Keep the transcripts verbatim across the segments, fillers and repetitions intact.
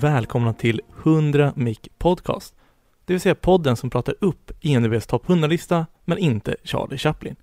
välkomna till hundra Mic Podcast. Det vill säga podden som pratar upp I M D B:s topp hundra-lista men inte Charlie Chaplin.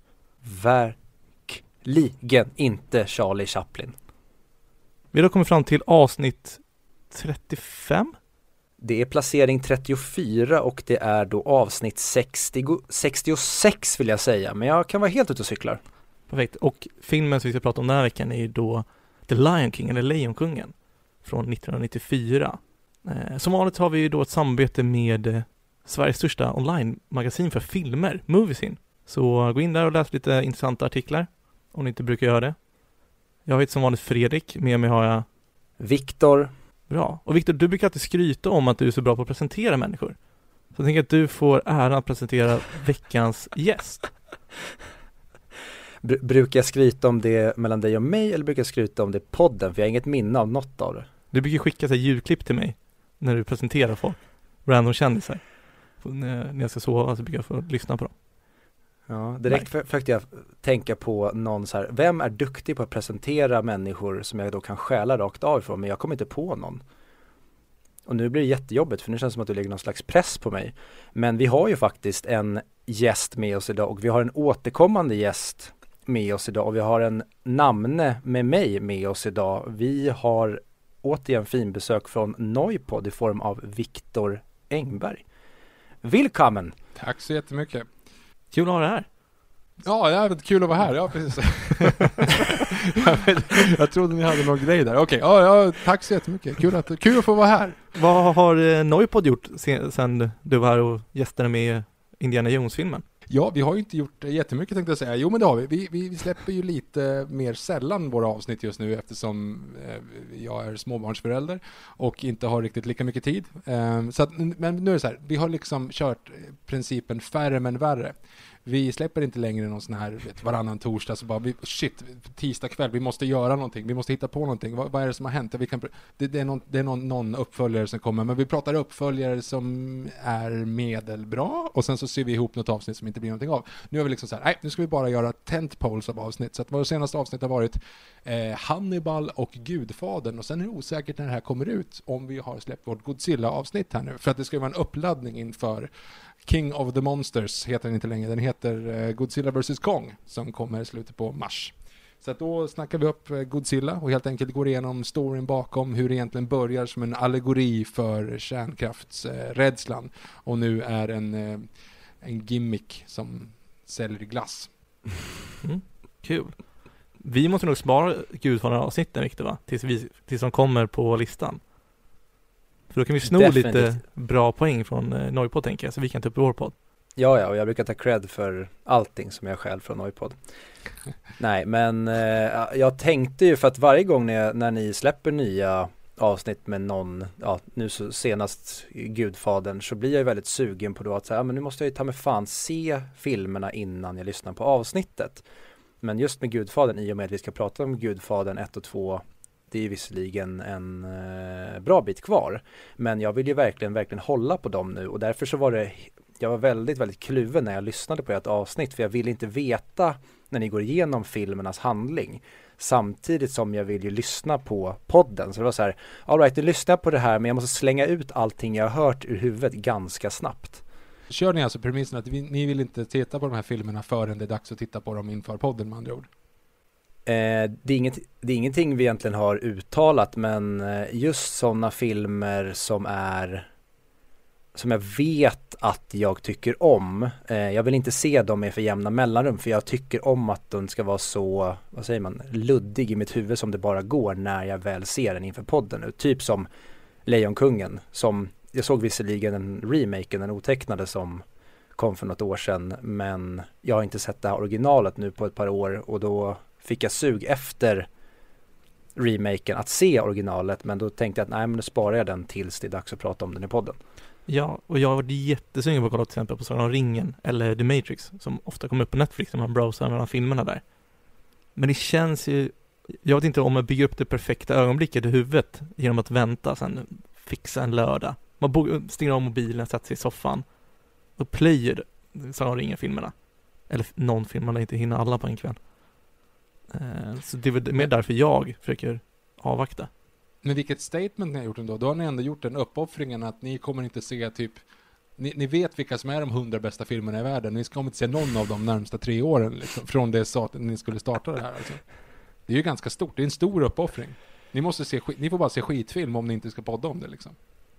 Verkligen inte Charlie Chaplin. Vi har kommit fram till avsnitt trettiofem. Det är placering trettiofyra och det är då avsnitt sextio, sextiosex vill jag säga. Men jag kan vara helt ute och cyklar. Perfekt. Och filmen som vi ska prata om den här veckan är ju då The Lion King, eller Lejonkungen, från nittonhundranittiofyra. Eh, som vanligt har vi ju då ett samarbete med eh, Sveriges största online-magasin för filmer, Moviesin. Så gå in där och läs lite intressanta artiklar, om ni inte brukar göra det. Jag heter som vanligt Fredrik, med mig har jag Viktor. Bra. Och Viktor, du brukar alltid skryta om att du är så bra på att presentera människor. Så jag tänker att du får äran att presentera veckans gäst. Br- brukar jag skryta om det mellan dig och mig eller brukar jag skryta om det i podden? För jag har inget minne av något av det. Du brukar skicka så här ljudklipp till mig när du presenterar folk. Random kändisar. När jag ska sova så brukar jag få lyssna på dem. Ja, direkt för, försökte jag tänka på någon så här, vem är duktig på att presentera människor som jag då kan stjäla rakt av ifrån, men jag kommer inte på någon. Och nu blir det jättejobbigt för nu känns det som att det lägger någon slags press på mig. Men vi har ju faktiskt en gäst med oss idag och vi har en återkommande gäst med oss idag och vi har en namne med mig med oss idag. Vi har återigen fin besök från Noipod i form av Viktor Engberg. Välkommen! Tack så jättemycket. Kul att ha det här. Ja, jävligt kul att vara här. Ja, precis. jag, jag trodde ni hade någon grej där. Okej, ja, ja, tack så jättemycket. Kul att, kul att få vara här. Vad har eh, Noipod gjort sen, sen du var här och gästade med Indiana Jones-filmen? Ja, vi har ju inte gjort jättemycket tänkte jag säga. Jo, men det har vi. Vi, vi släpper ju lite mer sällan våra avsnitt just nu eftersom eh, jag är småbarnsförälder och inte har riktigt lika mycket tid. Eh, så att, men nu är det så här, vi har liksom kört principen färre men värre. Vi släpper inte längre någon sån här vet, varannan torsdag så bara, vi, shit, tisdag kväll, vi måste göra någonting, vi måste hitta på någonting. Vad, vad är det som har hänt? Vi kan, det, det är, någon, det är någon, någon uppföljare som kommer, men vi pratar uppföljare som är medelbra och sen så ser vi ihop något avsnitt som inte blir någonting av. Nu har vi liksom så här, nej, nu ska vi bara göra tentpoles av avsnitt. Så att vårt senaste avsnitt har varit eh, Hannibal och Gudfadern och sen är det osäkert när det här kommer ut om vi har släppt vårt Godzilla-avsnitt här nu. För att det ska vara en uppladdning inför King of the Monsters heter den inte längre. Den heter uh, Godzilla versus. Kong som kommer i slutet på mars. Så att då snackar vi upp uh, Godzilla och helt enkelt går igenom storyn bakom hur det egentligen börjar som en allegori för kärnkraftsrädslan uh, och nu är en, uh, en gimmick som säljer glass. Mm, kul. Vi måste nog spara Gudfadern-avsnitten, Victor, va? Tills, vi, tills de kommer på listan. För då kan vi sno Definitivt. lite bra poäng från eh, Noipod, tänker jag, så vi kan ta upp i vår podd. Ja, ja, och jag brukar ta cred för allting som jag själv från Noipod. Nej, men eh, jag tänkte ju för att varje gång när, jag, när ni släpper nya avsnitt med någon, ja, nu så senast Gudfadern, så blir jag väldigt sugen på då att säga, ja, men nu måste jag ju ta med fan se filmerna innan jag lyssnar på avsnittet. Men just med Gudfadern, i och med att vi ska prata om Gudfadern ett och två, det är ju visserligen en eh, bra bit kvar. Men jag vill ju verkligen, verkligen hålla på dem nu. Och därför så var det, jag var väldigt, väldigt kluven när jag lyssnade på ett avsnitt. För jag vill inte veta när ni går igenom filmernas handling. Samtidigt som jag vill ju lyssna på podden. Så det var så här, all right, nu lyssnar jag på det här men jag måste slänga ut allting jag har hört ur huvudet ganska snabbt. Kör ni alltså premissen att vi, ni vill inte titta på de här filmerna förrän det är dags att titta på dem inför podden med andra ord? Eh, det, är inget, det är ingenting vi egentligen har uttalat, men just sådana filmer som är som jag vet att jag tycker om, eh, jag vill inte se dem med för jämna mellanrum, för jag tycker om att de ska vara så, vad säger man, luddig i mitt huvud som det bara går när jag väl ser den inför podden nu. Typ som Lejonkungen, som jag såg visserligen en remake, den otecknade som kom för något år sedan, men jag har inte sett det här originalet nu på ett par år och då fick jag sug efter remaken att se originalet, men då tänkte jag att nej, men nu sparar jag den tills det är dags att prata om den i podden. Ja, och jag var jättesugen på att kolla till exempel på Sagan om ringen eller The Matrix som ofta kommer upp på Netflix när man browsar mellan filmerna där. Men det känns ju, jag vet inte om man bygger upp det perfekta ögonblicket i huvudet genom att vänta sen fixa en lördag. Man bo- stänger av mobilen, sätter sig i soffan och player Sagan om ringen-filmerna. Eller någon film man inte hinner alla på en kväll. Så det är mer därför jag försöker avvakta. Men vilket statement ni har gjort ändå. Då har ni ändå gjort den uppoffringen att ni kommer inte se typ... Ni, ni vet vilka som är de hundra bästa filmerna i världen. Ni kommer inte se någon av de närmsta tre åren liksom, från det att ni skulle starta det här. Alltså. Det är ju ganska stort. Det är en stor uppoffring. Ni, måste se, ni får bara se skitfilm om ni inte ska podda om det liksom.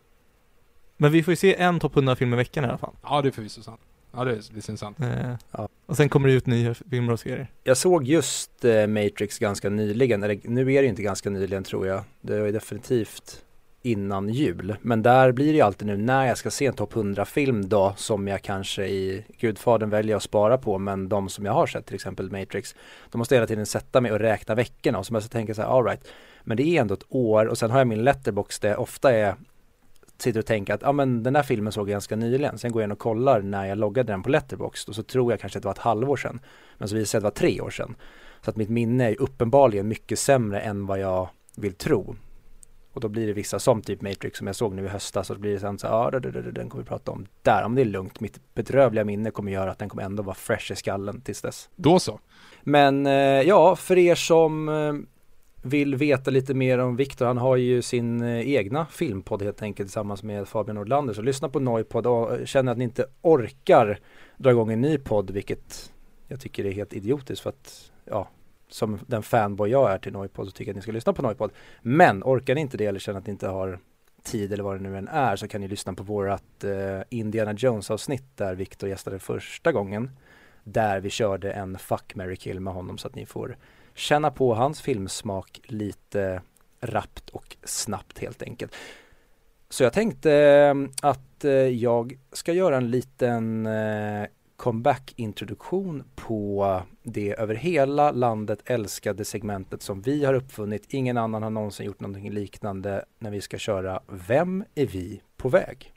Men vi får ju se en topp hundra film i veckan i alla fall. Ja, det är förvisso sant. Ja, det är, det är sant. Eh, Ja. Och sen kommer det ut nya filmer och serier. Jag såg just eh, Matrix ganska nyligen, eller nu är det inte ganska nyligen tror jag. Det är definitivt innan jul. Men där blir det ju alltid nu när jag ska se en topp hundra-film då som jag kanske i Gudfadern väljer att spara på, men de som jag har sett, till exempel Matrix, då måste jag hela tiden sätta mig och räkna veckorna och så måste jag tänka så här, all right, men det är ändå ett år och sen har jag min Letterboxd där ofta är sitter och tänker att ja, men den här filmen såg jag ganska nyligen. Sen går jag in och kollar när jag loggade den på Letterboxd och så tror jag kanske att det var ett halvår sedan. Men så visar det sig att det var tre år sedan. Så att mitt minne är uppenbarligen mycket sämre än vad jag vill tro. Och då blir det vissa som typ Matrix som jag såg nu i höstas och så blir det sen så ja, den kommer vi prata om där. Om det är lugnt, mitt bedrövliga minne kommer göra att den kommer ändå vara fresh i skallen tills dess. Då så. Men eh, ja, för er som eh, vill veta lite mer om Viktor, han har ju sin eh, egna filmpodd helt enkelt tillsammans med Fabian Nordlander. Så lyssna på Noipod och känner att ni inte orkar dra igång en ny podd, vilket jag tycker är helt idiotiskt för att ja, som den fanboy jag är till Noipod så tycker jag att ni ska lyssna på Noipod. Men orkar ni inte det eller känner att ni inte har tid eller vad det nu än är så kan ni lyssna på vårat eh, Indiana Jones-avsnitt där Viktor gästade första gången. Där vi körde en Fuck, Marry, Kill med honom så att ni får känna på hans filmsmak lite rappt och snabbt helt enkelt. Så jag tänkte eh, att eh, jag ska göra en liten eh, comeback-introduktion på det över hela landet älskade segmentet som vi har uppfunnit. Ingen annan har någonsin gjort någonting liknande när vi ska köra Vem är vi på väg?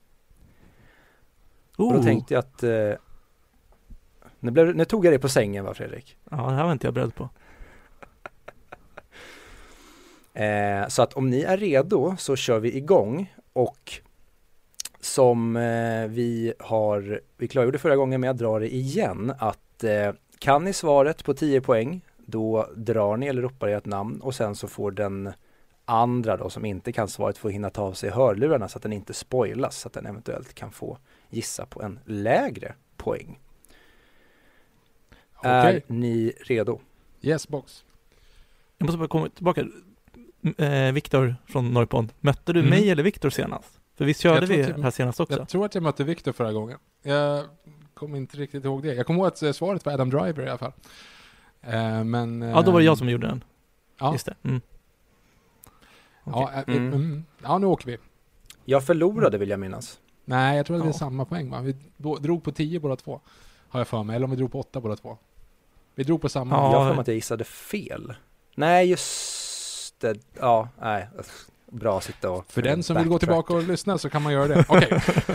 Oh. Och då tänkte jag att eh, nu, blev, nu tog jag det på sängen va Fredrik? Ja, det här var inte jag beredd på. Eh, så att om ni är redo så kör vi igång och som eh, vi har, vi klargjorde förra gången men jag drar det igen att eh, kan ni svaret på tio poäng då drar ni eller ropar ert namn och sen så får den andra då som inte kan svaret få hinna ta av sig hörlurarna så att den inte spoilas så att den eventuellt kan få gissa på en lägre poäng. Okay. Är ni redo? Yes box. Jag måste bara komma tillbaka. Eh, Viktor från Norrpond. Mötte du mm. mig eller Viktor senast? För visst körde vi jag, här senast också? Jag tror att jag mötte Viktor förra gången. Jag kommer inte riktigt ihåg det. Jag kommer ihåg att svaret var Adam Driver i alla fall. Eh, men, ja, då var det jag som gjorde den. Ja. Just det. Mm. Okay. Ja, äh, mm. Mm. ja, nu åker vi. Jag förlorade vill jag minnas. Nej, jag tror att det är ja. samma poäng va? Vi drog på tio båda två. Har jag för mig. Eller om vi drog på åtta båda två. Vi drog på samma. Ja. Jag har för mig att jag gissade fel. Nej, just det. Ja, nej. Bra att sitta och... För den som vill gå tillbaka och lyssna så kan man göra det. Okej. Okay.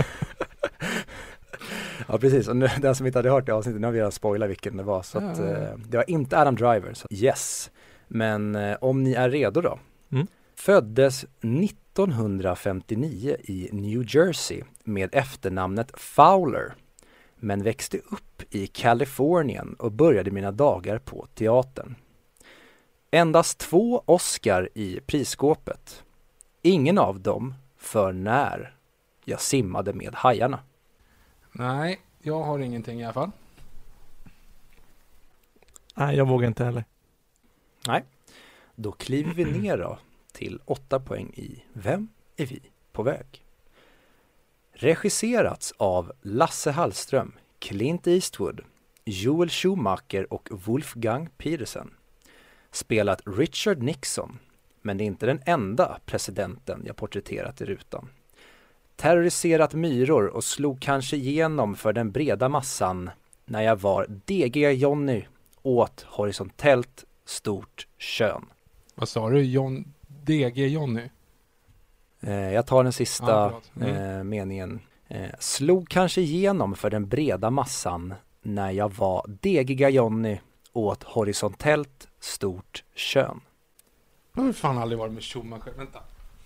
Ja, precis. Och nu, den som inte hade hört det avsnittet, nu har vi redan spoilat vilken det var. Så ja. att, eh, det var inte Adam Driver. Så yes. Men eh, om ni är redo då. Mm. Föddes nittonhundrafemtionio i New Jersey med efternamnet Fowler. Men växte upp i Kalifornien och började mina dagar på teatern. Endast två Oscar i prisskåpet. Ingen av dem för när jag simmade med hajarna. Nej, jag har ingenting i alla fall. Nej, jag vågar inte heller. Nej, då kliver vi ner då till åtta poäng i Vem är vi på väg? Regisserats av Lasse Hallström, Clint Eastwood, Joel Schumacher och Wolfgang Petersen. Spelat Richard Nixon, men det är inte den enda presidenten jag porträtterat i rutan. Terroriserat myror och slog kanske igenom för den breda massan när jag var degiga Johnny åt horisontellt stort kön. Vad sa du? John, D G Johnny? Eh, jag tar den sista ah, mm. eh, meningen. Eh, slog kanske igenom för den breda massan när jag var degiga Johnny åt horisontellt stort kön. Jag har fan aldrig varit med Schumacher. Vänta.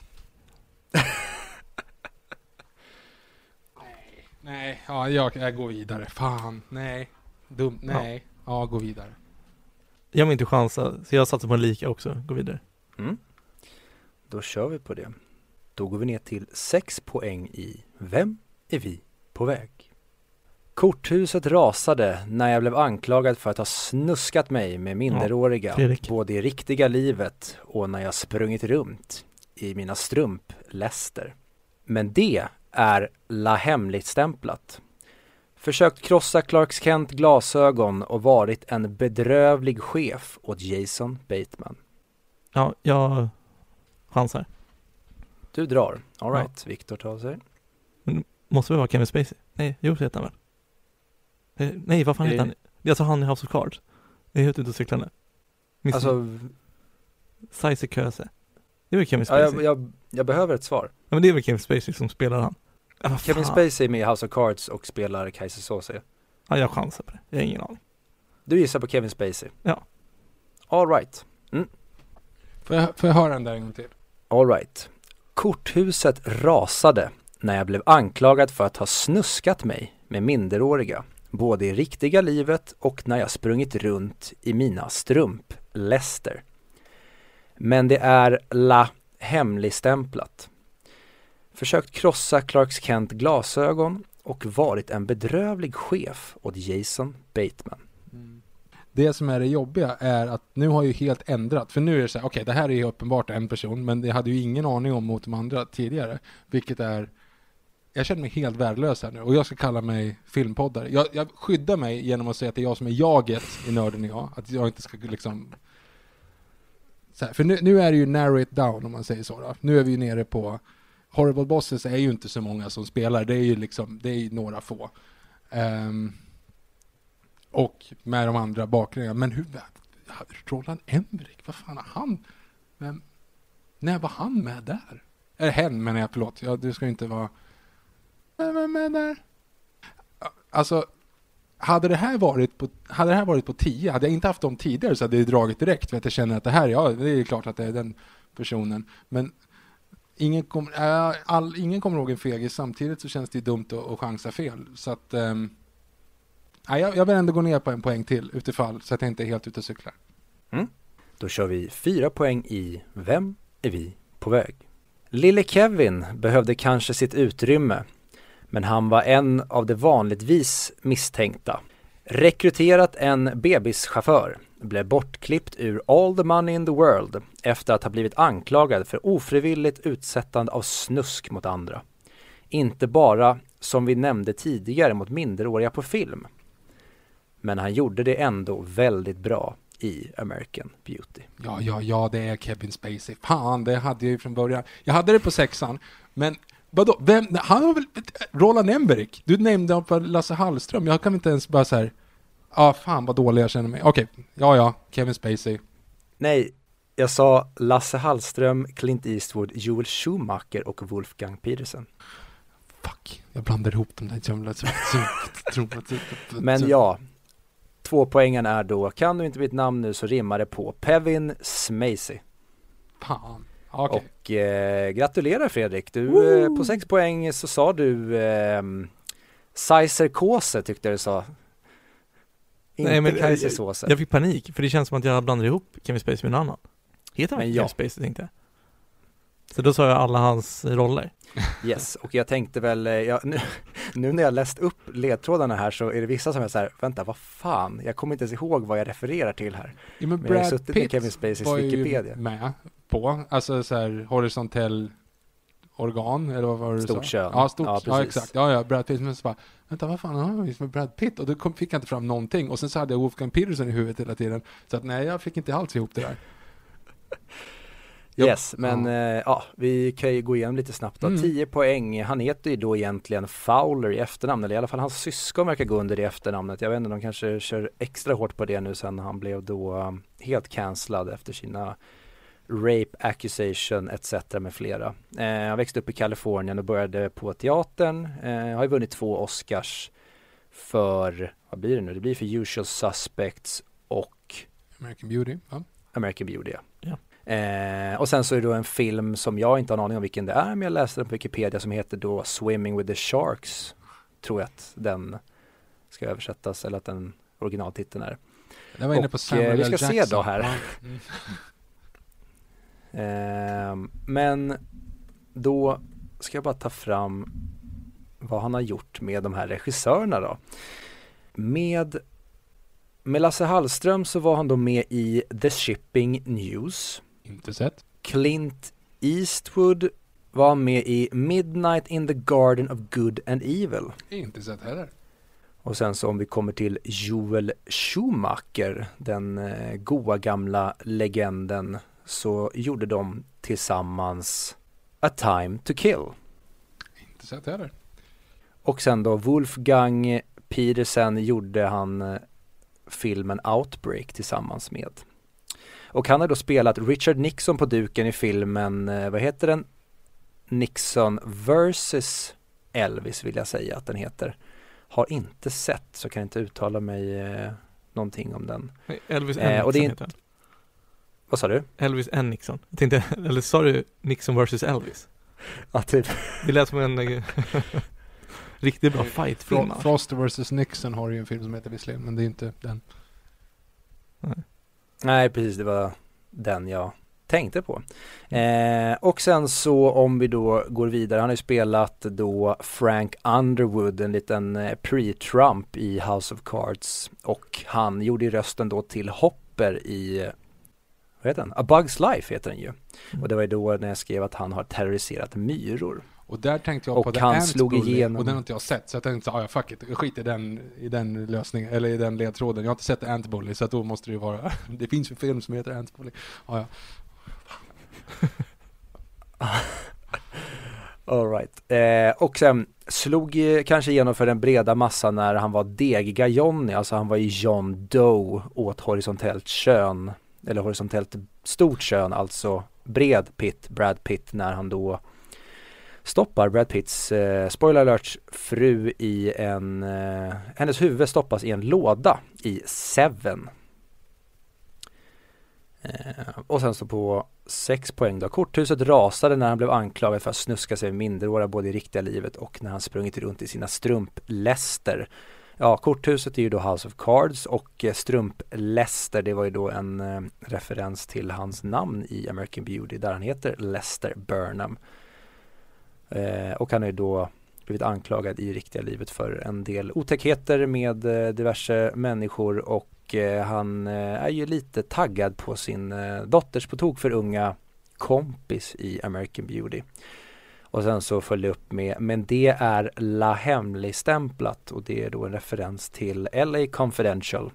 nej, nej. Ja, jag, jag går vidare. Fan, nej. Dum, nej. Ja, ja gå vidare. Jag vill inte chansa, så jag satsar på en lika också. Gå vidare. Mm. då kör vi på det. Då går vi ner till sex poäng i Vem är vi på väg? Korthuset rasade när jag blev anklagad för att ha snuskat mig med minderåriga, ja, både i riktiga livet och när jag sprungit runt i mina strumpläster. Men det är la hemligt stämplat. Försökt krossa Clark Kent glasögon och varit en bedrövlig chef åt Jason Bateman. Ja, jag chansar. Du drar. All right, ja. Victor tar sig. Men måste det vara Kevin Spacey? Nej, jo, det heter han väl? Eh, Nej, vad fan är heter han? Det är alltså han i House of Cards. Jag är helt ute och cyklar nu. Miss Alltså... Size Köse. Det är väl Kevin Ja, Spacey? jag, jag, jag behöver ett svar. Ja, men det är väl Kevin Spacey som spelar han. Ja, Kevin Spacey är med i House of Cards och spelar Kaiser Soze. Ja, jag chansar på det. Jag har ingen aning. Du gissar på Kevin Spacey? Ja. All right. Mm. Får jag, får jag höra den där en gång till? All right. Korthuset rasade när jag blev anklagad för att ha snuskat mig med minderåriga, både i riktiga livet och när jag sprungit runt i mina strumpläster. Men det är la hemligstämplat. Försökt krossa Clark Kent glasögon och varit en bedrövlig chef åt Jason Bateman. Mm. Det som är det jobbiga är att nu har ju helt ändrat. För nu är det så här, okej, okay, det här är ju uppenbart en person, men det hade ju ingen aning om mot de andra tidigare. Vilket är, jag känner mig helt värdelös här nu. Och jag ska kalla mig filmpoddare. Jag, jag skyddar mig genom att säga att det är jag som är jaget i Nörden och jag. Att jag inte ska liksom... Så här, för nu, nu är det ju narrow it down om man säger så då. Nu är vi ju nere på... Horrible Bosses är ju inte så många som spelar. Det är ju liksom, det är ju några få. Um, och med de andra bakgrunderna. Men hur, Roland Emmerich, vad fan är han? Men, när var han med där? Eller hen, men jag förlåt. Ja, det ska inte vara... Men, men, men, där. Alltså, hade det här varit på, hade det här varit på tio, hade jag inte haft dem tidigare så hade jag dragit direkt. För att jag känner att det här, ja, det är klart att det är den personen. Men ingen, kom, äh, all, ingen kommer ihåg en fegis. Samtidigt så känns det dumt att, att chansa fel. Så att... Um, Jag, jag vill ändå gå ner på en poäng till utifall så att jag inte är helt ute och cyklar. Mm. Då kör vi fyra poäng i Vem är vi på väg? Lille Kevin behövde kanske sitt utrymme, men han var en av de vanligtvis misstänkta. Rekryterat en bebischaufför, blev bortklippt ur All the Money in the World efter att ha blivit anklagad för ofrivilligt utsättande av snusk mot andra. Inte bara, som vi nämnde tidigare, mot minderåriga på film. Men han gjorde det ändå väldigt bra i American Beauty. Ja, ja, ja, det är Kevin Spacey. Fan, det hade jag ju från början. Jag hade det på sexan, men vadå? Vem? Han har väl... Roland Emmerich. Du nämnde om Lasse Hallström. Jag kan inte ens bara så här... Ja, ah, fan vad dålig jag känner mig. Okej, okay. ja, ja, Kevin Spacey. Nej, jag sa Lasse Hallström, Clint Eastwood, Joel Schumacher och Wolfgang Petersen. Fuck, jag blandar ihop de där jävla... Men ja, två poängen är då, kan du inte mitt namn nu så rimmar det på Kevin Spacey. Fan, okej. Okay. Och eh, gratulerar Fredrik, du eh, på sex poäng så sa du eh, Sizer Kåse tyckte jag du sa. Inte Nej, men Kaiser jag, Såse. jag fick panik, för det känns som att jag blandar ihop Kevin Spacey med en annan. Heter han men Kevin ja. Spacey, tänkte jag. Så då sa jag alla hans roller. Yes, och jag tänkte väl, jag, nu, nu när jag läst upp ledtrådarna här så är det vissa som är så här, vänta, vad fan, jag kommer inte ens ihåg vad jag refererar till här. Ja, men, men jag har Brad suttit Pitt med Kevin Spaceys var Wikipedia. Ju med på, alltså så här horisontell organ, eller vad var det? Stort kön. Ja, stort, ja, ja, exakt. Ja, ja, Brad Pitt, men så bara, vänta, vad fan har vi med Brad Pitt? Och då kom, fick jag inte fram någonting. Och sen så hade jag Wolfgang Petersen i huvudet hela tiden. Så att nej, jag fick inte alls ihop det där. Yes, men ja. Eh, ja, vi kan ju gå igenom lite snabbt då. Mm. tio poäng, han heter ju då egentligen Fowler i efternamn, eller i alla fall hans syskon verkar gå under det efternamnet. Jag vet inte, de kanske kör extra hårt på det nu sen han blev då um, helt cancellad efter sina rape accusation et cetera med flera. Eh, han växte upp i Kalifornien och började på teatern. Eh, har ju vunnit två Oscars för, vad blir det nu? Det blir för Usual Suspects och American Beauty, ja. American Beauty, ja. Eh, och sen så är det då en film som jag inte har en aning om vilken det är, men jag läste den på Wikipedia som heter då Swimming with the Sharks. Tror jag att den ska översättas, eller att den originaltiteln är. Jag var inne på och Samuel eh, vi ska L. se Jackson. då här. Mm. Eh, men då ska jag bara ta fram vad han har gjort med de här regissörerna då. Med, med Lasse Hallström så var han då med i The Shipping News. Inte sett. Clint Eastwood var med i Midnight in the Garden of Good and Evil. Inte sett heller. Och sen så om vi kommer till Joel Schumacher, den eh, goa gamla legenden, så gjorde de tillsammans A Time to Kill. Inte sett heller. Och sen då Wolfgang Petersen gjorde han eh, filmen Outbreak tillsammans med. Och han har då spelat Richard Nixon på duken i filmen, eh, vad heter den? Nixon versus Elvis vill jag säga att den heter. Har inte sett, så kan jag inte uttala mig eh, någonting om den. Elvis N. Eh, och det är Nixon inte... Vad sa du? Elvis N. Nixon. Jag tänkte, eller sa du Nixon versus Elvis? Ja, typ. Det lät som en riktigt bra fightfilm. Frost versus Nixon har ju en film som heter visserligen, men det är inte den. Nej. Nej, precis, det var den jag tänkte på. Eh, och sen så om vi då går vidare, han har ju spelat då Frank Underwood, en liten eh, pre-Trump i House of Cards, och han gjorde ju rösten då till Hopper i, vad heter den? A Bug's Life heter den ju. Mm. Och det var ju då när jag skrev att han har terroriserat myror. Och där tänkte jag och på han The slog Ant Bully, igenom. och den har inte jag sett, så jag tänkte så, ah, ja, fuck it, skit i den, i den lösningen, eller i den ledtråden. Jag har inte sett The Ant Bully, så att då måste det ju vara, det finns en film som heter Ant Bully. Ah, ja. All right. Eh, och sen slog eh, kanske igenom för den breda massan när han var degiga Johnny, alltså han var i John Doe åt horisontellt kön, eller horisontellt stort kön, alltså bred Pitt, Brad Pitt, när han då stoppar Brad Pitts, eh, spoiler alert, fru i en, eh, hennes huvud stoppas i en låda i Seven. Eh, och sen så på sex poäng då. Korthuset rasade när han blev anklagad för att snuska sig med minderåriga både i riktiga livet och när han sprungit runt i sina strumpläster. Ja, korthuset är ju då House of Cards, och eh, strumpläster, det var ju då en eh, referens till hans namn i American Beauty, där han heter Lester Burnham. Eh, och han är ju då blivit anklagad i riktiga livet för en del otäckheter med eh, diverse människor, och eh, han eh, är ju lite taggad på sin eh, dotters på tok för unga kompis i American Beauty. Och sen så följde jag upp med, men det är la hemligstämplat, och det är då en referens till L A Confidential.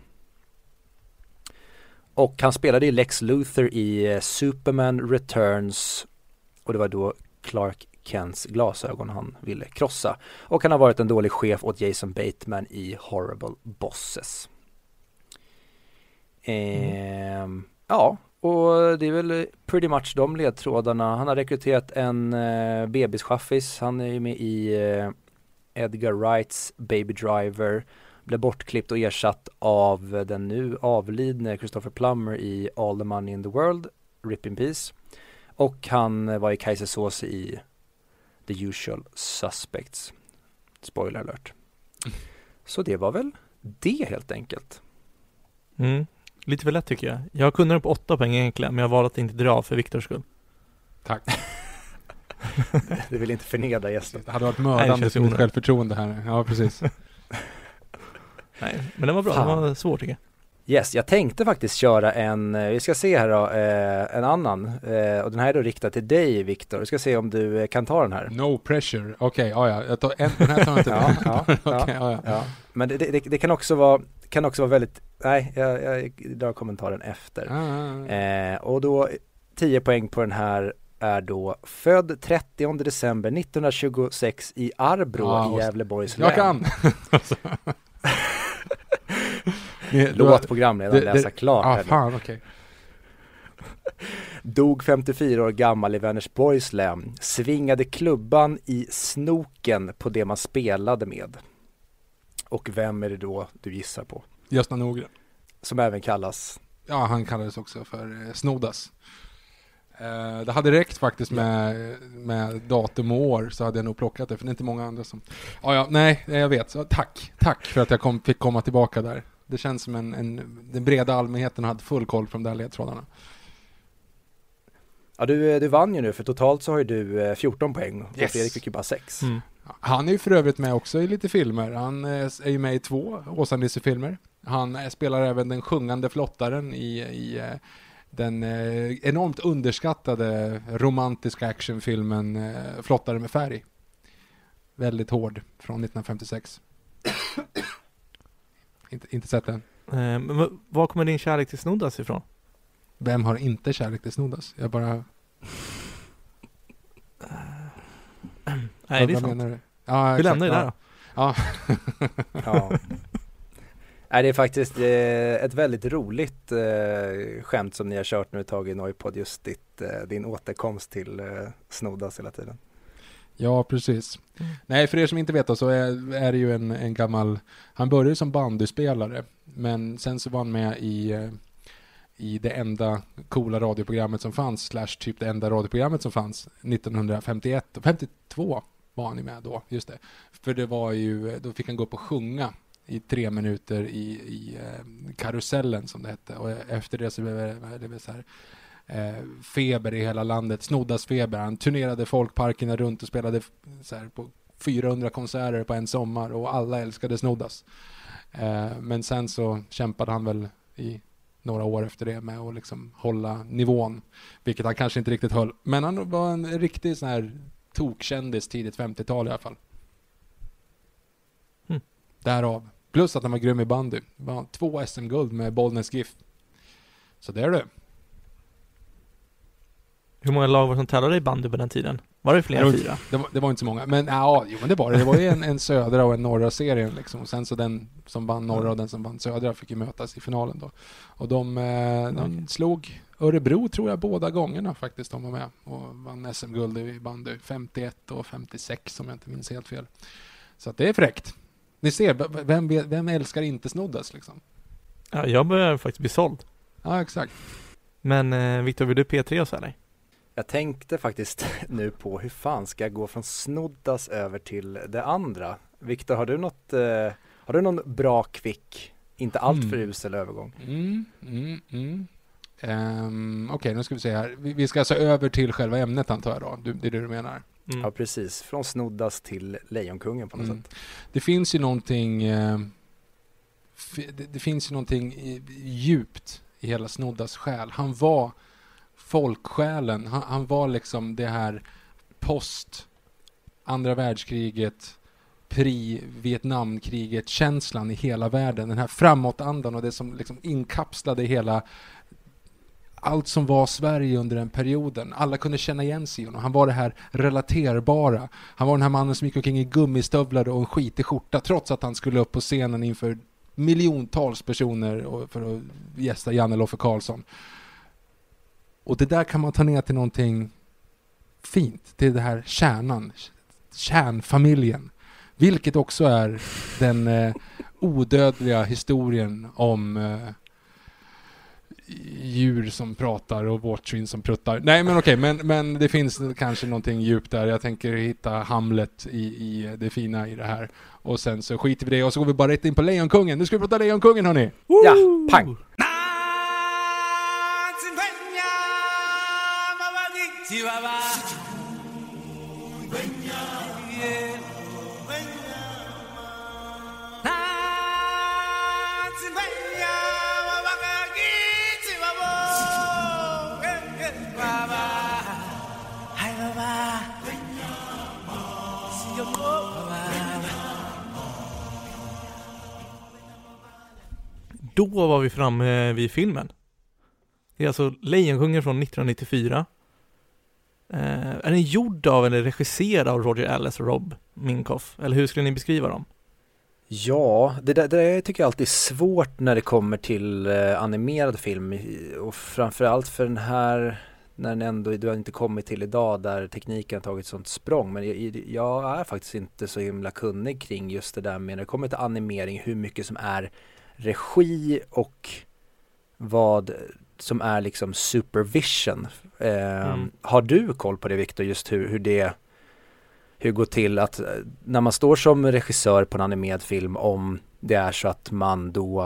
Och han spelade ju Lex Luthor i eh, Superman Returns, och det var då Clark Kents glasögon han ville krossa. Och han har varit en dålig chef åt Jason Bateman i Horrible Bosses. Mm. Eh, ja, och det är väl pretty much de ledtrådarna. Han har rekryterat en eh, bebischaffis. Han är ju med i eh, Edgar Wrights Baby Driver. Blev bortklippt och ersatt av den nu avlidne Christopher Plummer i All the Money in the World, Rip in Peace. Och han var i Kaiser Soze i The Usual Suspects. Spoiler alert. Mm. Så det var väl det helt enkelt. Mm. Lite för lätt tycker jag. Jag kunde den på åtta poäng egentligen, men jag valde att inte dra för Viktors skull. Tack. Du vill inte förnedra gästen. Det hade varit mördande för mitt självförtroende här. Ja, precis. Nej, men det var bra. Fan. Det var svårt tycker jag. Yes, jag tänkte faktiskt köra en, vi ska se här då, eh, en annan. Eh, och den här är då riktad till dig, Viktor. Vi ska se om du eh, kan ta den här. No pressure. Okej, okay, ja, ja. Jag tar en, den här tar jag inte. ja, ja, okay, ja, ja. ja. Men det, det, det kan också vara, kan också vara väldigt, nej, jag, jag drar kommentaren efter. Ah, ah, ah. Eh, och då, tio poäng på den här är då född trettionde december nittonhundratjugosex i Arbro ah, i Gävleborgs län. Jag kan! Låt programledaren det, läsa det, klart. Ah, fan, okay. Dog femtiofyra år gammal i Vänersborgs län. Svingade klubban i snoken på det man spelade med. Och vem är det då du gissar på? Gösta Nordgren. Som även kallas... Ja, han kallades också för eh, Snodas. Eh, det hade räckt faktiskt med, med datum och år, så hade jag nog plockat det. För det är inte många andra som... Ah, ja, nej, jag vet. Så, tack. Tack för att jag kom, fick komma tillbaka där. Det känns som en, en, den breda allmänheten hade full koll på de där ledtrådarna. Ja, du, du vann ju nu, för totalt så har ju du fjorton poäng och Yes. Fredrik fick ju bara sex. Mm. Han är ju för övrigt med också i lite filmer. Han är ju med i två Åsa-Nisse-filmer. Han spelar även den sjungande flottaren i, i den enormt underskattade romantiska actionfilmen Flottare med färg. Väldigt hård, från nittonhundrafemtiosex. inte, inte sett den. Eh, men v- var kommer din kärlek till Snoddas ifrån? Vem har inte kärlek till Snoddas? Jag bara... Nej, det är vad sant. menar du? Ja, Vi exakt, lämnar det där ja. då. Ja. Ja. Nej, det är faktiskt eh, ett väldigt roligt eh, skämt som ni har kört nu ett tag i Noipod, just ditt, eh, din återkomst till eh, Snoddas hela tiden. Ja, precis. Mm. Nej, för er som inte vet då, så är, är det ju en, en gammal... Han började som bandyspelare, men sen så var han med i, eh, i det enda coola radioprogrammet som fanns, slash typ det enda radioprogrammet som fanns, nittonhundrafemtioett och femtiotvå var han ju med då, just det. För det var ju, då fick han gå upp och sjunga i tre minuter i, i eh, karusellen som det hette, och efter det så blev det, det blev så här eh, feber i hela landet, Snoddas feber. Han turnerade folkparkerna runt och spelade så här på fyrahundra konserter på en sommar, och alla älskade Snoddas. Eh, men sen så kämpade han väl i några år efter det med att liksom hålla nivån, vilket han kanske inte riktigt höll. Men han var en riktig sån här tokkändis tidigt femtiotal i alla fall. Mm. Därav. Plus att han var grym i bandy. Det var två S M-guld med Bollnäs GIF. Så det är det. Hur många lag var det som tävlade i bandy på den tiden? Var det fler än fyra? Det var, det var inte så många. Men ja, jo, men det var det. Det var ju en, en södra och en norra serien liksom. Och sen så den som vann norra och den som vann södra fick ju mötas i finalen då. Och de, eh, de Okej. slog Örebro, tror jag, båda gångerna faktiskt. De var med och vann S M-guld i bandy. femtioett och femtiosex, om jag inte minns helt fel. Så att det är fräckt. Ni ser, v- vem, vet- vem älskar inte Snoddas liksom? Ja, jag börjar faktiskt bli såld. Ja, exakt. Men eh, Victor, vill du P tre oss eller? Jag tänkte faktiskt nu på hur fan ska jag gå från Snoddas över till det andra. Viktor, har du något, eh, har du någon bra kvick, inte allt för Mm. usel övergång? Mm, mm, mm. Um, Okej, nu ska vi se här. Vi, vi ska alltså över till själva ämnet, antar jag då. Du, det är det du menar. Mm. Ja, precis. Från Snoddas till Lejonkungen på något Mm. sätt. Det finns ju någonting eh, f- det, det finns ju någonting i, djupt i hela Snoddas själ. Han var folksjälen. Han, han var liksom det här post andra världskriget, pri Vietnamkriget, känslan i hela världen, den här framåtandan och det som liksom inkapslade hela allt som var Sverige under den perioden. Alla kunde känna igen sig i honom. Han var det här relaterbara. Han var den här mannen som gick omkring i gummistövlar och en skitig skjorta, trots att han skulle upp på scenen inför miljontals personer och för att gästa Janne Loffe Karlsson. Och det där kan man ta ner till någonting fint. Till det här kärnan, kärnfamiljen. Vilket också är den eh, odödliga historien om eh, djur som pratar och vårtsvin som pruttar. Nej, men okej, men, men det finns kanske någonting djupt där. Jag tänker hitta Hamlet i, i det fina i det här. Och sen så skiter vi det och så går vi bara rätt in på Lejonkungen. Nu ska vi prata Lejonkungen, hörni. Ja, pang! Då var vi framme vid filmen. Det är alltså Lejonkungen från nittonhundranittiofyra. Eh, är den gjord av eller regisserad av Roger Ellis och Rob Minkoff? Eller hur skulle ni beskriva dem? Ja, det där, det där tycker jag alltid är svårt när det kommer till eh, animerad film, och framförallt för den här, när den ändå, du har inte kommit till idag där tekniken har tagit sånt språng, men jag, jag är faktiskt inte så himla kunnig kring just det där med när det kommer till animering, hur mycket som är regi och vad som är liksom supervision. Eh, Mm. Har du koll på det, Victor, just hur, hur det hur går till att när man står som regissör på en animerad film, om det är så att man då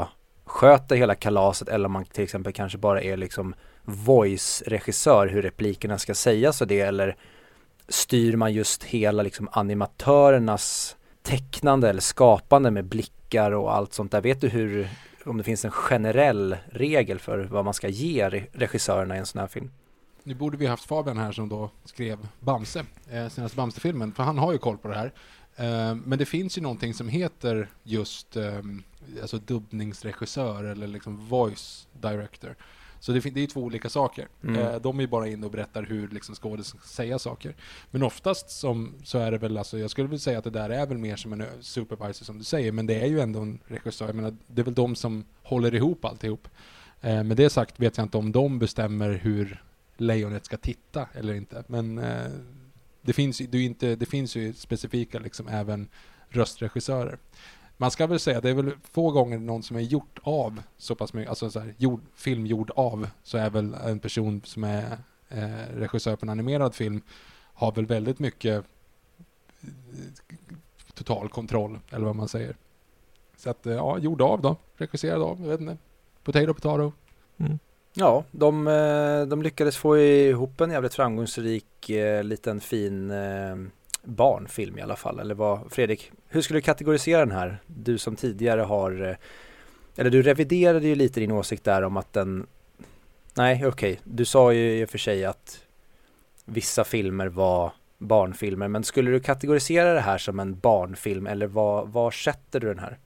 sköter hela kalaset, eller om man till exempel kanske bara är liksom voice-regissör, hur replikerna ska sägas och det, eller styr man just hela liksom animatörernas tecknande eller skapande med blickar och allt sånt där. Vet du hur, om det finns en generell regel för vad man ska ge regissörerna i en sån här film? Nu borde vi haft Fabian här som då skrev Bamse, eh, senaste Bamse-filmen, för han har ju koll på det här. Eh, men det finns ju någonting som heter just eh, alltså dubbningsregissör eller liksom voice director. Så det, det är ju två olika saker. Mm. Eh, de är ju bara in och berättar hur liksom skådespelare ska säga saker. Men oftast som, så är det väl, alltså, jag skulle vilja säga att det där är väl mer som en supervisor som du säger, men det är ju ändå en regissör. Jag menar, det är väl de som håller ihop alltihop. Eh, med det sagt vet jag inte om de bestämmer hur lejonet ska titta eller inte. Men eh, det, finns, det, inte, det finns ju specifika liksom även röstregissörer. Man ska väl säga, det är väl få gånger någon som är gjort av så pass mycket, alltså så här, jord, film gjord av, så är väl en person som är eh, regissör på en animerad film har väl väldigt mycket eh, total kontroll, eller vad man säger. Så att, eh, ja, gjord av då, regisserad av, jag vet inte, potato, potato. Mm. Ja, de, de lyckades få ihop en jävligt framgångsrik eh, liten fin eh, barnfilm i alla fall. Eller vad, Fredrik, hur skulle du kategorisera den här? Du som tidigare har, eller du reviderade ju lite din åsikt där om att den, nej okej, okay. Du sa ju i och för sig att vissa filmer var barnfilmer, men skulle du kategorisera det här som en barnfilm, eller vad, vad sätter du den här?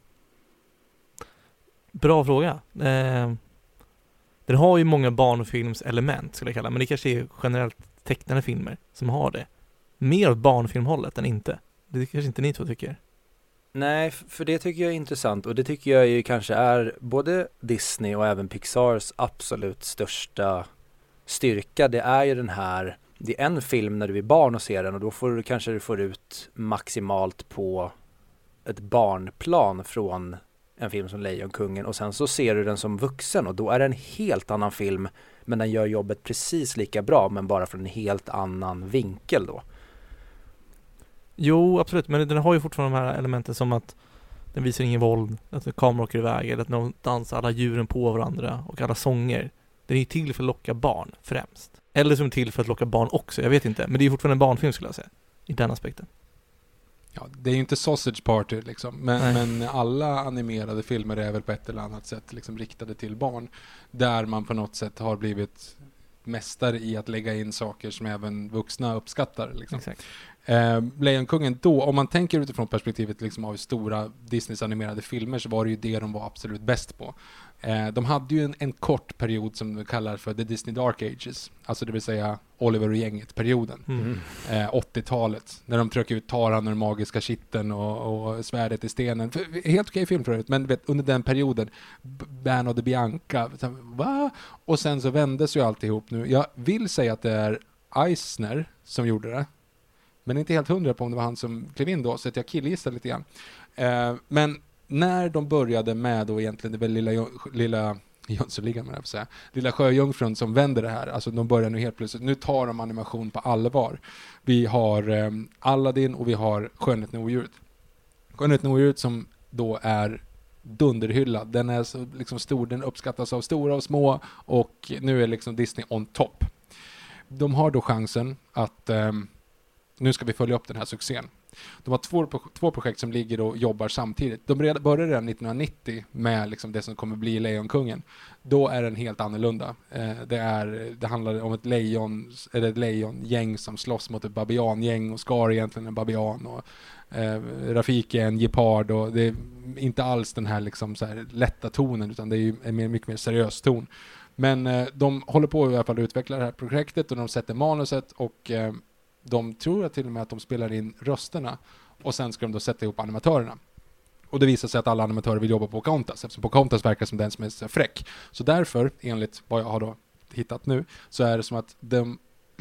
Bra fråga. Eh, den har ju många barnfilmselement skulle jag kalla, men det kanske är generellt tecknade filmer som har det. Mer åt barnfilmhållet än inte. Det kanske inte ni två tycker. Nej, för det tycker jag är intressant, och det tycker jag ju kanske är både Disney och även Pixars absolut största styrka. Det är ju den här, det är en film när du är barn och ser den, och då får du kanske du får ut maximalt på ett barnplan från en film som Lejonkungen, och sen så ser du den som vuxen och då är det en helt annan film, men den gör jobbet precis lika bra, men bara från en helt annan vinkel då. Jo, absolut, men den har ju fortfarande de här elementen som att den visar ingen våld, att kameran åker iväg, eller att de dansar alla djuren på varandra och alla sånger. Den är ju till för att locka barn främst. Eller som till för att locka barn också, jag vet inte. Men det är ju fortfarande en barnfilm skulle jag säga, i den aspekten. Ja, det är ju inte Sausage Party liksom, men, men alla animerade filmer är väl på ett eller annat sätt liksom riktade till barn, där man på något sätt har blivit mästare i att lägga in saker som även vuxna uppskattar liksom. Exakt. Eh, Lejonkungen då, om man tänker utifrån perspektivet liksom av stora Disneys animerade filmer, så var det ju det de var absolut bäst på. Eh, de hade ju en, en kort period som de kallar för The Disney Dark Ages, alltså det vill säga Oliver och gänget-perioden. Mm. Eh, åttiotalet, när de trycker ut Taran och den magiska kitten och, och svärdet i stenen. För, helt okej film förut, men vet, under den perioden, Bernard och Bianca, va? Och sen så vändes ju alltihop nu. Jag vill säga att det är Eisner som gjorde det, men inte helt hundra på om det var han som klev in då, så att jag killgissar lite grann. Eh, men när de började med då egentligen det väl lilla, lilla Jönssonligan, man får säga, lilla Sjöjungfrun som vänder det här, alltså de börjar nu helt plötsligt, nu tar de animation på allvar. Vi har eh, Aladdin och vi har Skönheten och odjuret. Skönheten och odjuret som då är dunderhyllad, den är så liksom stor, den uppskattas av stora och små, och nu är liksom Disney on top. De har då chansen att eh, nu ska vi följa upp den här succén. De har två, två projekt som ligger och jobbar samtidigt. De började redan nittonhundranittio med liksom det som kommer bli Lejonkungen. Då är den helt annorlunda. Eh, det, är, det handlar om ett lejon, eller ett lejongäng som slåss mot ett babiangäng, och Scar är egentligen en babian, och eh, Rafiki är en gepard, och det är inte alls den här, liksom så här lätta tonen, utan det är ju en mer, mycket mer seriös ton. Men eh, de håller på i alla fall att utveckla det här projektet, och de sätter manuset, och eh, de tror till och med att de spelar in rösterna, och sen ska de då sätta ihop animatörerna. Och det visar sig att alla animatörer vill jobba på Pocahontas, eftersom Pocahontas verkar som den som är så fräck. Så därför, enligt vad jag har då hittat nu, så är det som att de,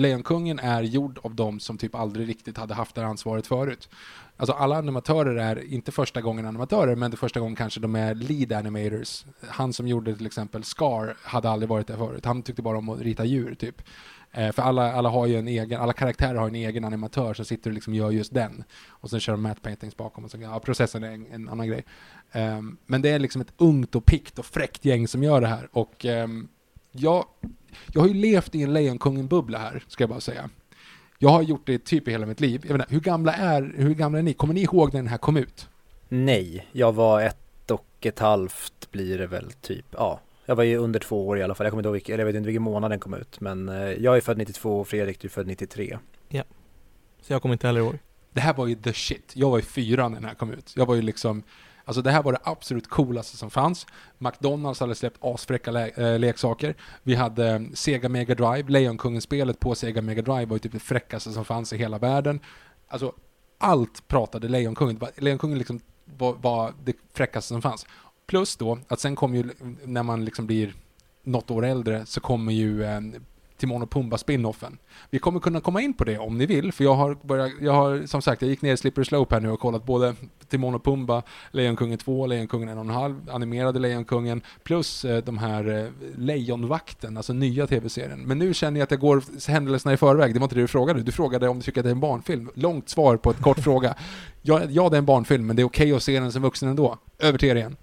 Lejonkungen är gjord av de som typ aldrig riktigt hade haft det här ansvaret förut. Alltså alla animatörer är inte första gången animatörer, men det första gången kanske de är lead animators. Han som gjorde till exempel Scar hade aldrig varit där förut. Han tyckte bara om att rita djur typ. Eh, för alla, alla har ju en egen, alla karaktärer har en egen animatör som sitter och liksom gör just den. Och sen kör de matte paintings bakom och så, ja, processen är en, en annan grej. Um, men det är liksom ett ungt och pikt och fräckt gäng som gör det här. Och um, jag, jag har ju levt i en Lejonkungen-bubbla här, ska jag bara säga. Jag har gjort det typ i hela mitt liv. Jag vet inte, hur gamla är, hur gamla är ni? Kommer ni ihåg när den här kom ut? Nej, jag var ett och ett halvt blir det väl typ, ja. Jag var ju under två år i alla fall. Jag kommer inte ihåg, eller jag vet inte vilken månad den kom ut. Men eh, jag är född nittiotvå och Fredrik, du är född nittiotre. Ja, så jag kommer inte heller ihåg. Det här var ju the shit. Jag var ju fyra när den här kom ut. Jag var ju liksom, alltså det här var det absolut coolaste som fanns. McDonalds hade släppt asfräcka le- äh, leksaker. Vi hade Sega Mega Drive. Lejonkungen-spelet på Sega Mega Drive var ju typ det fräckaste som fanns i hela världen. Alltså allt pratade Lejonkungen. Lejonkungen liksom var, var det fräckaste som fanns. Plus då, att sen kom ju, när man liksom blir något år äldre, så kommer ju eh, Timon och Pumba spin-offen. Vi kommer kunna komma in på det om ni vill, för jag har börjat, jag har som sagt, jag gick ner i Slippery Slope här nu och kollat både Timon och Pumba, Lejonkungen två, Lejonkungen en och en halv, animerade Lejonkungen, plus eh, de här eh, Lejonvakten, alltså nya tv-serien. Men nu känner jag att jag går händelserna i förväg. Det var inte det du frågade. Du frågade om du tycker att det är en barnfilm. Långt svar på ett kort fråga. Ja, ja, det är en barnfilm, men det är okej okay att se den som vuxen ändå. Över till er igen.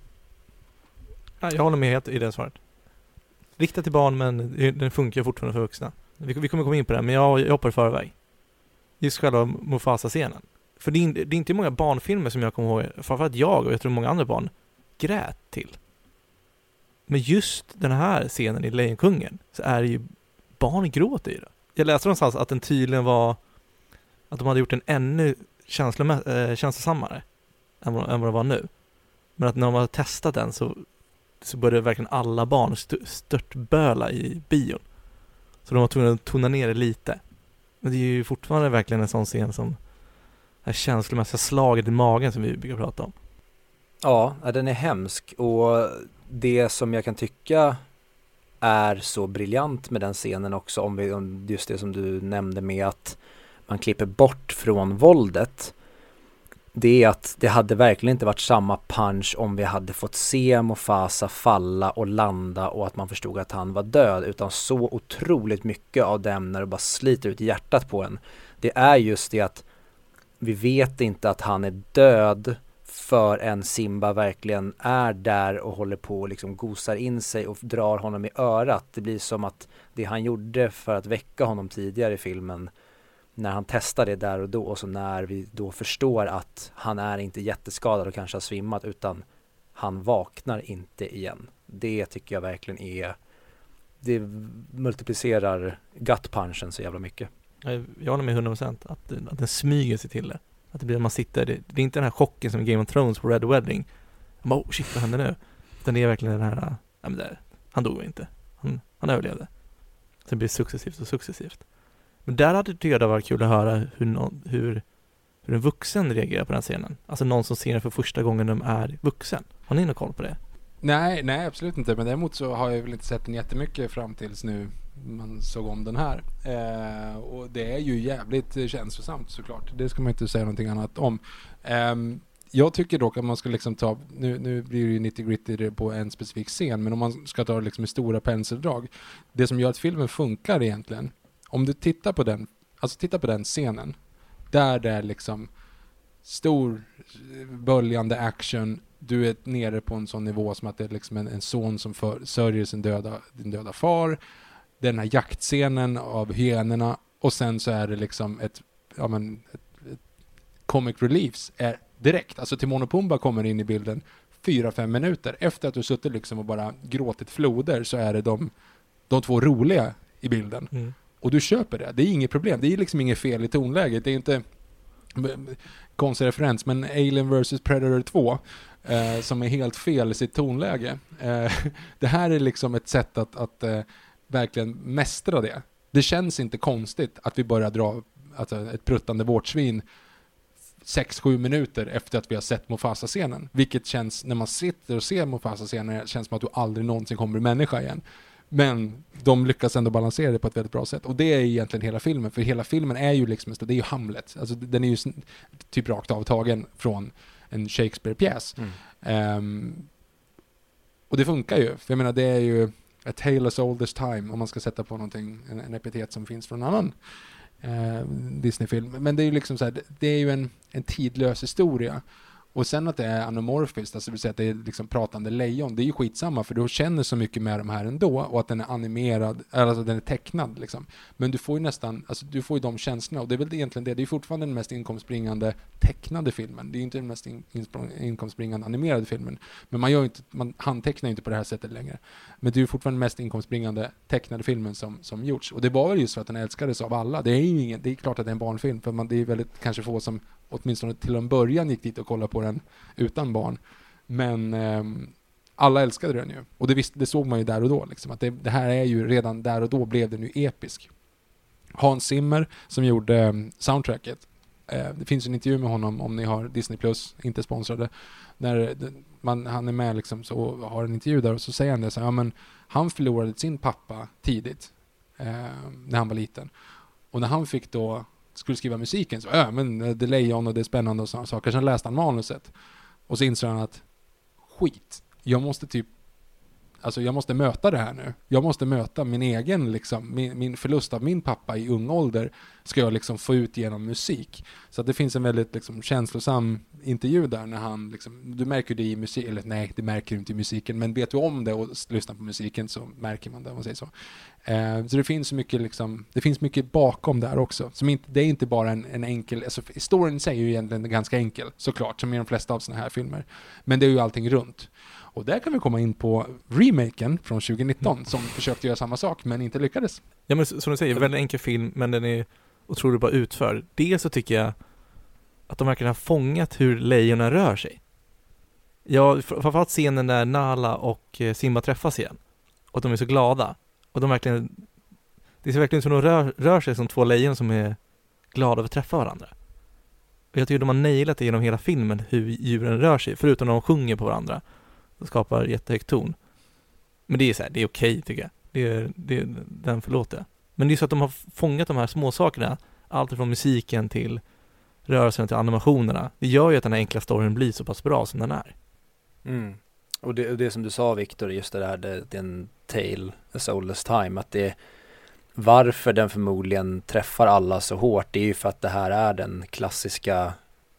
Ja, jag håller med helt i det svaret. Riktat till barn, men den funkar fortfarande för vuxna. Vi, vi kommer komma in på det, men jag, jag hoppar i förväg. Just själva Mufasa-scenen. För det är, det är inte många barnfilmer som jag kommer ihåg, framförallt jag och jag tror många andra barn grät till. Men just den här scenen i Lejonkungen så är det ju, barn gråter i det. Jag läste någonstans att den tydligen var, att de hade gjort en ännu känslomä- äh, känslosammare än vad, än vad det var nu. Men att när de hade testat den så så började verkligen alla barn st- störtböla i bion. Så de var tvungna att tona ner det lite. Men det är ju fortfarande verkligen en sån scen som är känslomässiga slaget i magen som vi brukar prata om. Ja, den är hemsk. Och det som jag kan tycka är så briljant med den scenen också, om, vi, om just det som du nämnde med att man klipper bort från våldet, det är att det hade verkligen inte varit samma punch om vi hade fått se Mufasa falla och landa och att man förstod att han var död, utan så otroligt mycket av dem när det bara sliter ut hjärtat på en. Det är just det att vi vet inte att han är död förrän Simba verkligen är där och håller på och liksom gosar in sig och drar honom i örat. Det blir som att det han gjorde för att väcka honom tidigare i filmen, när han testar det där och då, och så när vi då förstår att han är inte jätteskadad och kanske har svimmat, utan han vaknar inte igen. Det tycker jag verkligen är, det multiplicerar gut punchen så jävla mycket. Jag håller med hundra procent att, att den smyger sig till det. Att det blir när man sitter, det, det är inte den här chocken som Game of Thrones på Red Wedding. Man bara, oh shit, vad händer nu? Utan det är verkligen den här, ja men där, han dog inte. Han, han överlevde. Så det blir successivt och successivt. Men där hade det ju varit kul att höra hur, någon, hur, hur en vuxen reagerar på den scenen. Alltså någon som ser den för första gången de är vuxen. Har ni någon koll på det? Nej, nej absolut inte. Men däremot så har jag väl inte sett den jättemycket fram tills nu man såg om den här. Eh, och det är ju jävligt känslosamt såklart. Det ska man inte säga någonting annat om. Eh, jag tycker dock att man ska liksom ta, nu, nu blir det ju nitty-gritty på en specifik scen, men om man ska ta liksom stora penseldrag. Det som gör att filmen funkar egentligen, om du tittar på den, alltså titta på den scenen, där det är liksom stor böljande action, du är nere på en sån nivå som att det är liksom en, en son som för, sörjer sin döda, din döda far, den här jaktscenen av hyenorna, och sen så är det liksom ett, ja men, ett, ett comic reliefs är direkt, alltså Timon och Pumba kommer in i bilden fyra fem minuter efter att du suttit liksom och bara gråtit floder, så är det de, de två roliga i bilden. Mm. Och du köper det. Det är inget problem. Det är liksom inget fel i tonläget. Det är inte konstig referens, men Alien versus Predator två eh, som är helt fel i sitt tonläge. Eh, det här är liksom ett sätt att, att eh, verkligen mästra det. Det känns inte konstigt att vi börjar dra alltså, ett pruttande vårtsvin sex sju minuter efter att vi har sett Mufasa-scenen. Vilket känns, när man sitter och ser Mufasa-scenen, känns som att du aldrig någonsin kommer bli människa igen. Men de lyckas ändå balansera det på ett väldigt bra sätt. Och det är egentligen hela filmen. För hela filmen är ju liksom, det är ju Hamlet. Alltså den är ju typ rakt avtagen från en Shakespeare-pjäs. Mm. Um, och det funkar ju. För jag menar, det är ju A Tale as Old as Time, om man ska sätta på någonting, en, en epitet som finns från en annan uh, Disney-film. Men det är ju liksom så här, det är ju en, en tidlös historia. Och sen att det är anamorfiskt, alltså det vill säga att det är liksom pratande lejon, det är ju skitsamma, för du känner så mycket med de här ändå, och att den är animerad, alltså den är tecknad liksom. Men du får ju nästan, alltså du får ju de känslorna, och det är väl egentligen det, det är fortfarande den mest inkomstbringande tecknade filmen, det är ju inte den mest in, inkomstbringande animerade filmen, men man gör ju inte, man handtecknar ju inte på det här sättet längre. Men det är ju fortfarande den mest inkomstbringande tecknade filmen som, som gjorts, och det var väl just för att den älskades av alla. Det är ju ingen, det är klart att det är en barnfilm, för man, det är väldigt kanske få som åtminstone till en början gick dit och kollade på den utan barn. Men eh, alla älskade den ju. Och det, visst, det såg man ju där och då. Liksom, att det, det här är ju redan där och då blev den ju episk. Hans Zimmer som gjorde eh, soundtracket. Eh, det finns en intervju med honom om ni har Disney Plus, inte sponsrade. När man, han är med liksom, så har en intervju där och så säger han det så här, ja, men han förlorade sin pappa tidigt eh, när han var liten. Och när han fick då skulle skriva musiken, så ja, men det är lejon och det är spännande och sådana saker. Sen läste han manuset och så insåg han att skit, jag måste typ alltså jag måste möta det här nu. Jag måste möta min egen liksom, min, min förlust av min pappa i ung ålder ska jag liksom få ut genom musik. Så att det finns en väldigt liksom känslosam intervju där när han liksom, du märker det i musik, eller nej, det märker du inte i musiken, men vet du om det och lyssnar på musiken så märker man det, om man säger så. Eh, så det finns mycket liksom, det finns mycket bakom där också. Som inte, det är inte bara en, en enkel, alltså historien säger ju egentligen ganska enkel, såklart, som i de flesta av såna här filmer. Men det är ju allting runt. Och där kan vi komma in på remaken från tjugonitton mm. som försökte göra samma sak men inte lyckades. Ja, men som du säger, väldigt enkel film, men den är otroligt bra utförd. Dels så tycker jag att de verkligen har fångat hur lejonen rör sig. Ja, framförallt scenen där Nala och Simba träffas igen. Och de är så glada. Och de verkligen, det ser verkligen som de rör, rör sig som två lejon som är glada över att träffa varandra. Och jag tycker de har nailat det genom hela filmen, hur djuren rör sig, förutom när de sjunger på varandra. Det skapar jättehög ton. Men det är så här, det är okej tycker jag. Det är, det är, den förlåter jag. Men det är så att de har fångat de här små sakerna, allt från musiken till rörelsen till animationerna. Det gör ju att den här enkla storyn blir så pass bra som den är. Mm. Och det, det som du sa, Victor, just det där, det, det är en tale as old as time, att det, varför den förmodligen träffar alla så hårt, det är ju för att det här är den klassiska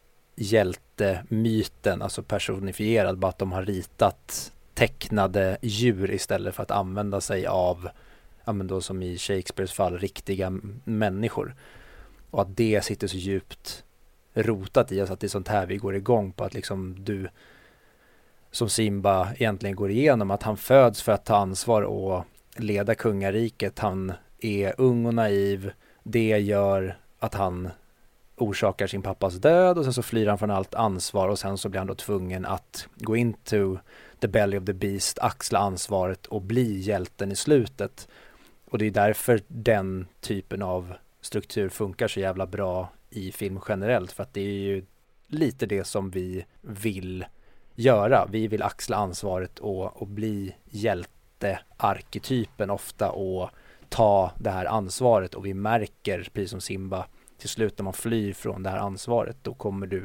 hjältemyten, alltså personifierad, bara att de har ritat tecknade djur istället för att använda sig av, ja men då som i Shakespeares fall, riktiga människor. Och att det sitter så djupt rotat i oss, att det är sånt här vi går igång på, att liksom du som Simba egentligen går igenom, att han föds för att ta ansvar och leda kungariket. Han är ung och naiv. Det gör att han orsakar sin pappas död och sen så flyr han från allt ansvar och sen så blir han då tvungen att gå into the belly of the beast, axla ansvaret och bli hjälten i slutet. Och det är därför den typen av struktur funkar så jävla bra i film generellt, för att det är ju lite det som vi vill göra. Vi vill axla ansvaret och, och bli hjältearketypen ofta och ta det här ansvaret, och vi märker, precis som Simba, till slut när man flyr från det här ansvaret, då kommer du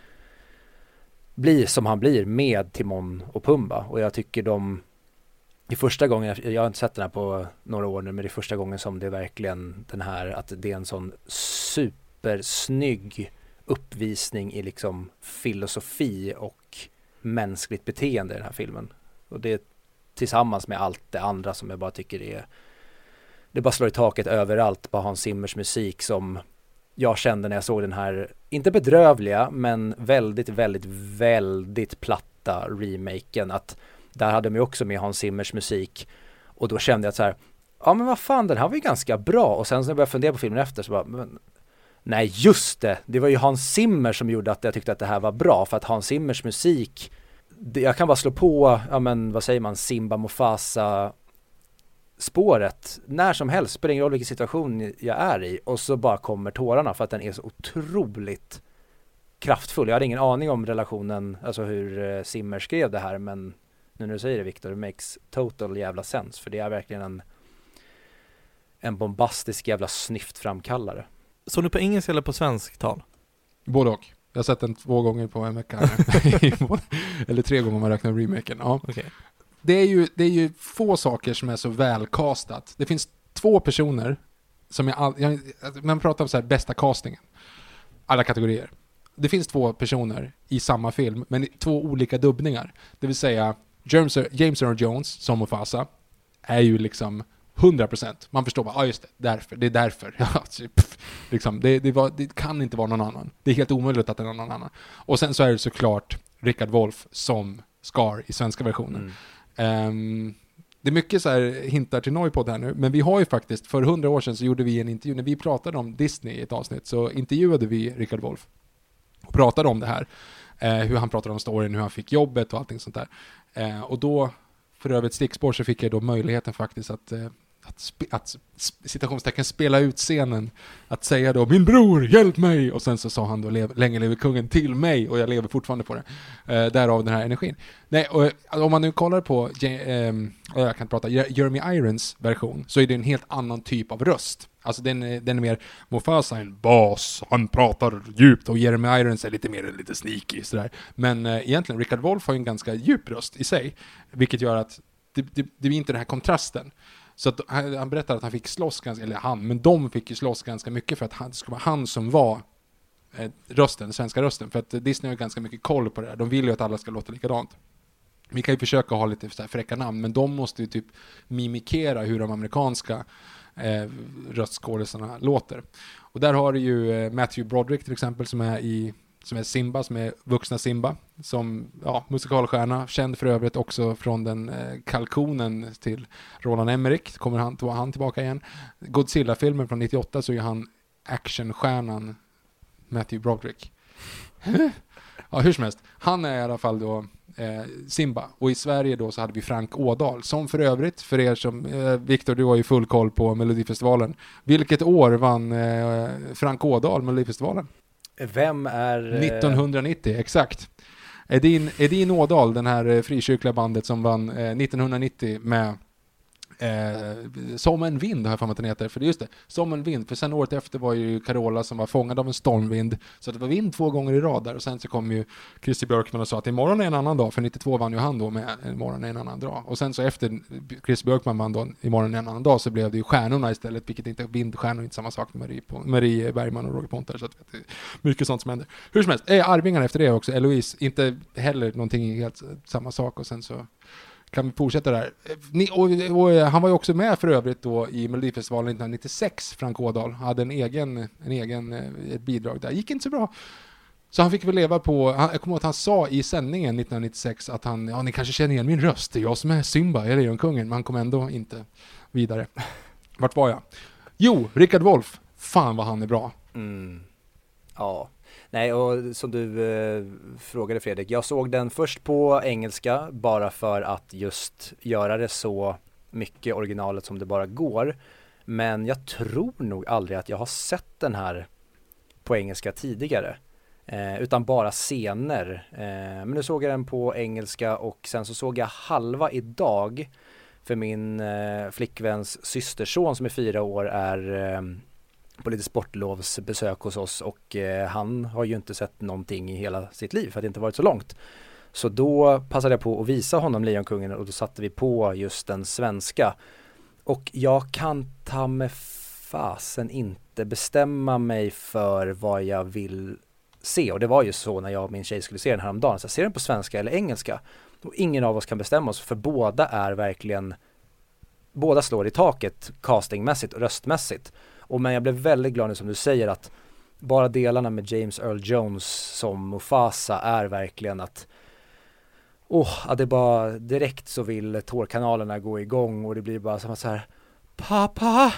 bli som han blir med Timon och Pumba. Och jag tycker de, i första gången, jag har inte sett den här på några år nu, men det är första gången som det är verkligen den här, att det är en sån supersnygg uppvisning i liksom filosofi och mänskligt beteende i den här filmen. Och det tillsammans med allt det andra som jag bara tycker är, det bara slår i taket överallt på Hans Zimmers musik, som jag kände när jag såg den här, inte bedrövliga, men väldigt, väldigt, väldigt platta remaken, att där hade de ju också med Hans Zimmers musik, och då kände jag att så här, ja men vad fan, den här var ju ganska bra, och sen när jag började fundera på filmen efter så bara, men, nej just det, det var ju Hans Zimmer som gjorde att jag tyckte att det här var bra, för att Hans Zimmers musik, det, jag kan bara slå på, ja men vad säger man, Simba Mufasa spåret när som helst, spelar ingen roll vilken situation jag är i, och så bara kommer tårarna för att den är så otroligt kraftfull. Jag hade ingen aning om relationen, alltså hur Zimmer skrev det här, men nu när du säger det Victor, det makes total jävla sens, för det är verkligen en en bombastisk jävla snyftframkallare. Så nu på engelska eller på svensk tal? Både och. Jag har sett den två gånger på en vecka. Eller tre gånger om man räknar remaken. Ja. Okay. Det är ju, det är ju få saker som är så välkastat. Det finns två personer som jag, all, jag man pratar om så här bästa castingen. Alla kategorier. Det finns två personer i samma film, men två olika dubbningar. Det vill säga James, James Earl Jones som Mufasa är ju liksom hundra procent. Man förstår bara, ja ah, just det, därför, det är därför. Ja, pff, liksom, det, det, var, det kan inte vara någon annan. Det är helt omöjligt att det är någon annan. Och sen så är det såklart Richard Wolff som Scar i svenska versionen. Mm. Um, det är mycket så här hintar till Noipod här nu, men vi har ju faktiskt, för hundra år sedan så gjorde vi en intervju, när vi pratade om Disney i ett avsnitt så intervjuade vi Richard Wolff och pratade om det här. Eh, hur han pratade om storyn, hur han fick jobbet och allting sånt där. Eh, och då, för övrigt stickspår, så fick jag då möjligheten faktiskt att eh, att, spe, att citationstecken spela ut scenen, att säga då min bror, hjälp mig, och sen så sa han då lev, länge lever kungen till mig, och jag lever fortfarande på det. Eh, därav den här energin. Nej, och, om man nu kollar på eh, jag kan inte prata, Jeremy Irons version, så är det en helt annan typ av röst. Alltså den, den är mer Mufasa, en bas, han pratar djupt, och Jeremy Irons är lite mer lite sneaky sådär. Men eh, egentligen Richard Wolff har en ganska djup röst i sig, vilket gör att det, det, det blir inte den här kontrasten. Så att han, han berättade att han fick slåss ganska, eller han, men de fick ju slåss ganska mycket för att han, det skulle vara han som var eh, rösten, den svenska rösten. För att Disney har ganska mycket koll på det här. De vill ju att alla ska låta likadant. Vi kan ju försöka ha lite så här fräcka namn, men de måste ju typ mimikera hur de amerikanska eh, röstskådespelarna låter. Och där har du ju eh, Matthew Broderick till exempel, som är i som är Simba, som är vuxna Simba, som ja, musikalstjärna, känd för övrigt också från den eh, kalkonen till Roland Emmerich, kommer han, tog han tillbaka igen. Godzilla-filmen från nittioåtta, så är han actionstjärnan Matthew Broderick. Ja, hur som helst. Han är i alla fall då eh, Simba, och i Sverige då så hade vi Frank Ådahl, som för övrigt, för er som, eh, Victor, du har ju full koll på Melodifestivalen. Vilket år vann eh, Frank Ådahl Melodifestivalen? Vem är... nittonhundranittio, exakt. Edin, Edin Ådahl, den här frikyrkliga bandet som vann eh, nittonhundranittio med eh, Som en vind, har jag för mig att den heter. För det är just det, Som en vind. För sen året efter var ju Carola som var fångad av en stormvind. Så det var vind två gånger i rad där. Och sen så kom ju Christer Björkman och sa att imorgon är en annan dag. För nittiotvå vann ju han då med imorgon är en annan dag. Och sen så efter Christer Björkman vann då imorgon är en annan dag, så blev det ju stjärnorna istället. Vilket inte, vindstjärnor, inte samma sak med Marie, Marie Bergman och Roger Pontare. Så att det är mycket sånt som händer. Hur som helst, är Arvingarna efter det också. Eloise, inte heller någonting helt samma sak. Och sen så kan vi fortsätta där. Ni, och, och, han var ju också med för övrigt då i Melodifestivalen nittonhundranittiosex. Frank Ådahl hade en egen, en egen ett bidrag där. Gick inte så bra. Så han fick väl leva på, han, jag kommer ihåg att han sa i sändningen nittonhundranittiosex att han, ja ni kanske känner igen min röst, det är jag som är Simba, jag är Lejonkungen, men han kom ändå inte vidare. Vart var jag? Jo, Richard Wolff. Fan vad han är bra. Mm. Ja. Nej, och som du eh, frågade Fredrik, jag såg den först på engelska bara för att just göra det så mycket originalet som det bara går. Men jag tror nog aldrig att jag har sett den här på engelska tidigare. Eh, utan bara scener. Eh, men nu såg jag den på engelska, och sen så såg jag halva idag. För min eh, flickväns systerson som är fyra år är... Eh, på lite sportlovsbesök hos oss, och eh, han har ju inte sett någonting i hela sitt liv för att det inte varit så långt. Så då passade jag på att visa honom Lejonkungen, och då satte vi på just den svenska. Och jag kan ta med fasen inte bestämma mig för vad jag vill se. Och det var ju så när jag och min tjej skulle se den här om dagen. Så jag ser den på svenska eller engelska. Och ingen av oss kan bestämma oss, för båda är verkligen, båda slår i taket castingmässigt och röstmässigt. Och men jag blev väldigt glad nu som du säger att bara delarna med James Earl Jones som Mufasa är verkligen att åh, oh, det är bara direkt så vill tårkanalerna gå igång, och det blir bara som så här: pappa,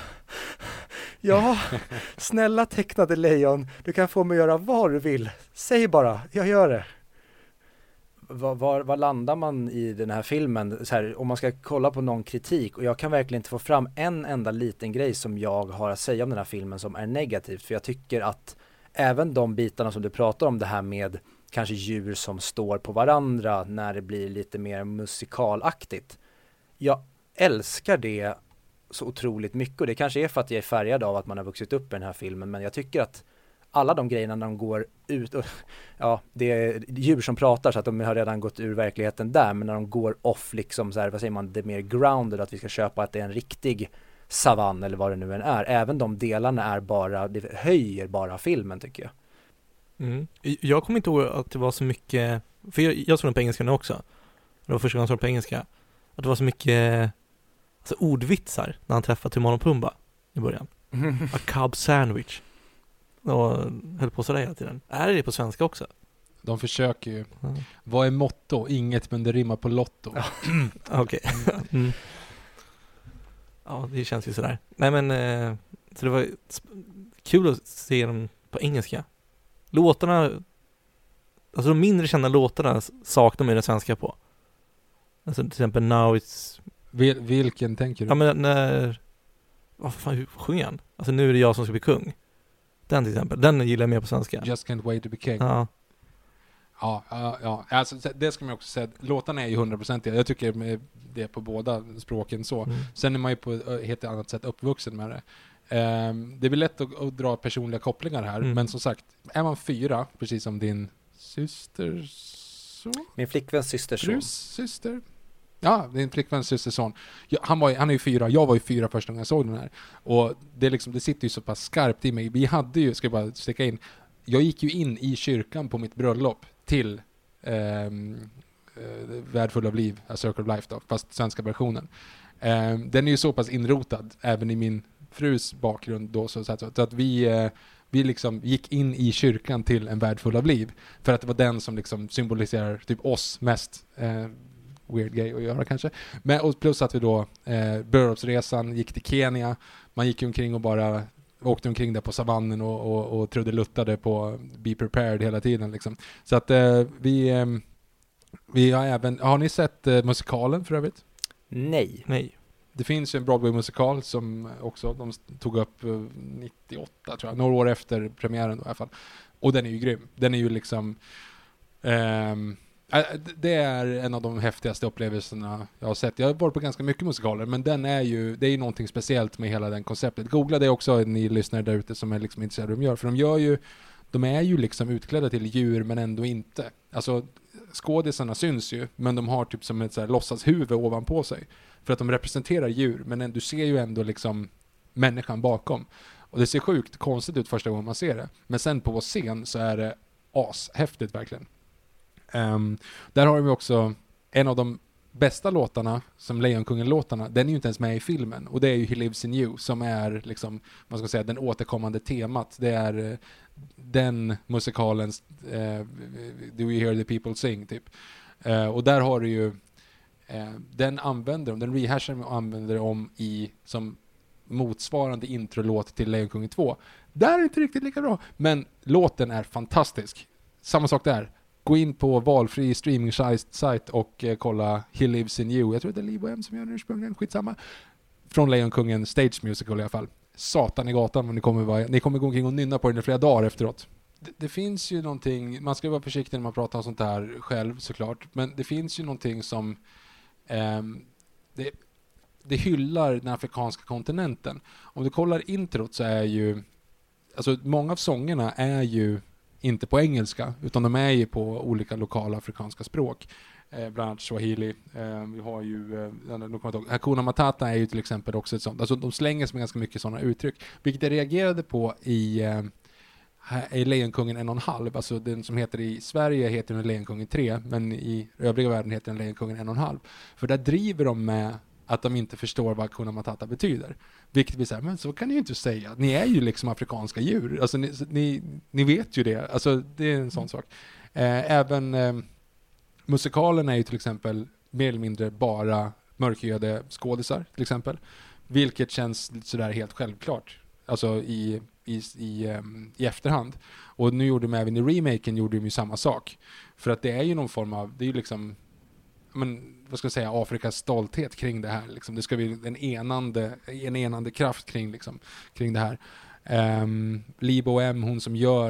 ja, snälla tecknade lejon, du kan få mig göra vad du vill, säg bara, jag gör det. Var, var, var landar man i den här filmen så här, om man ska kolla på någon kritik, och jag kan verkligen inte få fram en enda liten grej som jag har att säga om den här filmen som är negativt, för jag tycker att även de bitarna som du pratar om, det här med kanske djur som står på varandra när det blir lite mer musikalaktigt. Jag älskar det så otroligt mycket, och det kanske är för att jag är färgad av att man har vuxit upp i den här filmen, men jag tycker att alla de grejerna när de går ut, och, ja, det är djur som pratar så att de har redan gått ur verkligheten där, men när de går off liksom så här, vad säger man, det är mer grounded, att vi ska köpa att det är en riktig savann eller vad det nu än är. Även de delarna är bara, det höjer bara filmen tycker jag. Mm. Jag kommer inte ihåg att det var så mycket, för jag, jag såg den på engelska nu också. Det var första gången jag såg den på engelska. Att det var så mycket alltså, ordvitsar när han träffade Timon och Pumba i början. A Cobb sandwich. Och höll på sådär hela tiden. Är det på svenska också? De försöker ju. Mm. Vad är motto? Inget, men det rimmar på lotto. Okej. Mm. Ja, det känns ju sådär. Nej men, eh, så det var kul att se dem på engelska. Låtarna, alltså de mindre kända låtarna saknar man den svenska på. Alltså till exempel Now It's... Vil, vilken tänker du? Ja men när... Vad fan, hur sjunger han? Alltså Nu är det jag som ska bli kung. Den till exempel, den gillar jag mer på svenska. Just Can't Wait to be King. Ja. Ja, ja, ja. Alltså, det ska man också säga. Låtarna är ju hundra procent. Jag tycker det är på båda språken så. Mm. Sen är man ju på ett helt annat sätt uppvuxen med det. Um, det blir lätt att, att dra personliga kopplingar här. Mm. Men som sagt, är man fyra, precis som din syster så? Min flickväns systerson. Frus syster? Ja, din flickväns systerson. Ja, han, var, han är ju fyra, jag var ju fyra första gången jag såg den här. Och det, liksom, det sitter ju så pass skarpt i mig. Vi hade ju, ska jag bara sticka in, jag gick ju in i kyrkan på mitt bröllop till ehm, eh, Värld full av liv, A Circle of Life då, fast svenska versionen. Eh, den är ju så pass inrotad även i min frus bakgrund då, så, så, att, så att vi, eh, vi liksom gick in i kyrkan till En värld full av liv för att det var den som liksom symboliserar typ oss mest. Eh, weird grej att göra kanske. Men, och plus att vi då eh, bröllopsresan gick till Kenya. Man gick omkring och bara åkte omkring där på savannen och, och, och trodde luttade på Be Prepared hela tiden liksom. Så att eh, vi eh, vi har även, har ni sett eh, musikalen för övrigt? Nej. Nej. Det finns ju en Broadway-musikal som också de tog upp eh, nittioåtta tror jag, några år efter premiären då, i alla fall. Och den är ju grym. Den är ju liksom ehm det är en av de häftigaste upplevelserna jag har sett. Jag har varit på ganska mycket musikaler, men den är ju, det är ju någonting speciellt med hela den konceptet. Googla det också, ni lyssnare där ute som är liksom intresserade av vad de gör. För de gör ju, de är ju liksom utklädda till djur, men ändå inte. Alltså, skådisarna syns ju, men de har typ som ett så här låtsashuvud ovanpå sig. För att de representerar djur, men du ser ju ändå liksom människan bakom. Och det ser sjukt konstigt ut första gången man ser det. Men sen på scen så är det ashäftigt verkligen. Um, där har vi också en av de bästa låtarna, som Lejonkungen-låtarna, den är ju inte ens med i filmen, och det är ju He Lives in You, som är liksom, man ska säga, den återkommande temat. Det är uh, den musikalens uh, Do We Hear the People Sing typ. Uh, och där har du ju uh, den använder de, den rehashar och använder om i som motsvarande introlåt till Lejonkungen två. Där är det inte riktigt lika bra, men låten är fantastisk. Samma sak där. Gå in på valfri streaming-sajt och eh, kolla He Lives in You. Jag tror det är Liv och M som gör den ursprungligen. Skitsamma. Från Lejonkungen Stage Musical i alla fall. Satan i gatan, men ni kommer, vara, ni kommer gå omkring och nynna på den i flera dagar efteråt. Det, det finns ju någonting, man ska vara försiktig när man pratar om sånt här själv såklart. Men det finns ju någonting som eh, det, det hyllar den afrikanska kontinenten. Om du kollar introt så är ju, alltså många av sångerna är ju inte på engelska, utan de är ju på olika lokala afrikanska språk. Eh, bland annat Swahili. Eh, vi har ju, eh, Hakuna Matata är ju till exempel också ett sånt. Alltså de slänger sig med ganska mycket sådana uttryck. Vilket jag reagerade på i, eh, i Lejonkungen en och en halv. Alltså den som heter i Sverige heter den Lejonkungen tre, men i övriga världen heter den Lejonkungen en och en halv. För där driver de med att de inte förstår vad Hakuna Matata betyder. Vilket vi säger, men så kan ni ju inte säga. Ni är ju liksom afrikanska djur. Alltså ni, ni, ni vet ju det. Alltså det är en sån sak. Eh, även eh, musikalen är ju till exempel mer eller mindre bara mörkhyade skådisar till exempel. Vilket känns sådär helt självklart. Alltså i, i, i, um, i efterhand. Och nu gjorde de även i remaken gjorde de ju samma sak. För att det är ju någon form av, det är ju liksom, men vad ska jag säga, Afrikas stolthet kring det här liksom. Det ska bli en enande en enande kraft kring liksom kring det här. Um, Libo M, hon som gör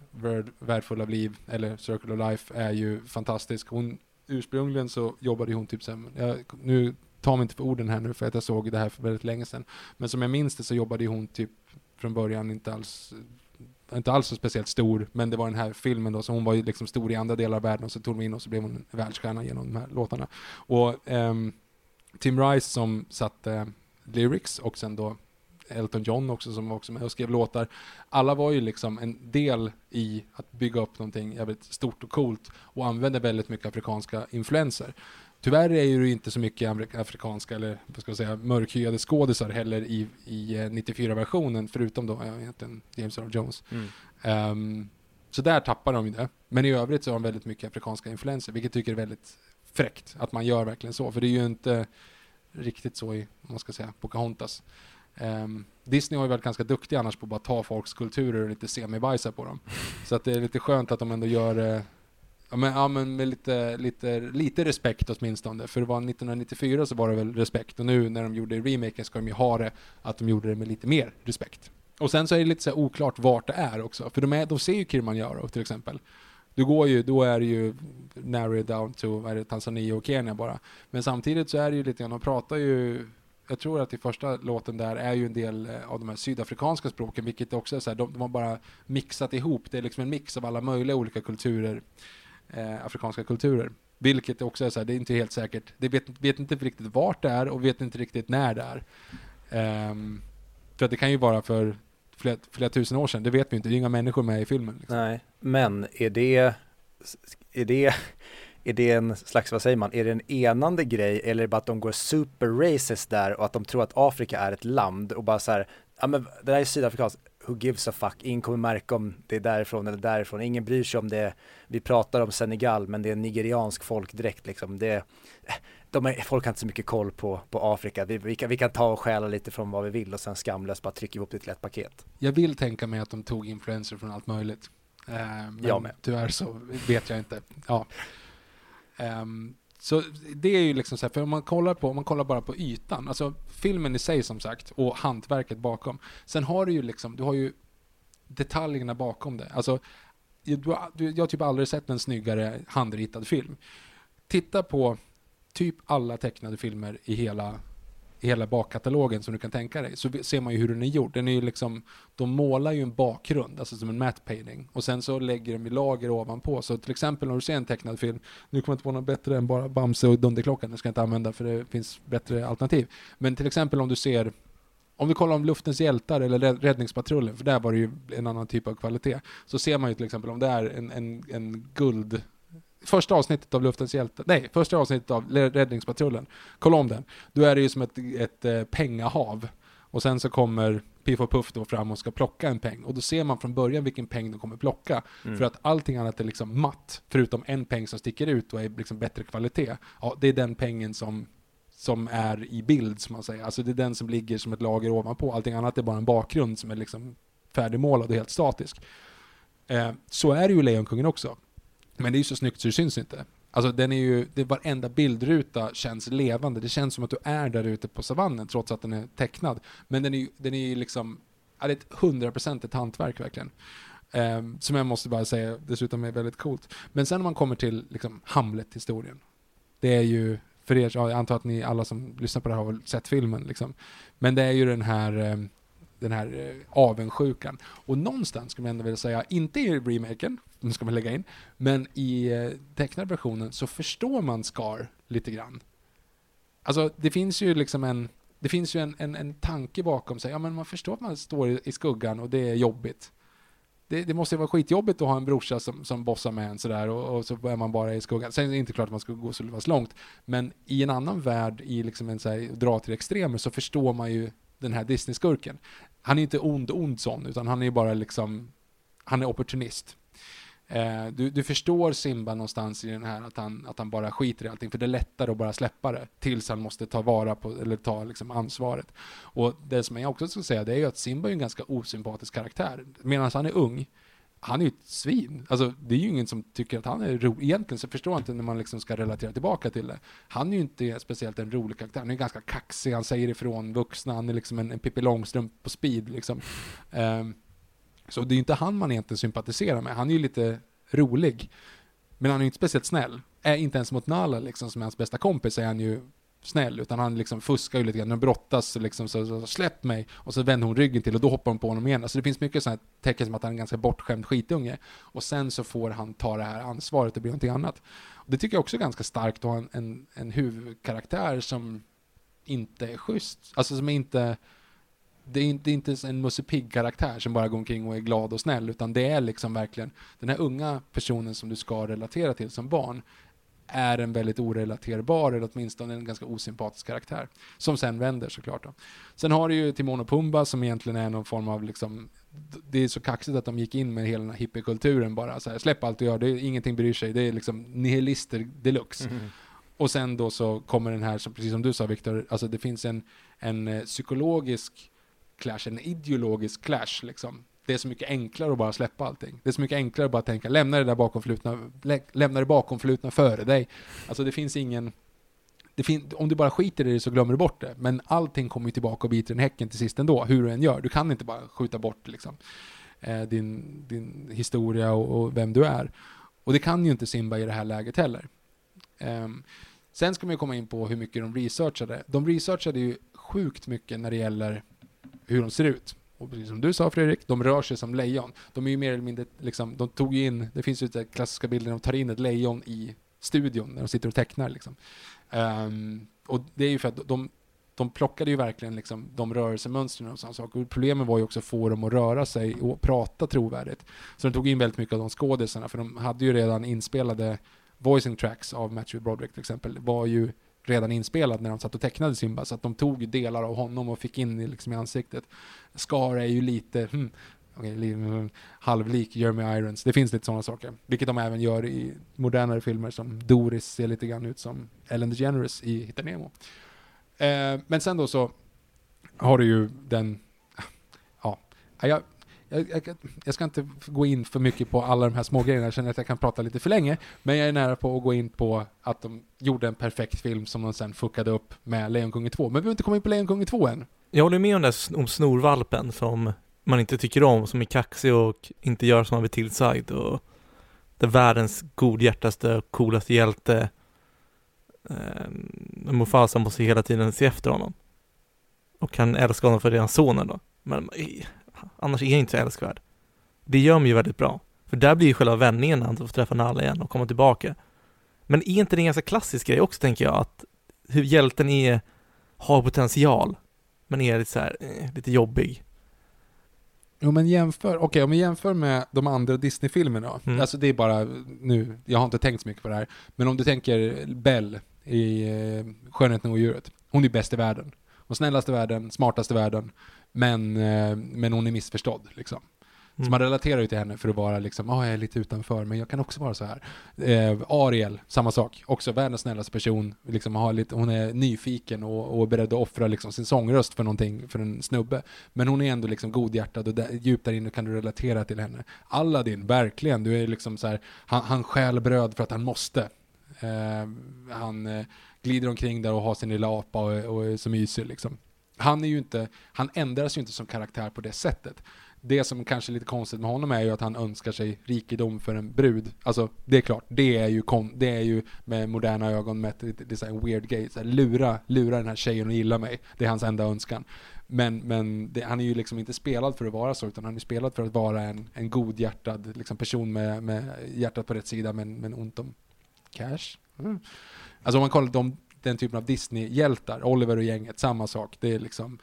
Värld, Världfull av liv, eller Circle of Life, är ju fantastisk. Hon, ursprungligen så jobbade hon typ sen, jag, nu tar mig inte för orden här nu för att jag såg det här för väldigt länge sedan. Men som jag minns det så jobbade hon typ från början inte alls inte alls så speciellt stor, men det var den här filmen då, så hon var ju liksom stor i andra delar av världen och så tog de in och så blev hon en världsstjärna genom de här låtarna. Och um, Tim Rice som satte uh, lyrics och sen då Elton John också som var också med och skrev låtar. Alla var ju liksom en del i att bygga upp någonting jävligt stort och coolt och använde väldigt mycket afrikanska influenser. Tyvärr är ju inte så mycket afrikanska eller vad ska jag säga, mörkhyade skådisar heller i, i nittiofyra-versionen, förutom då egentligen James Earl Jones. Mm. Um, så där tappar de ju det. Men i övrigt så har de väldigt mycket afrikanska influenser, vilket jag tycker är väldigt fräckt att man gör verkligen så. För det är ju inte riktigt så i, om man ska säga, Pocahontas. Um, Disney har ju varit ganska duktiga annars på att bara ta folks kulturer och lite semibajsa på dem. Så att det är lite skönt att de ändå gör det. Ja men, ja, men med lite, lite, lite respekt åtminstone. För det var nittonhundranittiofyra så var det väl respekt. Och nu när de gjorde remaken ska de ju ha det att de gjorde det med lite mer respekt. Och sen så är det lite så här oklart vart det är också. För de, är, de ser ju Kilimanjaro till exempel. Du går ju, då är det ju narrow down to vad är det, Tanzania och Kenya bara. Men samtidigt så är det ju lite grann, de pratar ju, jag tror att i första låten där är ju en del av de här sydafrikanska språken, vilket också är så här, de, de har bara mixat ihop. Det är liksom en mix av alla möjliga olika kulturer. Eh, afrikanska kulturer. Vilket också är så här, det är inte helt säkert. Det vet, vet inte riktigt vart det är och vet inte riktigt när det är. Um, för att det kan ju vara för flera, flera tusen år sedan. Det vet vi inte. Det är inga människor med i filmen. Liksom. Nej, men är det är det är det en slags, vad säger man, är det en enande grej eller är det bara att de går super racist där och att de tror att Afrika är ett land och bara så här, ja men det där är sydafrikanskt. Who gives a fuck? Ingen kommer märka om det är därifrån eller därifrån. Ingen bryr sig om det. Vi pratar om Senegal, men det är en nigeriansk folk direkt. Liksom. Det, de är, folk har inte så mycket koll på, på Afrika. Vi, vi, kan, vi kan ta och stjäla lite från vad vi vill och sen skamlöst bara trycka ihop det till ett paket. Jag vill tänka mig att de tog influenser från allt möjligt. Uh, men jag med. Tyvärr så vet jag inte. Ja. Um, Så det är ju liksom så här, för om man kollar på, om man kollar bara på ytan, alltså filmen i sig som sagt och hantverket bakom. Sen har du ju liksom, du har ju detaljerna bakom det. Alltså du, du, jag har typ aldrig sett en snyggare handritad film. Titta på typ alla tecknade filmer i hela i hela bakkatalogen som du kan tänka dig, så ser man ju hur den är gjord. Den är ju liksom, de målar ju en bakgrund, alltså som en matte painting, och sen så lägger de i lager ovanpå. Så till exempel när du ser en tecknad film, nu kommer jag inte på något bättre än bara Bamse och Dunderklockan, det ska jag inte använda för det finns bättre alternativ. Men till exempel om du ser, om vi kollar om Luftens hjältar eller Räddningspatrullen, för där var det ju en annan typ av kvalitet, så ser man ju till exempel om det är en, en, en guld första avsnittet av Luftens hjältar, nej, första avsnittet av Räddningspatrullen, kolla om den, då är det ju som ett, ett, ett pengahav och sen så kommer Piff och Puff då fram och ska plocka en peng och då ser man från början vilken peng de kommer plocka, mm. för att allting annat är liksom matt, förutom en peng som sticker ut och är liksom bättre kvalitet. Ja, det är den pengen som som är i bild, som man säger. Alltså det är den som ligger som ett lager ovanpå. Allting annat är bara en bakgrund som är liksom färdigmålad och helt statisk. Eh, så är det ju Lejonkungen också. Men det är ju så snyggt så det syns inte. Alltså den är ju, det är varenda bildruta känns levande. Det känns som att du är där ute på savannen trots att den är tecknad. Men den är ju, den är ju liksom, är det ett hundra procent ett hantverk verkligen. Um, som jag måste bara säga, dessutom är väldigt coolt. Men sen när man kommer till liksom Hamlet-historien. Det är ju, för er, jag antar att ni alla som lyssnar på det här har väl sett filmen liksom. Men det är ju den här... Um, den här eh, avundsjukan. Och någonstans skulle man ändå vilja säga, inte i remaken, nu ska man lägga in, men i eh, tecknade versionen så förstår man Scar lite grann. Alltså det finns ju liksom en det finns ju en, en, en tanke bakom sig. Ja, men man förstår att man står i, i skuggan och det är jobbigt. Det, det måste ju vara skitjobbigt att ha en brorsa som, som bossar med en sådär och, och så är man bara i skuggan. Sen är det inte klart att man ska gå så långt, men i en annan värld, i liksom en så här, dra till extremer, så förstår man ju den här Disney-skurken. Han är inte ond, ond sån, utan han är bara liksom, han är opportunist. Eh, du, du förstår Simba någonstans i den här att han, att han bara skiter i allting, för det är lättare att bara släppa det tills han måste ta vara på, eller ta liksom ansvaret. Och det som jag också ska säga, det är ju att Simba är en ganska osympatisk karaktär. Medan han är ung, han är ju ett svin. Alltså, det är ju ingen som tycker att han är rolig. Egentligen så förstår jag inte när man liksom ska relatera tillbaka till det. Han är ju inte speciellt en rolig karaktär. Han är ganska kaxig. Han säger ifrån vuxna. Han är liksom en, en Pippi Långstrump på speed. Liksom. Um, Så det är ju inte han man egentligen sympatiserar med. Han är ju lite rolig. Men han är ju inte speciellt snäll. Är inte ens mot Nala liksom, som är hans bästa kompis, är han ju snäll. Utan han liksom fuskar ju lite grann. När brottas liksom, så, så, så släpp mig. Och så vänder hon ryggen till och då hoppar hon på honom igen. Alltså det finns mycket sådana tecken som att han är en ganska bortskämd skitunge. Och sen så får han ta det här ansvaret och bli någonting annat. Och det tycker jag också är ganska starkt att ha en, en, en huvudkaraktär som inte är schysst. Alltså som är inte... Det är inte, det är inte en Musse Pigg-karaktär som bara går omkring och är glad och snäll, utan det är liksom verkligen den här unga personen som du ska relatera till som barn är en väldigt orelaterbar eller åtminstone en ganska osympatisk karaktär som sen vänder såklart då. Sen har du ju Timon och Pumba som egentligen är någon form av liksom, det är så kaxigt att de gick in med hela den här hippiekulturen bara så här, släpp allt du gör, det är, ingenting bryr sig, det är liksom nihilister deluxe. Mm. Och sen då så kommer den här, som, precis som du sa Victor, alltså det finns en, en eh, psykologisk clash, en ideologisk clash liksom. Det är så mycket enklare att bara släppa allting. Det är så mycket enklare att bara tänka, lämna det där bakomflutna, lä- lämna det bakomflutna före dig. Alltså det finns ingen, det fin- om du bara skiter i det så glömmer du bort det. Men allting kommer ju tillbaka och biter den häcken till sist ändå, hur du än gör. Du kan inte bara skjuta bort liksom, eh, din, din historia och, och vem du är. Och det kan ju inte Simba i det här läget heller. Um, sen ska man ju komma in på hur mycket de researchade. De researchade ju sjukt mycket när det gäller hur de ser ut. Och precis som du sa Fredrik, de rör sig som lejon. De är ju mer eller mindre, liksom, de tog in, det finns ju de klassiska bilder, de tar in ett lejon i studion när de sitter och tecknar. Liksom. Um, och det är ju för att de, de plockade ju verkligen liksom, de rörelsemönstren och sådana saker. Och problemet var ju också att få dem att röra sig och prata trovärdigt. Så de tog in väldigt mycket av de skådisarna, för de hade ju redan inspelade voicing tracks av Matthew Broderick till exempel, var ju redan inspelad när de satt och tecknade Simba, så att de tog delar av honom och fick in liksom i ansiktet. Scar är ju lite hmm, okay, halvlik Jeremy Irons. Det finns lite sådana saker, vilket de även gör i modernare filmer som Doris ser lite grann ut som Ellen DeGeneres i Hitta Nemo. Eh, men sen då så har du ju den ja, jag Jag, jag, jag ska inte gå in för mycket på alla de här små grejerna. Jag känner att jag kan prata lite för länge. Men jag är nära på att gå in på att de gjorde en perfekt film som de sen fuckade upp med Lejonkungen två. Men vi vill inte komma in på Lejonkungen två än. Jag håller med om det, om snorvalpen som man inte tycker om, som är kaxig och inte gör som man blir tillsagd. Och det är världens godhjärtaste och coolaste hjälte. Eh, Mufasa måste hela tiden se efter honom. Och kan älska honom för det hans sonen då. Men annars är jag inte så älskvärd. Det gör mig ju väldigt bra. För där blir ju själva vändningen när han får träffa Nala igen och komma tillbaka. Men är inte det en ganska klassisk grej också, tänker jag, att hur hjälten är, har potential men är lite så här, eh, lite jobbig. Jo, men jämför, okej, okay, om vi jämför med de andra Disney-filmerna. Mm. Alltså det är bara nu, jag har inte tänkt så mycket på det här, men om du tänker Belle i eh, Skönheten och djuret. Hon är bäst i världen. Hon snällaste i världen, smartaste i världen. Men, eh, men hon är missförstådd liksom. Mm. Så man relaterar ju till henne för att vara liksom, ah, jag är lite utanför, men jag kan också vara så här. Eh, Ariel, samma sak. Också världens snällaste person. Liksom, har lite, hon är nyfiken och, och beredd att offra liksom, sin sångröst för någonting, för en snubbe. Men hon är ändå liksom godhjärtad och där, djupt där inne kan du relatera till henne. Aladdin, verkligen. Du är liksom så här, han, han stjäl bröd för att han måste. Eh, han eh, glider omkring där och har sin lilla apa och, och är så mysig liksom. Han är ju inte, han ändras ju inte som karaktär på det sättet. Det som kanske är lite konstigt med honom är ju att han önskar sig rikedom för en brud. Alltså, det är klart, det är ju, kon, det är ju med moderna ögon med det, det är så här weird gay. Så här, lura, lura den här tjejen och gilla mig. Det är hans enda önskan. Men, men det, han är ju liksom inte spelad för att vara så, utan han är spelad för att vara en, en godhjärtad liksom, person med, med hjärtat på rätt sida, men, men ont om cash. Mm. Alltså om man kollar de, den typen av Disney-hjältar, Oliver och gänget, samma sak. Det är liksom...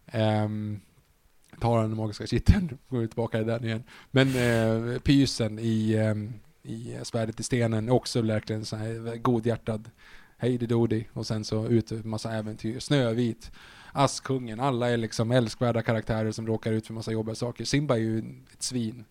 Um, tar den magiska kitteln, går tillbaka i den igen. Men eh, pysen i, eh, i Svärdet i stenen är också verkligen så här godhjärtad. Heidi Dodi, och sen så ut en massa äventyr. Snövit, Askungen, alla är liksom älskvärda karaktärer som råkar ut för massa jobbiga saker. Simba är ju ett svin.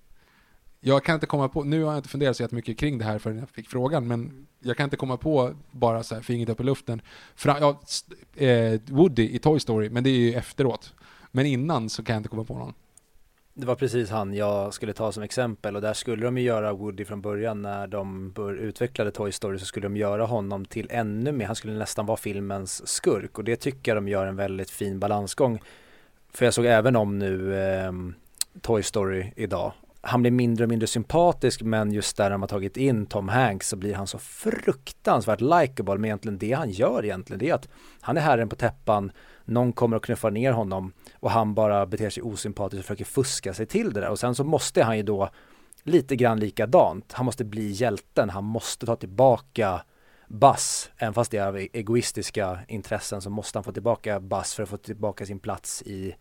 Jag kan inte komma på, nu har jag inte funderat så jättemycket kring det här förrän jag fick frågan, men jag kan inte komma på bara så här fingret upp i luften. Fra, ja, eh, Woody i Toy Story, men det är ju efteråt. Men innan så kan jag inte komma på någon. Det var precis han jag skulle ta som exempel, och där skulle de ju göra Woody från början. När de bör utvecklade Toy Story så skulle de göra honom till ännu mer. Han skulle nästan vara filmens skurk, och det tycker jag de gör en väldigt fin balansgång. För jag såg även om nu eh, Toy Story idag. Han blir mindre och mindre sympatisk, men just där de har tagit in Tom Hanks så blir han så fruktansvärt likeable. Men egentligen det han gör egentligen, det är att han är herren på täppan, någon kommer att knuffa ner honom och han bara beter sig osympatiskt och försöker fuska sig till det där. Och sen så måste han ju då lite grann likadant. Han måste bli hjälten, han måste ta tillbaka Buzz, även fast det är av egoistiska intressen så måste han få tillbaka Buzz för att få tillbaka sin plats i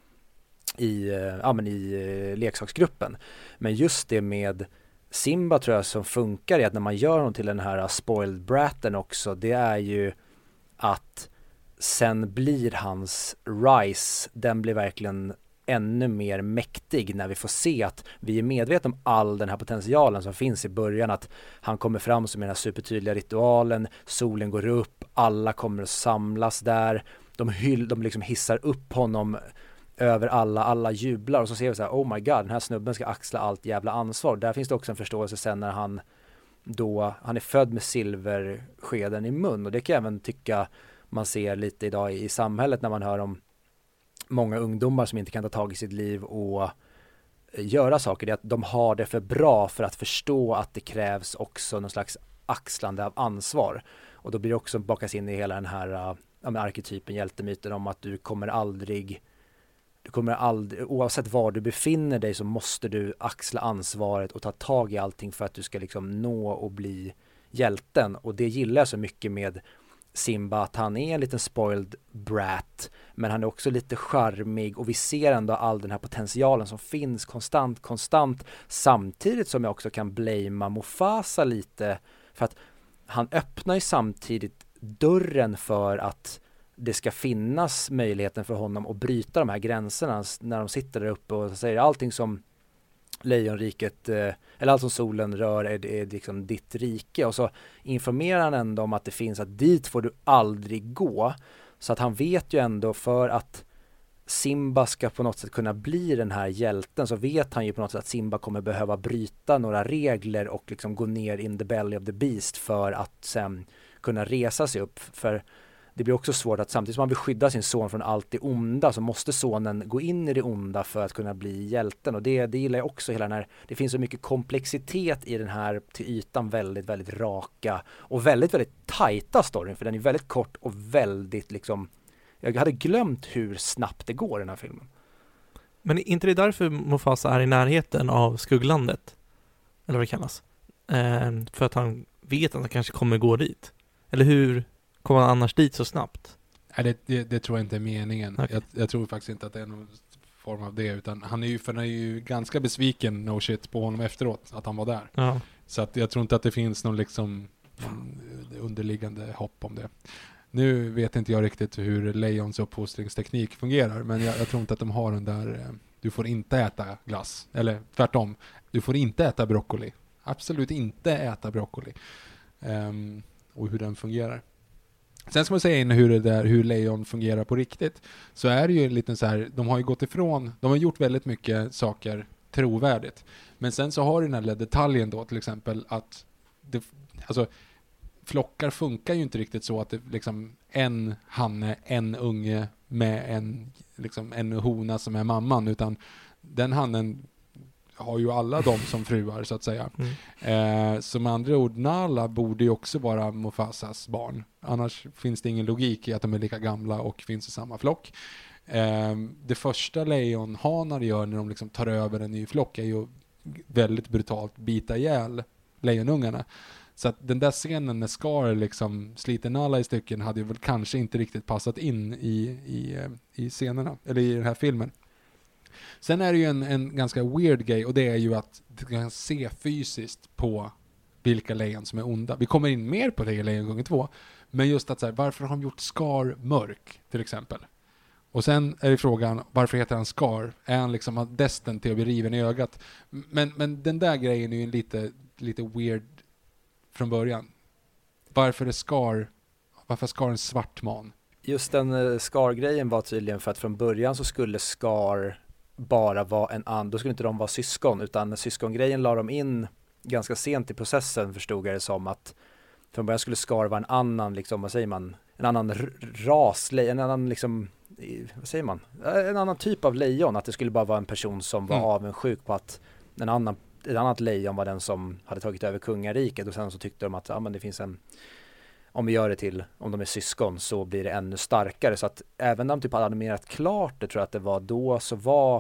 i, ja, men i leksaksgruppen. Men just det med Simba tror jag som funkar är att när man gör honom till den här spoiled bratten också, det är ju att sen blir hans rise, den blir verkligen ännu mer mäktig när vi får se att vi är medvetna om all den här potentialen som finns i början, att han kommer fram som den här supertydliga ritualen, solen går upp, alla kommer att samlas där, de, hyll, de liksom hissar upp honom över alla, alla jublar och så ser vi så här, oh my god, den här snubben ska axla allt jävla ansvar. Där finns det också en förståelse sen när han då, han är född med silverskeden i mun, och det kan jag även tycka man ser lite idag i, i samhället när man hör om många ungdomar som inte kan ta tag i sitt liv och göra saker, det är att de har det för bra för att förstå att det krävs också någon slags axlande av ansvar, och då blir det också bakas in i hela den här ja, arketypen, hjältemyten om att du kommer aldrig Du kommer aldrig, oavsett var du befinner dig så måste du axla ansvaret och ta tag i allting för att du ska liksom nå och bli hjälten. Och det gillar jag så mycket med Simba, att han är en liten spoiled brat, men han är också lite charmig och vi ser ändå all den här potentialen som finns konstant, konstant, samtidigt som jag också kan blamea Mufasa lite för att han öppnar ju samtidigt dörren för att det ska finnas möjligheten för honom att bryta de här gränserna när de sitter där uppe och säger allting som Lejonriket, eller allt som solen rör är, är liksom ditt rike, och så informerar han ändå om att det finns, att dit får du aldrig gå, så att han vet ju ändå för att Simba ska på något sätt kunna bli den här hjälten, så vet han ju på något sätt att Simba kommer behöva bryta några regler och liksom gå ner in the belly of the beast för att sen kunna resa sig upp, för det blir också svårt att samtidigt som man vill skydda sin son från allt det onda så måste sonen gå in i det onda för att kunna bli hjälten, och det, det gillar jag också, hela den här, det finns så mycket komplexitet i den här till ytan väldigt, väldigt raka och väldigt, väldigt tajta storyn, för den är väldigt kort och väldigt liksom, jag hade glömt hur snabbt det går i den här filmen. Men är inte det därför Mufasa är i närheten av Skugglandet? Eller vad det kallas? Eh, för att han vet att han kanske kommer gå dit? Eller hur kommer han annars dit så snabbt? Nej, det, det, det tror jag inte är meningen. Okay. Jag, jag tror faktiskt inte att det är någon form av det, utan han är ju, för han är ju ganska besviken no shit på honom efteråt att han var där. Ja. Så att jag tror inte att det finns någon liksom underliggande hopp om det. Nu vet inte jag riktigt hur Lejons uppfostringsteknik fungerar, men jag, jag tror inte att de har den där, du får inte äta glass, eller tvärtom, du får inte äta broccoli. Absolut inte äta broccoli. Um, och hur den fungerar. Sen ska man säga in hur det där, hur Lejon fungerar på riktigt, så är det ju en liten så här, de har ju gått ifrån, de har gjort väldigt mycket saker trovärdigt. Men sen så har den här detaljen då till exempel att det, alltså flockar funkar ju inte riktigt så att det liksom en hanne, en unge med en liksom en hona som är mamman, utan den hannen har ju alla dem som fruar så att säga. Mm. Eh, som andra ord, Nala borde ju också vara Mufasas barn. Annars finns det ingen logik i att de är lika gamla och finns i samma flock. Eh, det första lejonhanar gör när de liksom tar över en ny flock är ju väldigt brutalt bita ihjäl lejonungarna. Så att den där scenen när Scar liksom sliter Nala i stycken hade ju väl kanske inte riktigt passat in i, i, i scenerna, eller i den här filmen. Sen är det ju en, en ganska weird grej, och det är ju att du kan se fysiskt på vilka lejon som är onda. Vi kommer in mer på det i Lejonkungen två, men just att så här, varför har de gjort Scar mörk till exempel? Och sen är det frågan, varför heter han Scar? Är han liksom destined till att bli riven i ögat? Men, men den där grejen är ju lite, lite weird från början. Varför är Scar, varför är Scar en svart man? Just den uh, Scar-grejen var tydligen för att från början så skulle Scar bara vara en annan, då skulle inte de vara syskon, utan syskongrejen la de in ganska sent i processen, förstod jag det som, att från början skulle Scar vara en annan, liksom, vad säger man, en annan r- ras, en annan liksom vad säger man, en annan typ av lejon, att det skulle bara vara en person som var Mm. avundsjuk på att en annan, ett annat lejon var den som hade tagit över kungariket, och sen så tyckte de att ja, men det finns en, om vi gör det till, om de är syskon så blir det ännu starkare, så att även när de typ hade animerat klart det, tror jag att det var då, så var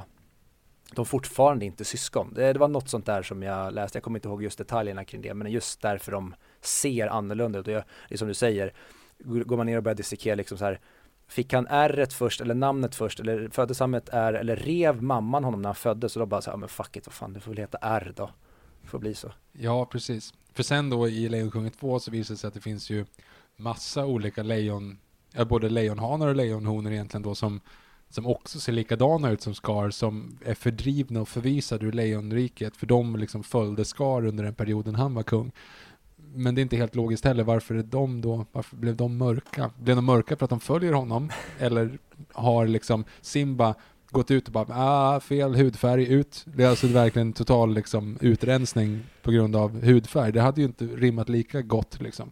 de fortfarande inte syskon. Det, det var något sånt där som jag läste, jag kommer inte ihåg just detaljerna kring det, men just därför de ser annorlunda ut. Och jag, det är som du säger, går man ner och börjar dissekera liksom så här, fick han ärret först eller namnet först, eller föddes han med ett R, eller rev mamman honom när han föddes, så då bara så här, men fuck it, vad fan, det får väl heta R då. Det får bli så. Ja, precis. För sen då i Lejonkungen två så visar det sig att det finns ju massa olika lejon, ja, både lejonhanar och lejonhonor egentligen då, som, som också ser likadana ut som Scar, som är fördrivna och förvisade ur lejonriket, för de liksom följde Scar under den perioden han var kung. Men det är inte helt logiskt heller. Varför är de då, varför blev de mörka? Blev de mörka för att de följer honom? Eller har liksom Simba gått ut och bara, ah, fel hudfärg, ut. Det är alltså verkligen total liksom utrensning på grund av hudfärg. Det hade ju inte rimmat lika gott liksom.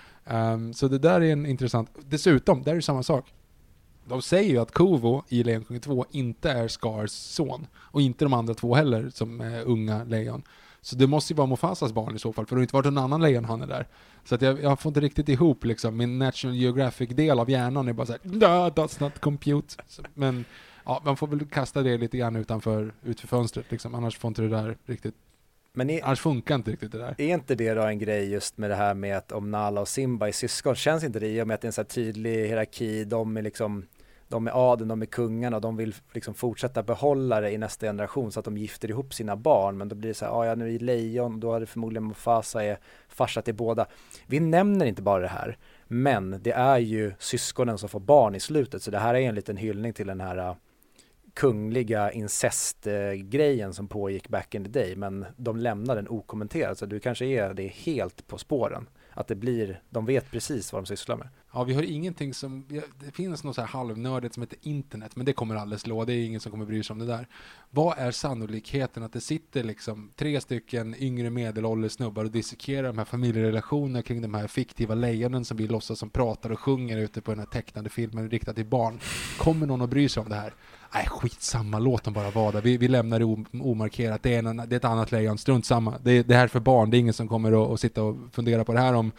Um, så det där är en intressant. Dessutom, där är det samma sak. De säger ju att Kovo i Lejonkungen två inte är Scars son. Och inte de andra två heller som är unga lejon. Så det måste ju vara Mufasas barn i så fall, för det har inte varit en annan lejon han är där. Så att jag, jag får inte riktigt ihop liksom, min National Geographic-del av hjärnan är bara såhär, nah, that's not compute. Så, men ja, man får väl kasta det lite grann utanför, utför fönstret liksom, annars får inte det där riktigt, men är, annars funkar inte riktigt det där. Är inte det då en grej just med det här med att om Nala och Simba är syskon, känns inte det i och med att det är en så här tydlig hierarki, de är liksom, de är adeln, de är kungarna och de vill liksom fortsätta behålla det i nästa generation så att de gifter ihop sina barn, men då blir det så här, ja, ja nu är lejon, då är det förmodligen Mufasa är farsa till båda. Vi nämner inte bara det här, men det är ju syskonen som får barn i slutet, så det här är en liten hyllning till den här uh, kungliga incestgrejen som pågick back in the day, men de lämnar den okommenterad, så du kanske är det helt på spåren. Att det blir, de vet precis vad de sysslar med. Ja, vi har ingenting som, det finns något så här halvnördigt som heter internet, men det kommer aldrig slå, det är ingen som kommer bry sig om det där. Vad är sannolikheten att det sitter liksom tre stycken yngre medelålders snubbar och dissekerar de här familjerelationerna kring de här fiktiva lejonen som vi låtsas som pratar och sjunger ute på den här tecknade filmen riktad till barn? Kommer någon att bry sig om det här? Nej, skitsamma, låt dem bara vara där. Vi, vi lämnar det omarkerat. Det är, en, det är ett annat lejon, strunt samma. Det, det här är för barn, det är ingen som kommer att, att sitta och fundera på det här om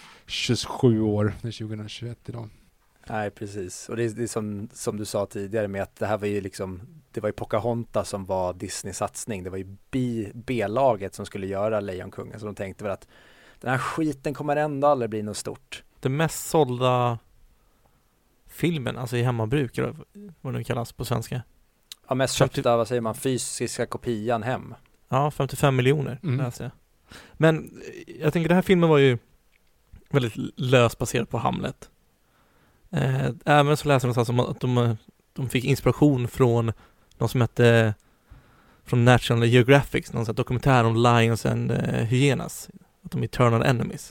tjugosju år, det är tjugohundratjugoett idag. Nej, precis. Och det är, det är som, som du sa tidigare med att det här var ju liksom, det var ju Pocahontas som var Disney-satsning. Det var ju B, B-laget som skulle göra Lejonkungen. Så de tänkte väl att den här skiten kommer ändå aldrig bli något stort. Det mest sålda filmen, alltså i hemmabruk, eller vad det kallas på svenska. Ja, mest köpta, vad säger man, fysiska kopian hem. Ja, femtiofem miljoner Mm. läser jag. Men jag tänker, den här filmen var ju väldigt löst baserad på Hamlet. Eh, även så läser jag någonstans om att de, de fick inspiration från någon som hette från National Geographic, någon sån här dokumentär om Lions and uh, Hyenas, att de är eternal enemies.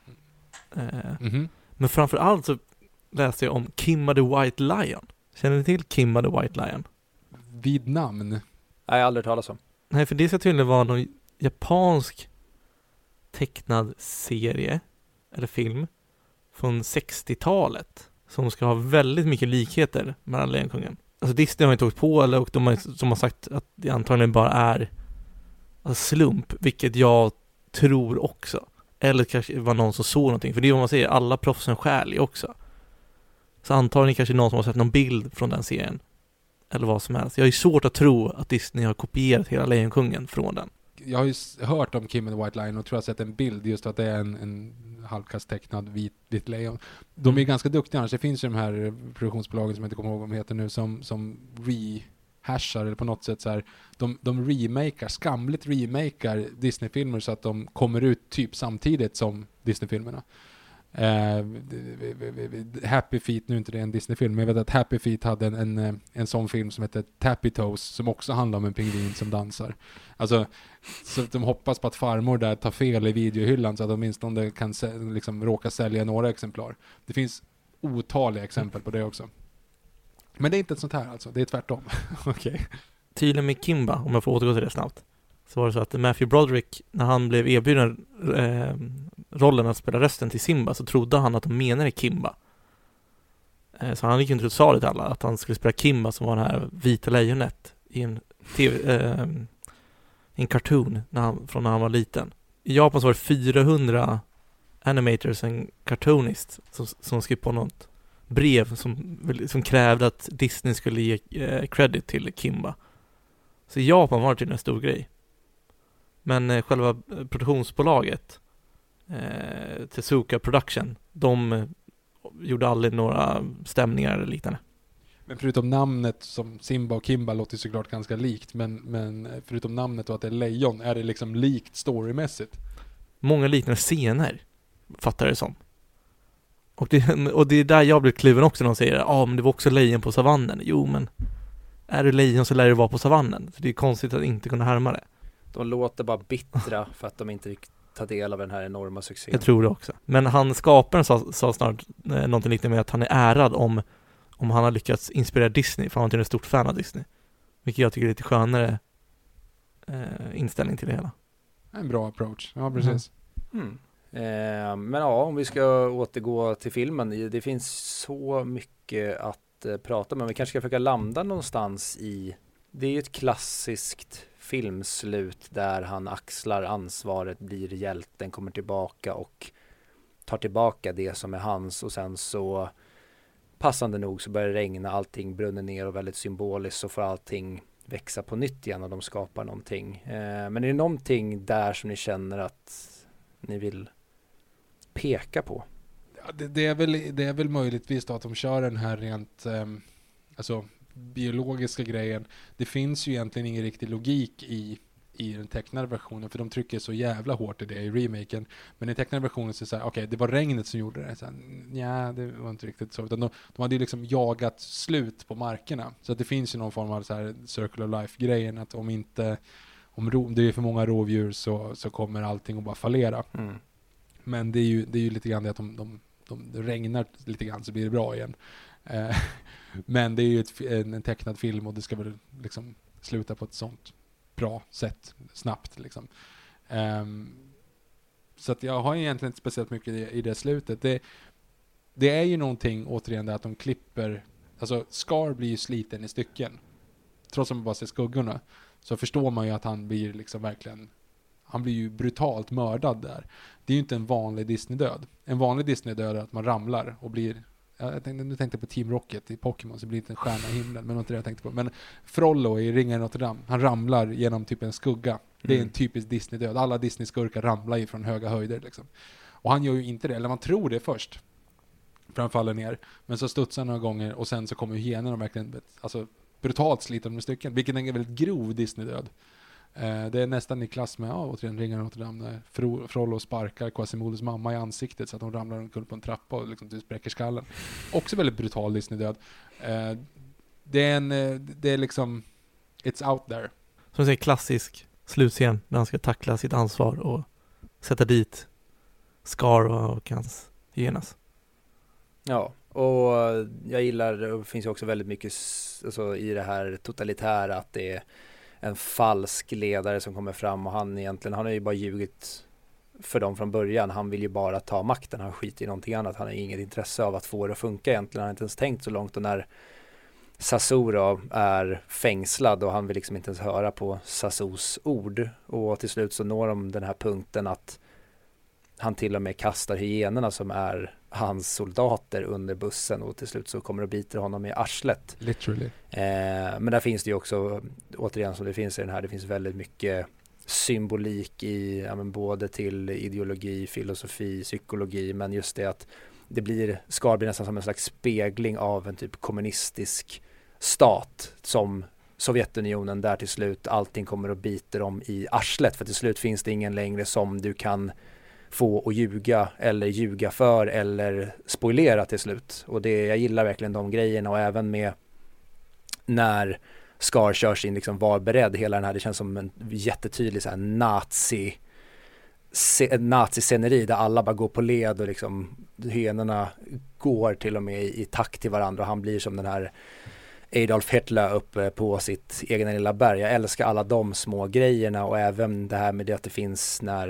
Eh, Mm-hmm. Men framför allt så läste jag om Kimba the White Lion. Känner ni till Kimba the White Lion? Vid namn? Nej, jag har aldrig talat om. Nej, för det ska tydligen vara någon japansk tecknad serie eller film från sextiotalet som ska ha väldigt mycket likheter med Lejonkungen. Alltså Disney har inte åkt på, eller och de har, som har sagt att det antagligen bara är alltså slump, vilket jag tror också. Eller kanske var någon som såg någonting, för det är vad man säger, alla proffsen stjäl ju också. Så antagligen kanske någon som har sett någon bild från den serien eller vad som helst. Jag är ju svårt att tro att Disney har kopierat hela Lejonkungen från den. Jag har ju hört om Kim and the White Lion och tror jag har sett en bild just att det är en, en halvkast tecknad vit, vit lejon. De är Mm. ganska duktiga annars. Det finns ju de här produktionsbolagen som jag inte kommer ihåg vad de heter nu som, som rehashar eller på något sätt så här. De, de remakar, skamligt remakar Disney-filmer så att de kommer ut typ samtidigt som Disney-filmerna. Uh, Happy Feet, nu är inte det en Disney-film, men jag vet att Happy Feet hade en, en, en sån film som heter Tappy Toes som också handlar om en pingvin som dansar. Alltså, så att de hoppas på att farmor där tar fel i videohyllan så att de åtminstone kan sä- liksom råka sälja några exemplar. Det finns otaliga exempel på det också. Men det är inte ett sånt här alltså, det är tvärtom. Okej. Okay. Tydligen med Kimba, om jag får återgå till det snabbt, så var det så att Matthew Broderick, när han blev erbjuden eh, rollen att spela rösten till Simba, så trodde han att de menade Kimba. Eh, så han gick inte ut och sa det till alla att han skulle spela Kimba som var det här vita lejonet i en tv, eh, en cartoon när han, från när han var liten. I Japan så var det fyrahundra animators and cartoonists som, som skrev på något brev som, som krävde att Disney skulle ge eh, credit till Kimba. Så i Japan var det tydligen en stor grej. Men eh, själva produktionsbolaget eh, Tezuka Production, de eh, gjorde aldrig några stämningar eller liknande. Men förutom namnet som Simba och Kimba låter såklart ganska likt, men, men förutom namnet och att det är lejon, är det liksom likt storymässigt? Många liknande scener fattar det som. Och det, och det är där jag blir kluven också när de säger ja ah, men det var också lejon på savannen. Jo men är du lejon så lär det vara på savannen. Så det är konstigt att inte kunna härma det. De låter bara bittra för att de inte fick ta del av den här enorma succén. Jag tror det också. Men han skaparen sa, sa snart eh, någonting liknande med att han är ärad om, om han har lyckats inspirera Disney, för han är en stort fan av Disney. Vilket jag tycker är lite skönare eh, inställning till det hela. En bra approach, ja precis. Mm. Mm. Eh, men ja, om vi ska återgå till filmen, det finns så mycket att eh, prata om. Vi kanske ska försöka landa någonstans i, det är ju ett klassiskt filmslut där han axlar ansvaret, blir hjälten, kommer tillbaka och tar tillbaka det som är hans, och sen så passande nog så börjar det regna, allting brunner ner och väldigt symboliskt så får allting växa på nytt igen och de skapar någonting. Eh, men är det någonting där som ni känner att ni vill peka på? Ja, det, det, är väl, det är väl möjligtvis då att de kör den här rent um, alltså biologiska grejen. Det finns ju egentligen ingen riktig logik i, i den tecknade versionen, för de trycker så jävla hårt i det i remaken. Men i tecknade versionen så är det okej, okay, det var regnet som gjorde det. Ja, det var inte riktigt så. Utan de, de hade ju liksom jagat slut på markerna. Så att det finns ju någon form av så här circle of life-grejen, att om inte om ro, det är för många rovdjur så, så kommer allting att bara fallera. Mm. Men det är ju, det är ju lite grann det att de, de, de, det regnar lite grann så blir det bra igen. Eh, men det är ju ett, en, en tecknad film och det ska väl liksom sluta på ett sånt bra sätt, snabbt liksom. Um, så att jag har egentligen inte speciellt mycket i, i det slutet. Det, det är ju någonting återigen där att de klipper, alltså Scar blir ju sliten i stycken. Trots att man bara ser skuggorna så förstår man ju att han blir liksom verkligen, han blir ju brutalt mördad där. Det är ju inte en vanlig Disney-död. En vanlig Disney-död är att man ramlar och blir, jag tänkte, nu tänkte jag på Team Rocket i Pokémon, så blir det en stjärna i himlen, men det var inte det jag tänkte på. Men Frollo i Ringen i Notre Dame, han ramlar genom typ en skugga. Det är en typisk Disney-död. Alla Disney-skurkar ramlar ju från höga höjder liksom. Och han gör ju inte det, eller man tror det först. För han faller ner. Men så studsar några gånger och sen så kommer hyenorna verkligen alltså, brutalt sliten med stycken. Vilket är en väldigt grov Disney-död. Eh, det är nästan i klass med, ja, återigen Ringen i Notre Dame, där Fro- Frollo sparkar Quasimodos mamma i ansiktet så att hon ramlar omkull på en trappa och liksom typ spräcker skallen. Också väldigt brutal Disney-död. Eh, det är en, det är liksom, it's out there. Som säger klassisk slutscen när han ska tackla sitt ansvar och sätta dit Scar och hans hyenas. Ja, och jag gillar, det finns ju också väldigt mycket alltså, i det här totalitära, att det är en falsk ledare som kommer fram och han egentligen, han har ju bara ljugit för dem från början. Han vill ju bara ta makten, han skiter i någonting annat. Han har inget intresse av att få det att funka egentligen. Han har inte ens tänkt så långt, och när Sasura är fängslad och han vill liksom inte ens höra på Sasus ord, och till slut så når de den här punkten att han till och med kastar hyenorna som är hans soldater under bussen, och till slut så kommer det och biter honom i arslet. Literally. Eh, men där finns det ju också, återigen som det finns i den här, det finns väldigt mycket symbolik i, ja, men både till ideologi, filosofi, psykologi, men just det att det blir, Scar blir nästan som en slags spegling av en typ kommunistisk stat som Sovjetunionen, där till slut allting kommer att bita dem i arslet, för till slut finns det ingen längre som du kan få att ljuga eller ljuga för eller spoilera till slut. Och det, jag gillar verkligen de grejerna, och även med när Scar körs in, liksom var beredd, hela den här, det känns som en jättetydlig så här nazi se, nazi-sceneri där alla bara går på led och liksom hyenorna går till och med i, i takt till varandra, och han blir som den här Adolf Hitler uppe på sitt egna lilla berg. Jag älskar alla de små grejerna, och även det här med det att det finns när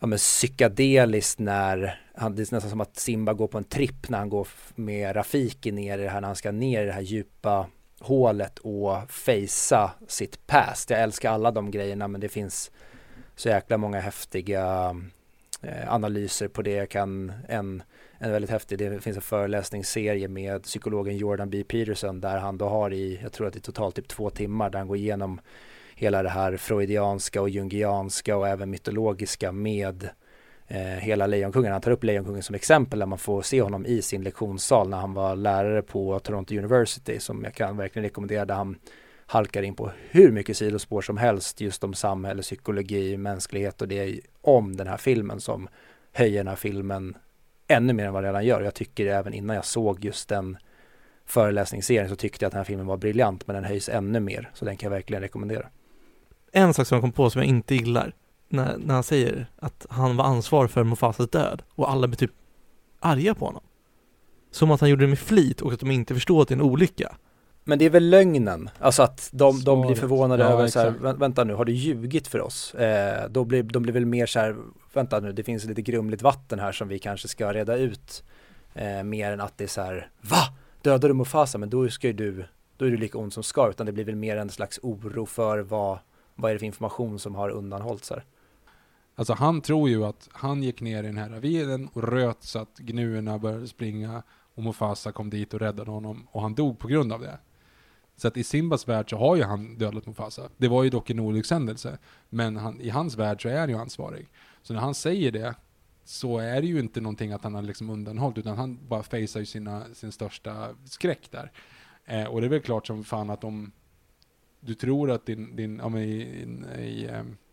ja, men psykedeliskt när han, det är nästan som att Simba går på en tripp när han går med Rafiki ner i det här, när han ska ner i det här djupa hålet och fejsa sitt past. Jag älskar alla de grejerna, men det finns så jäkla många häftiga eh, analyser på det. Jag kan en, en väldigt häftig, det finns en föreläsningsserie med psykologen Jordan B. Peterson där han då har i, jag tror att det är totalt typ två timmar där han går igenom hela det här freudianska och jungianska och även mytologiska med eh, hela Lejonkungen. Han tar upp Lejonkungen som exempel där man får se honom i sin lektionssal när han var lärare på Toronto University, som jag kan verkligen rekommendera, där han halkar in på hur mycket sidospår som helst just om samhälle, psykologi, mänsklighet, och det är om den här filmen som höjer den här filmen ännu mer än vad den redan gör. Jag tycker även innan jag såg just den föreläsningsserien så tyckte jag att den här filmen var briljant, men den höjs ännu mer, så den kan jag verkligen rekommendera. En sak som jag kom på som jag inte gillar, när, när han säger att han var ansvarig för Mufasas död och alla blir typ arga på honom. Som att han gjorde det med flit och att de inte förstår att det är en olycka. Men det är väl lögnen, alltså att de, de blir förvånade ja, över så här, exakt. vänta nu, har du ljugit för oss? Eh, då blir, de blir väl mer så här, vänta nu, det finns lite grumligt vatten här som vi kanske ska reda ut, eh, mer än att det är så här, va? Dödar du Mufasa? Men då ska ju du, då är du lika ond som ska, utan det blir väl mer en slags oro för vad, vad är det för information som har undanhållits här. Alltså han tror ju att han gick ner i den här ravinen och röt så att gnuerna började springa och Mufasa kom dit och räddade honom och han dog på grund av det. Så att i Simbas värld så har ju han dödat Mufasa. Det var ju dock en olyckshändelse, men han, i hans värld så är han ju ansvarig. Så när han säger det så är det ju inte någonting att han har liksom undanhållit, utan han bara facear ju sina, sin största skräck där. Eh, och det är väl klart som fan att om du tror att din, din ja, men i, i, i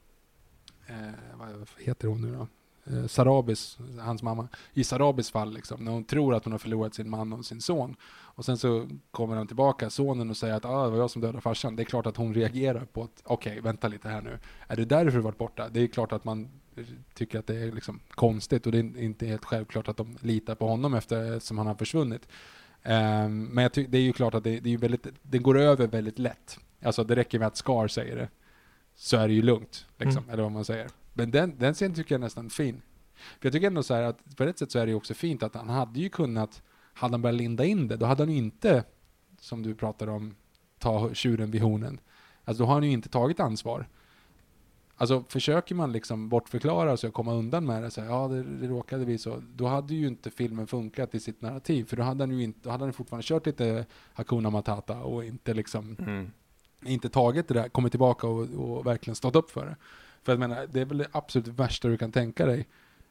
eh, vad heter hon nu då? Eh, Sarabis, hans mamma. I Sarabis fall liksom, när hon tror att hon har förlorat sin man och sin son. Och sen så kommer han tillbaka, sonen, och säger att ah, det var jag som dödade farsan. Det är klart att hon reagerar på att okej, okay, vänta lite här nu. Är det därför du varit borta? Det är klart att man tycker att det är liksom konstigt, och det är inte helt självklart att de litar på honom efter som han har försvunnit. Um, men jag tycker det är ju klart att det, det är väldigt, det går över väldigt lätt. Alltså det räcker med att Scar säger det, så är det ju lugnt liksom, mm. eller vad man säger. Men den, den scenen tycker jag är nästan fin. För jag tycker ändå så här att på ett sätt så är det ju också fint att han hade ju kunnat, hade han börjat linda in det, då hade han ju inte, som du pratade om, ta tjuren vid hornen. Alltså då har han ju inte tagit ansvar. Alltså försöker man liksom bortförklara och komma undan med det, så här, ja det, det råkade vi så, då hade ju inte filmen funkat i sitt narrativ, för då hade han ju inte, då hade han fortfarande kört lite Hakuna Matata och inte liksom mm. inte tagit det där, kommit tillbaka och, och verkligen stått upp för det. För jag menar, det är väl det absolut värsta du kan tänka dig.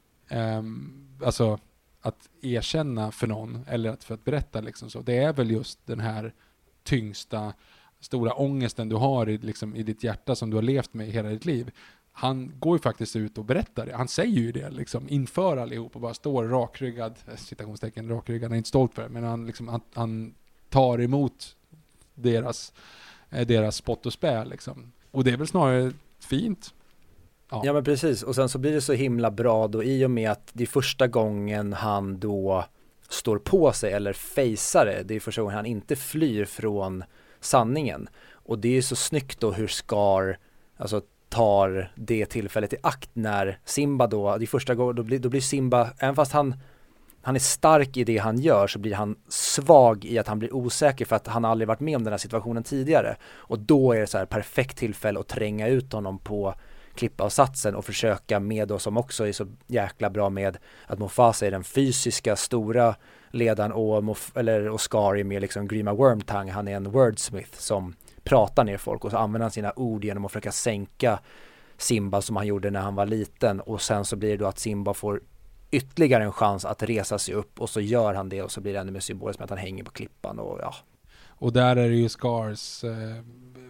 Um, alltså att erkänna för någon, eller att för att berätta liksom så. Det är väl just den här tyngsta, stora ångesten du har i, liksom, i ditt hjärta som du har levt med i hela ditt liv. Han går ju faktiskt ut och berättar det. Han säger ju det liksom inför allihop och bara står rakryggad, citationstecken rakryggad, han är inte stolt för det, men han, liksom, han, han tar emot deras, deras spott och spä liksom. Och det är väl snarare fint. Ja. ja men precis, och sen så blir det så himla bra då, i och med att det är första gången han då står på sig eller fejsar det. Det är första gången han inte flyr från sanningen. Och det är så snyggt då hur Scar alltså tar det tillfället i akt när Simba då, det är första gången, då blir, då blir Simba, även fast han han är stark i det han gör, så blir han svag i att han blir osäker för att han aldrig varit med om den här situationen tidigare. Och då är det så här perfekt tillfälle att tränga ut honom på klippa av satsen och försöka med då, som också är så jäkla bra med att Mufasa är den fysiska stora ledaren och, Muf- eller, och Scar är med liksom Grima Wormtongue, han är en wordsmith som pratar ner folk och så använder han sina ord genom att försöka sänka Simba som han gjorde när han var liten, och sen så blir det då att Simba får ytterligare en chans att resa sig upp, och så gör han det, och så blir det ännu mer symboliskt med att han hänger på klippan och ja. Och där är det ju Scars eh,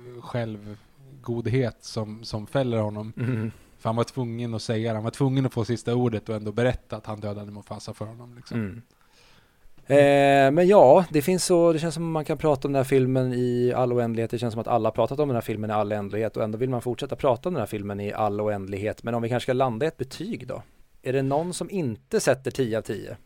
självgodhet som, som fäller honom. Mm. För han var tvungen att säga, han var tvungen att få sista ordet och ändå berätta att han dödade Mufasa för honom liksom. Mm. Eh, men ja, det finns så, det känns som att man kan prata om den här filmen i all oändlighet. Det känns som att alla har pratat om den här filmen i all oändlighet, och ändå vill man fortsätta prata om den här filmen i all oändlighet. Men om vi kanske ska landa i ett betyg då? Är det någon som inte sätter tio av tio?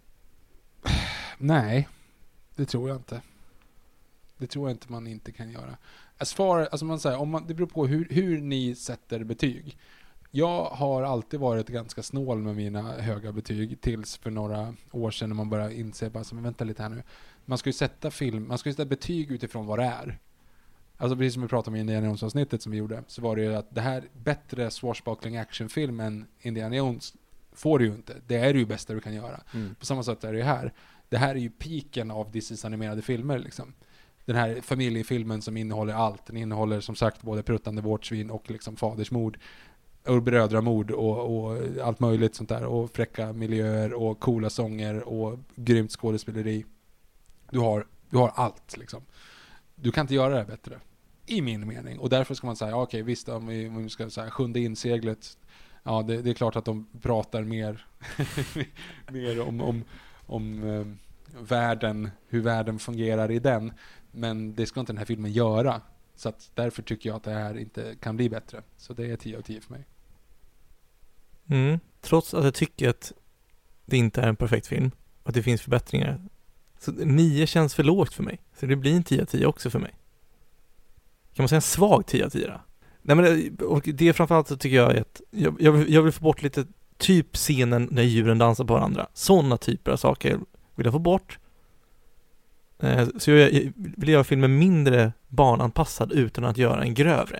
Nej, det tror jag inte. Det tror jag inte man inte kan göra. As far, alltså man säger, om man, det beror på hur, hur ni sätter betyg. Jag har alltid varit ganska snål med mina höga betyg tills för några år sedan när man började inse bara så, men vänta lite här nu. Man ska ju sätta film, man ska ju sätta betyg utifrån vad det är. Alltså precis som vi pratade om i Indiana Jones-avsnittet som vi gjorde, så var det ju att det här bättre swashbuckling actionfilm än Indiana Jones får du ju inte. Det är ju bästa du kan göra. Mm. På samma sätt är det här. Det här är ju piken av Disneys animerade filmer liksom. Den här familjefilmen som innehåller allt. Den innehåller som sagt både pruttande vårtsvin och liksom fadersmord och brödramord och, och allt möjligt sånt där. Och fräcka miljöer och coola sånger och grymt skådespeleri. Du har, du har allt liksom. Du kan inte göra det bättre. I min mening. Och därför ska man säga, ja, okej visst om vi, om vi ska säga sjunde inseglet. Ja, det, det är klart att de pratar mer, mer om, om, om eh, världen, hur världen fungerar i den. Men det ska inte den här filmen göra. Så att därför tycker jag att det här inte kan bli bättre. Så det är tio av tio för mig. Mm. Trots att jag tycker att det inte är en perfekt film och att det finns förbättringar. Så nio känns för lågt för mig. Så det blir en tio av tio också för mig. Kan man säga en svag tio av tio då? Nej, men och det är framförallt så tycker jag att jag, jag, vill, jag vill få bort lite typ scenen när djuren dansar på varandra. Sådana typer av saker vill jag få bort. Eh, så jag, jag vill göra filmen mindre barnanpassad utan att göra en grövre.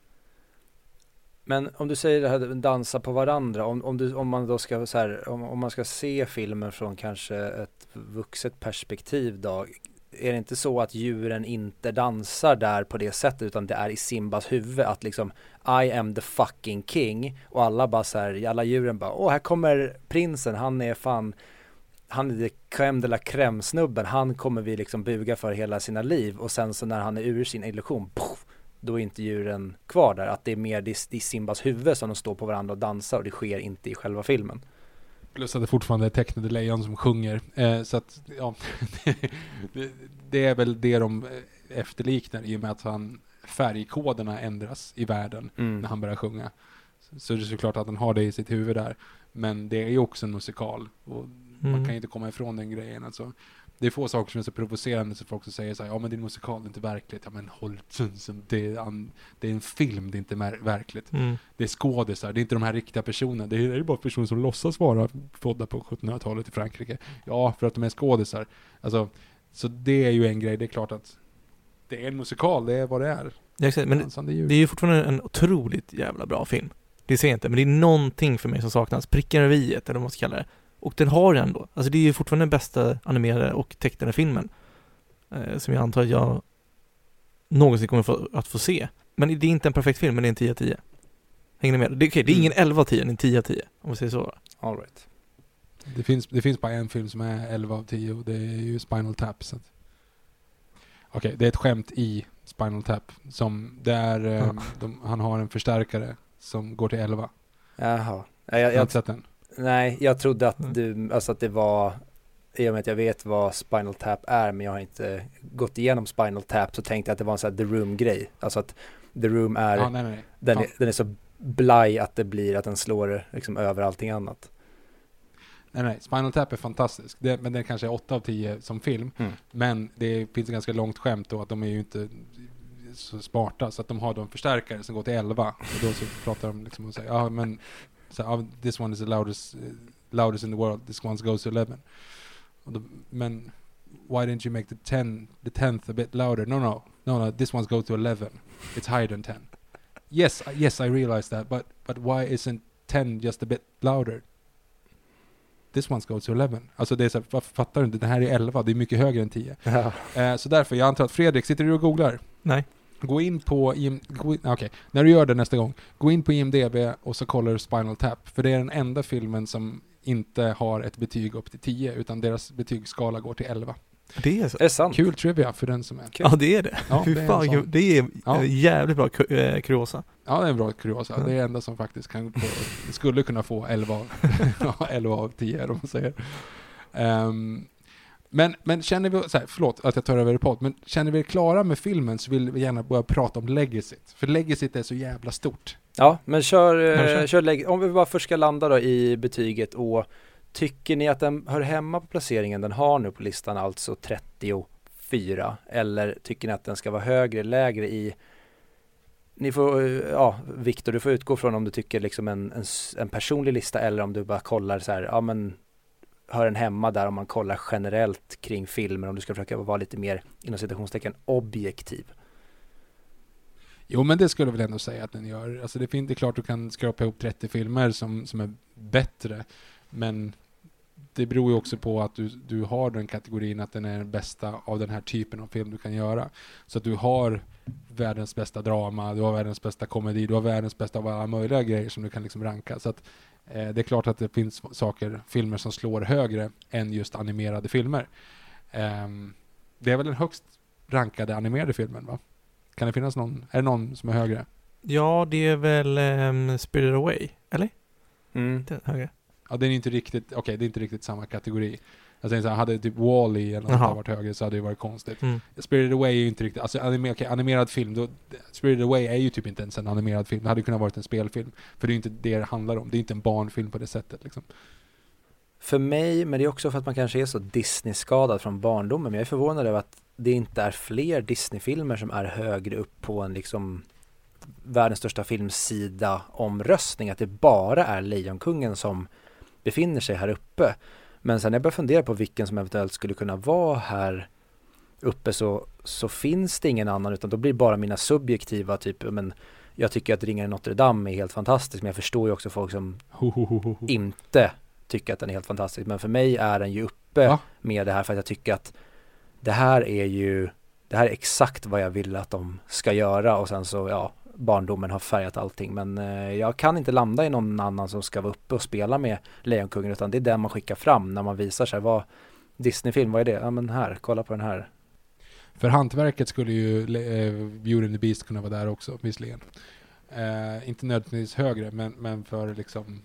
Men om du säger det här dansa på varandra, om, om, du, om man då ska så här, om, om man ska se filmen från kanske ett vuxet perspektiv då, är det inte så att djuren inte dansar där på det sättet utan det är i Simbas huvud att liksom I am the fucking king och alla bara så här, alla djuren bara, åh här kommer prinsen, han är fan han är det crème de la crème snubben, han kommer vi liksom buga för hela sina liv och sen så när han är ur sin illusion, poff, då är inte djuren kvar där, att det är mer i Simbas huvud som de står på varandra och dansar och det sker inte i själva filmen. Plus att det fortfarande är tecknade lejon som sjunger. Eh, så att, ja, det, det är väl det de efterliknar i och med att han, färgkoderna ändras i världen mm. när han börjar sjunga. Så, så det är såklart att han har det i sitt huvud där. Men det är ju också en musikal. Och mm. man kan inte komma ifrån den grejen. Alltså, det är få saker som är så provocerande så folk som säger så här, ja men det är en musikal, det är inte verkligt. Ja men håll tunsen, det är, an, det är en film, det är inte mer verkligt. Mm. Det är skådisar, det är inte de här riktiga personerna. Det är ju bara personer som låtsas vara födda på sjuttonhundratalet i Frankrike. Ja, för att de är skådisar. Alltså, så det är ju en grej, det är klart att det är en musikal, det är vad det är. Ja, exakt, men det, det är ju fortfarande en otroligt jävla bra film. Det ser jag inte, men det är någonting för mig som saknas. Prickar över i ett, eller vad man ska kalla det. Och den har den ändå. Alltså det är ju fortfarande den bästa animerade och tecknade filmen. Eh, som jag antar att jag någonsin kommer få, att få se. Men det är inte en perfekt film, men det är en tio av tio. Hänger ni med? Det, okay, det är ingen elva av tio, det är en tio av tio. Om vi säger så. All right. Det finns, det finns bara en film som är elva av tio och det är ju Spinal Tap. Så att... Okej, okay, det är ett skämt i Spinal Tap. Som där eh, de, han har en förstärkare som går till elva. Jaha. Jag, jag, jag, sett den. Nej, jag trodde att du, alltså att det var, i och med att jag vet vad Spinal Tap är, men jag har inte gått igenom Spinal Tap, så tänkte jag att det var en sån här The Room-grej. Alltså att The Room är, ja, nej, nej. Den, ja. är den är så blaj att det blir att den slår liksom över allting annat. Nej, nej. Spinal Tap är fantastisk. Det, men den kanske är åtta av tio som film. Mm. Men det finns ett ganska långt skämt då att de är ju inte så smarta, så att de har de förstärkare som går till elva. Och då så pratar de liksom och säger, ja men så, oh, this one is the loudest, uh, loudest in the world, this one goes to eleven. Och då, men why didn't you make the ten, the tenth a bit louder? No, no, no, no, this one's go to eleven. It's higher than ten. Yes, yes, I realize that, but but why isn't ten just a bit louder? This one's go to eleven. Alltså det är så här, fattar du inte? Det här är elva, det är mycket högre än tio. Ja. Eh, så därför, jag antar att Fredrik, sitter du och googlar? Nej. Gå in på I M, okej, okay. När du gör det nästa gång, gå in på I M D B och så kollar du Spinal Tap, för det är den enda filmen som inte har ett betyg upp till tio, utan deras betygsskala går till elva. Det är så. Det är sant. Kul trivia för den som är. Kul. Ja, det är det. Ja, det, är fan, det är ja. jävligt bra kuriosa. Ja, det är en bra kuriosa. Ja. Det är enda som faktiskt kan få, skulle kunna få elva av tio, om man säger. Um, Men, men känner vi, så här, förlåt att jag tar över i podd, men känner vi er klara med filmen så vill vi gärna börja prata om Legacyt. För Legacyt är så jävla stort. Ja, men kör, eh, kör leg- om vi bara först ska landa då i betyget, och tycker ni att den hör hemma på placeringen den har nu på listan, alltså trettiofyra, eller tycker ni att den ska vara högre, lägre i ni får, ja, Victor, du får utgå från om du tycker liksom en, en, en personlig lista eller om du bara kollar så här, ja men hör den hemma där om man kollar generellt kring filmer, om du ska försöka vara lite mer inom citationstecken objektiv. Jo, men det skulle jag väl ändå säga att den gör. Alltså det, fin- det är klart du kan skrapa ihop trettio filmer som, som är bättre, men det beror ju också på att du, du har den kategorin att den är den bästa av den här typen av film du kan göra. Så att du har världens bästa drama, du har världens bästa komedi, du har världens bästa av alla möjliga grejer som du kan liksom ranka. Så att eh, det är klart att det finns saker, filmer som slår högre än just animerade filmer. Eh, det är väl den högst rankade animerade filmen, va? Kan det finnas någon, är det någon som är högre? Ja, det är väl um, Spirited Away, eller? Mm. Den är högre. Ja, det är inte riktigt, okej, okay, det är inte riktigt samma kategori. Jag tänkte så här, hade typ Wall-E eller något varit högre så hade det varit konstigt. Mm. Spirited Away är ju inte riktigt, alltså anime, okay, animerad film, då, Spirited Away är ju typ inte ens en animerad film. Det hade kunnat varit en spelfilm. För det är inte det det handlar om. Det är inte en barnfilm på det sättet liksom. För mig, men det är också för att man kanske är så Disney-skadad från barndomen. Men jag är förvånad över att det inte är fler Disney-filmer som är högre upp på en liksom världens största filmsida omröstning. Att det bara är Lejonkungen som befinner sig här uppe. Men sen när jag börjar fundera på vilken som eventuellt skulle kunna vara här uppe så, så finns det ingen annan, utan då blir bara mina subjektiva typ, men jag tycker att Ringen i Notre Dame är helt fantastisk, men jag förstår ju också folk som ho, ho, ho, ho. inte tycker att den är helt fantastisk. Men för mig är den ju uppe Va? med det här för att jag tycker att det här är ju det här är exakt vad jag vill att de ska göra, och sen så ja, barndomen har färgat allting, men eh, jag kan inte landa i någon annan som ska vara uppe och spela med Lejonkungen, utan det är den man skickar fram när man visar sig. Vad Disney-film, vad är det? Ja men här, kolla på den här. För hantverket skulle ju eh, Beauty and the Beast kunna vara där också, visserligen. Eh, inte nödvändigtvis högre, men, men för liksom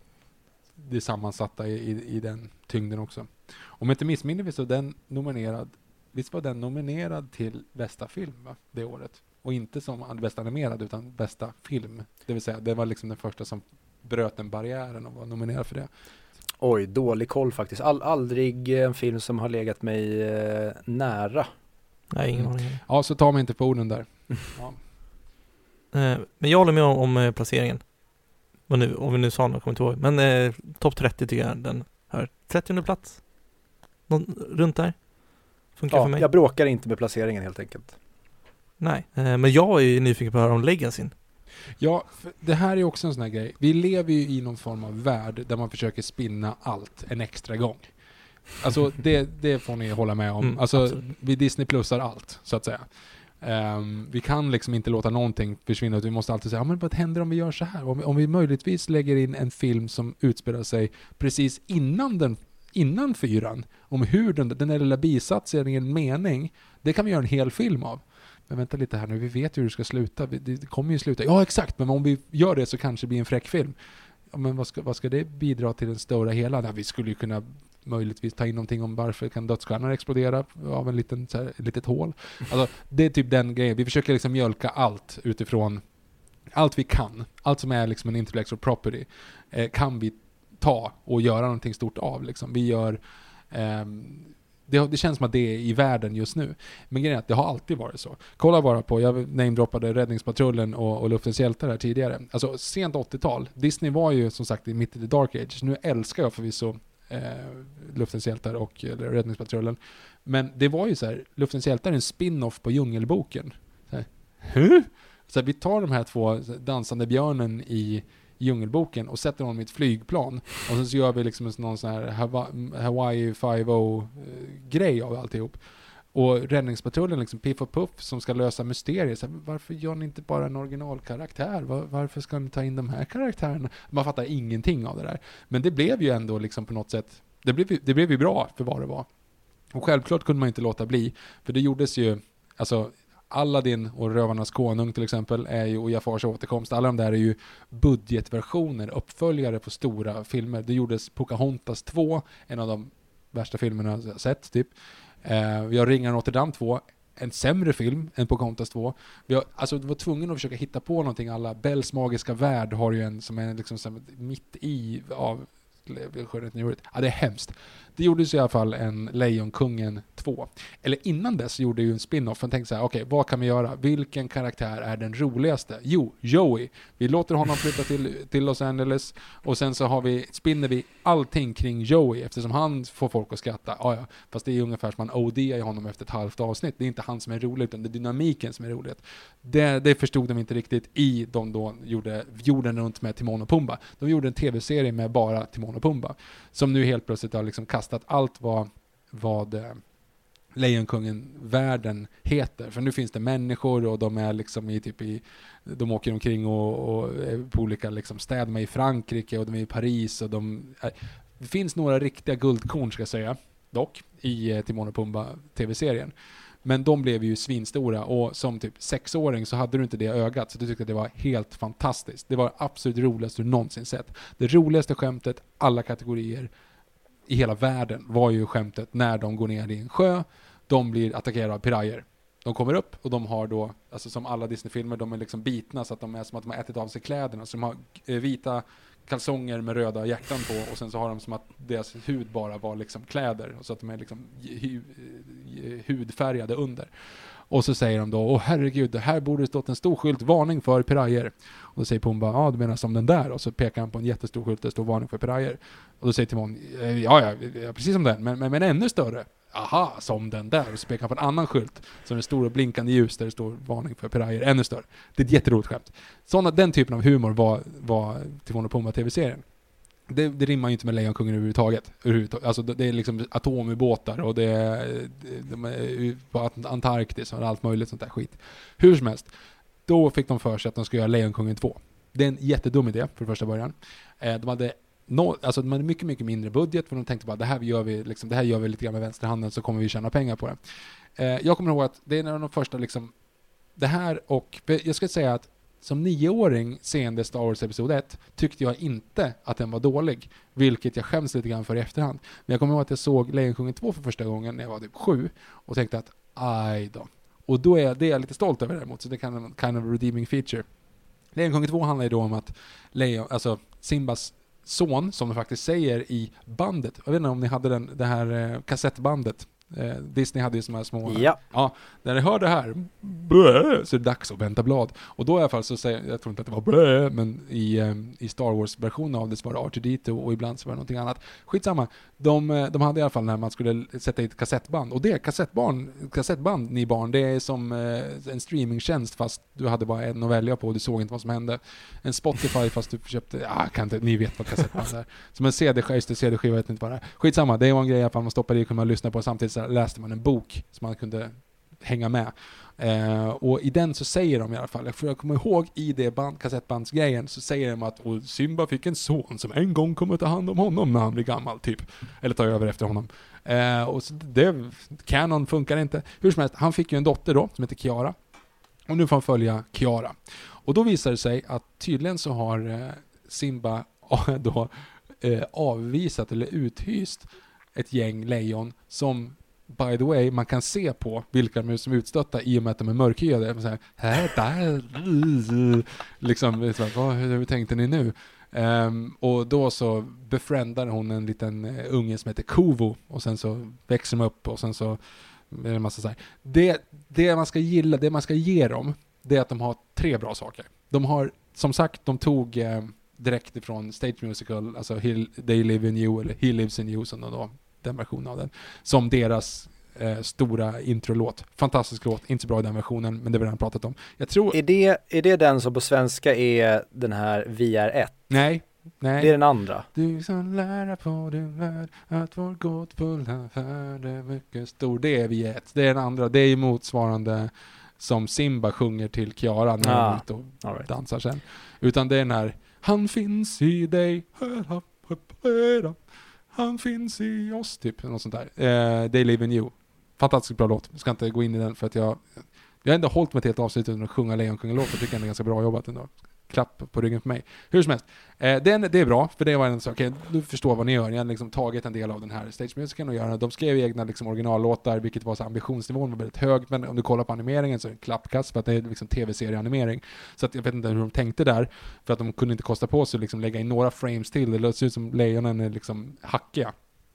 det sammansatta i, i, i den tyngden också. Om jag inte missminner mig så den nominerad, visst var den nominerad till bästa film, va, det året? Och inte som bästa animerad utan bästa film. Det vill säga, det var liksom den första som bröt den barriären och var nominerad för det. Oj, dålig koll faktiskt. All, aldrig en film som har legat mig eh, nära. Nej, ingen aning. Mm. Ja, så tar man inte på orden där. Ja. eh, men jag håller med om, om eh, placeringen. Vad nu, om vi nu sa något, kommer inte ihåg. Men eh, topp trettio tycker jag den hör. trettionde plats. Någon, runt där. Funkar ja, för mig. Jag bråkar inte med placeringen helt enkelt. Nej, eh, men jag är ju nyfiken på att höra om Legacyn. Ja, det här är också en sån här grej. Vi lever ju i någon form av värld där man försöker spinna allt en extra gång. Alltså det, det får ni hålla med om. Mm, alltså absolut. Vi Disney plusar allt, så att säga. Um, vi kan liksom inte låta någonting försvinna. Vi måste alltid säga, ja, men vad händer om vi gör så här? Om, om vi möjligtvis lägger in en film som utspelar sig precis innan den innan fyran, om hur den, den där lilla bisatsen är en mening, det kan vi göra en hel film av. Men vänta lite här nu, vi vet ju hur det ska sluta. Det kommer ju sluta. Ja, exakt, men om vi gör det så kanske det blir en fräck film. Ja, men vad ska, vad ska det bidra till den stora hela? Nej, vi skulle ju kunna möjligtvis ta in någonting om varför kan dödsstjärnor explodera av en liten, så här, ett litet hål. Alltså, det är typ den grejen. Vi försöker liksom mjölka allt utifrån allt vi kan. Allt som är liksom en intellectual property eh, kan vi ta och göra någonting stort av. Liksom. Vi gör... Ehm, Det, det känns som att det är i världen just nu. Men grejen är att det har alltid varit så. Kolla bara på, jag namedroppade Räddningspatrullen och, och Luftens hjältar här tidigare. Alltså sent åttiotal. Disney var ju som sagt i mitt i the dark age. Nu älskar jag förvisso eh, Luftens hjältar och eller, Räddningspatrullen. Men det var ju så här, Luftens hjältar är en spin-off på Djungelboken. Så här, Hur? Så här, vi tar de här två dansande björnen i Djungelboken och sätter honom i ett flygplan och sen så gör vi liksom någon sån här Hawaii five-o-grej av alltihop. Och Räddningspatrullen, liksom Piff och Puff som ska lösa mysterier. Så här, varför gör ni inte bara en originalkaraktär? Var, varför ska ni ta in de här karaktärerna? Man fattar ingenting av det där. Men det blev ju ändå liksom på något sätt, det blev, det blev ju bra för vad det var. Och självklart kunde man inte låta bli, för det gjordes ju, alltså Aladdin och Rövarnas konung till exempel är ju, och Jafars återkomst, alla de där är ju budgetversioner, uppföljare på stora filmer. Det gjordes Pocahontas två, en av de värsta filmerna jag sett typ. Eh, vi har Ringen i Notre Dame två, en sämre film än Pocahontas två. Vi har, alltså var tvungen att försöka hitta på någonting. Alla Bells magiska värld har ju en som är liksom som mitt i av ja, det är hemskt. Det gjordes i alla fall en Lejonkungen två. Eller innan dess gjorde ju en spin-off. Man tänkte så här, okej, okay, vad kan vi göra? Vilken karaktär är den roligaste? Jo, Joey. Vi låter honom flytta till, till Los Angeles och sen så har vi, spinner vi allting kring Joey eftersom han får folk att skratta. Ja, ja, fast det är ungefär som man O D i honom efter ett halvt avsnitt. Det är inte han som är rolig utan det är dynamiken som är roligt. Det, det förstod de inte riktigt i de då gjorde jorden runt med Timon och Pumba. De gjorde en tv-serie med bara Timon och Pumba som nu helt plötsligt har liksom kastat allt vad, vad eh, Lejonkungen-världen heter. För nu finns det människor och de är liksom i typ i, de åker omkring och, och är på olika liksom städer i Frankrike och de är i Paris och de är, det finns några riktiga guldkorn ska jag säga dock i eh, Timon och Pumba tv-serien. Men de blev ju svinstora och som typ sexåring så hade du inte det ögat så du tyckte att det var helt fantastiskt. Det var absolut roligaste du någonsin sett. Det roligaste skämtet, alla kategorier i hela världen var ju skämtet när de går ner i en sjö. De blir attackerade av pirajer. De kommer upp och de har då, alltså som alla Disney-filmer, de är liksom bitna så att de är som att de har ätit av sig kläderna. Så de har eh, vita kalsonger med röda hjärtan på och sen så har de som att deras hud bara var liksom kläder och så att de är liksom hu- hudfärgade under. Och så säger de då, åh herregud, det här borde stått en stor skylt, varning för pirajer. Och då säger Pumba, ja du menar som den där. Och så pekar han på en jättestor skylt där det står varning för pirajer. Och då säger Timon, ja ja, ja precis som den, men, men, men ännu större. Aha, som den där. Och så pekar han på en annan skylt som är stor och blinkande ljus där det står varning för pirajer, ännu större. Det är ett jätteroligt skämt. Såna, den typen av humor var, var Timon och Pumba tv-serien. Det, det rimmar ju inte med Lejonkungen överhuvudtaget. Alltså det är liksom atomubåtar och det är, de är på Antarktis och allt möjligt sånt där skit. Hur som helst, då fick de för sig att de skulle göra Lejonkungen två. Det är en jättedum idé för första början. De hade, no, alltså de hade mycket, mycket mindre budget för de tänkte bara det här gör vi, liksom, det här gör vi lite grann med vänsterhanden så kommer vi tjäna pengar på det. Jag kommer ihåg att det är en av de första liksom, det här och jag ska säga att som nioåring seende Star Wars episod ett tyckte jag inte att den var dålig. Vilket jag skäms lite grann för i efterhand. Men jag kommer ihåg att jag såg Lejonkungen två för första gången när jag var typ sju. Och tänkte att, aj då. Och då är jag, det är jag lite stolt över däremot. Så det kan vara kind of a redeeming feature. Lejonkungen två handlar ju då om att Lejon, alltså Simbas son, som de faktiskt säger i bandet. Jag vet inte om ni hade den, det här eh, kassettbandet. Eh, Disney hade ju såna här små... Ja. Ja, när ni hör det här blö, så är det dags att vänta blad. Och då i alla fall så säger jag tror inte att det var blö, men i, um, i Star Wars-versionen av det så var det R two D two och ibland så var det någonting annat. Skitsamma. De, de hade i alla fall när man skulle sätta i ett kassettband. Och det kassettband, kassettband ni barn, det är som uh, en streamingtjänst fast du hade bara en att välja på och du såg inte vad som hände. En Spotify fast du köpte, ja ah, kan inte, ni vet vad kassettband är. Som en C D-skiva, C D-skiva vet inte vad det är. Skitsamma, det var en grej i alla fall man stoppade i och kunde man lyssna på samtidigt så läste man en bok som man kunde hänga med. Eh, och i den så säger de i alla fall, för jag kommer ihåg i det band, kassettbandsgrejen så säger de att och Simba fick en son som en gång kommer ta hand om honom när han blir gammal typ. Eller ta över efter honom. Eh, och så det, Canon funkar inte. Hur som helst, han fick ju en dotter då som heter Kiara. Och nu får han följa Kiara. Och då visar det sig att tydligen så har eh, Simba då eh, avvisat eller uthyst ett gäng lejon som by the way, man kan se på vilka de är som är utstötta i och med att de är mörkhyade. Man säger, här, där, liksom, vad, hur tänkte ni nu? Um, och då så befriendar hon en liten uh, unge som heter Kovo och sen så växer de upp och sen så är det en massa så här. Det, det man ska gilla, det man ska ge dem, det är att de har tre bra saker. De har, som sagt, de tog uh, direkt ifrån Stage Musical, alltså He, They Live in You eller He Lives in You som då den versionen av den, som deras eh, stora introlåt. Fantastisk låt, inte så bra i den versionen, men det har vi redan pratat om. Jag tror... Är det, är det den som på svenska är den här V R ett? Nej, nej. Det är den andra. Du som lära på din värld att vår gåtfulla värld är mycket stor. Det är V R ett. Det är den andra. Det är motsvarande som Simba sjunger till Kiara när ah, han är ute och right. dansar sen. Utan det är den här han finns i dig. Han finns i oss, typ. Något sånt där. Eh, They Live in You. Fantastiskt bra låt. Jag ska inte gå in i den för att jag... Jag har ändå hållit mig till ett avsnitt utan att sjunga Lejonkungen-låt. Jag tycker ändå är ganska bra jobbat ändå. Klapp på ryggen för mig. Hur som helst. Eh, det, är, det är bra, för det var en sak. Okay, du förstår vad ni gör. Ni har liksom tagit en del av den här stage-musiken och gör. De skrev egna liksom, originallåtar, vilket var så ambitionsnivån var väldigt hög. Men om du kollar på animeringen så är det en klappkast för att det är liksom tv-serieanimering. Så att jag vet inte hur de tänkte där. För att de kunde inte kosta på sig att liksom lägga in några frames till. Det låter ut som lejonen är liksom hackiga.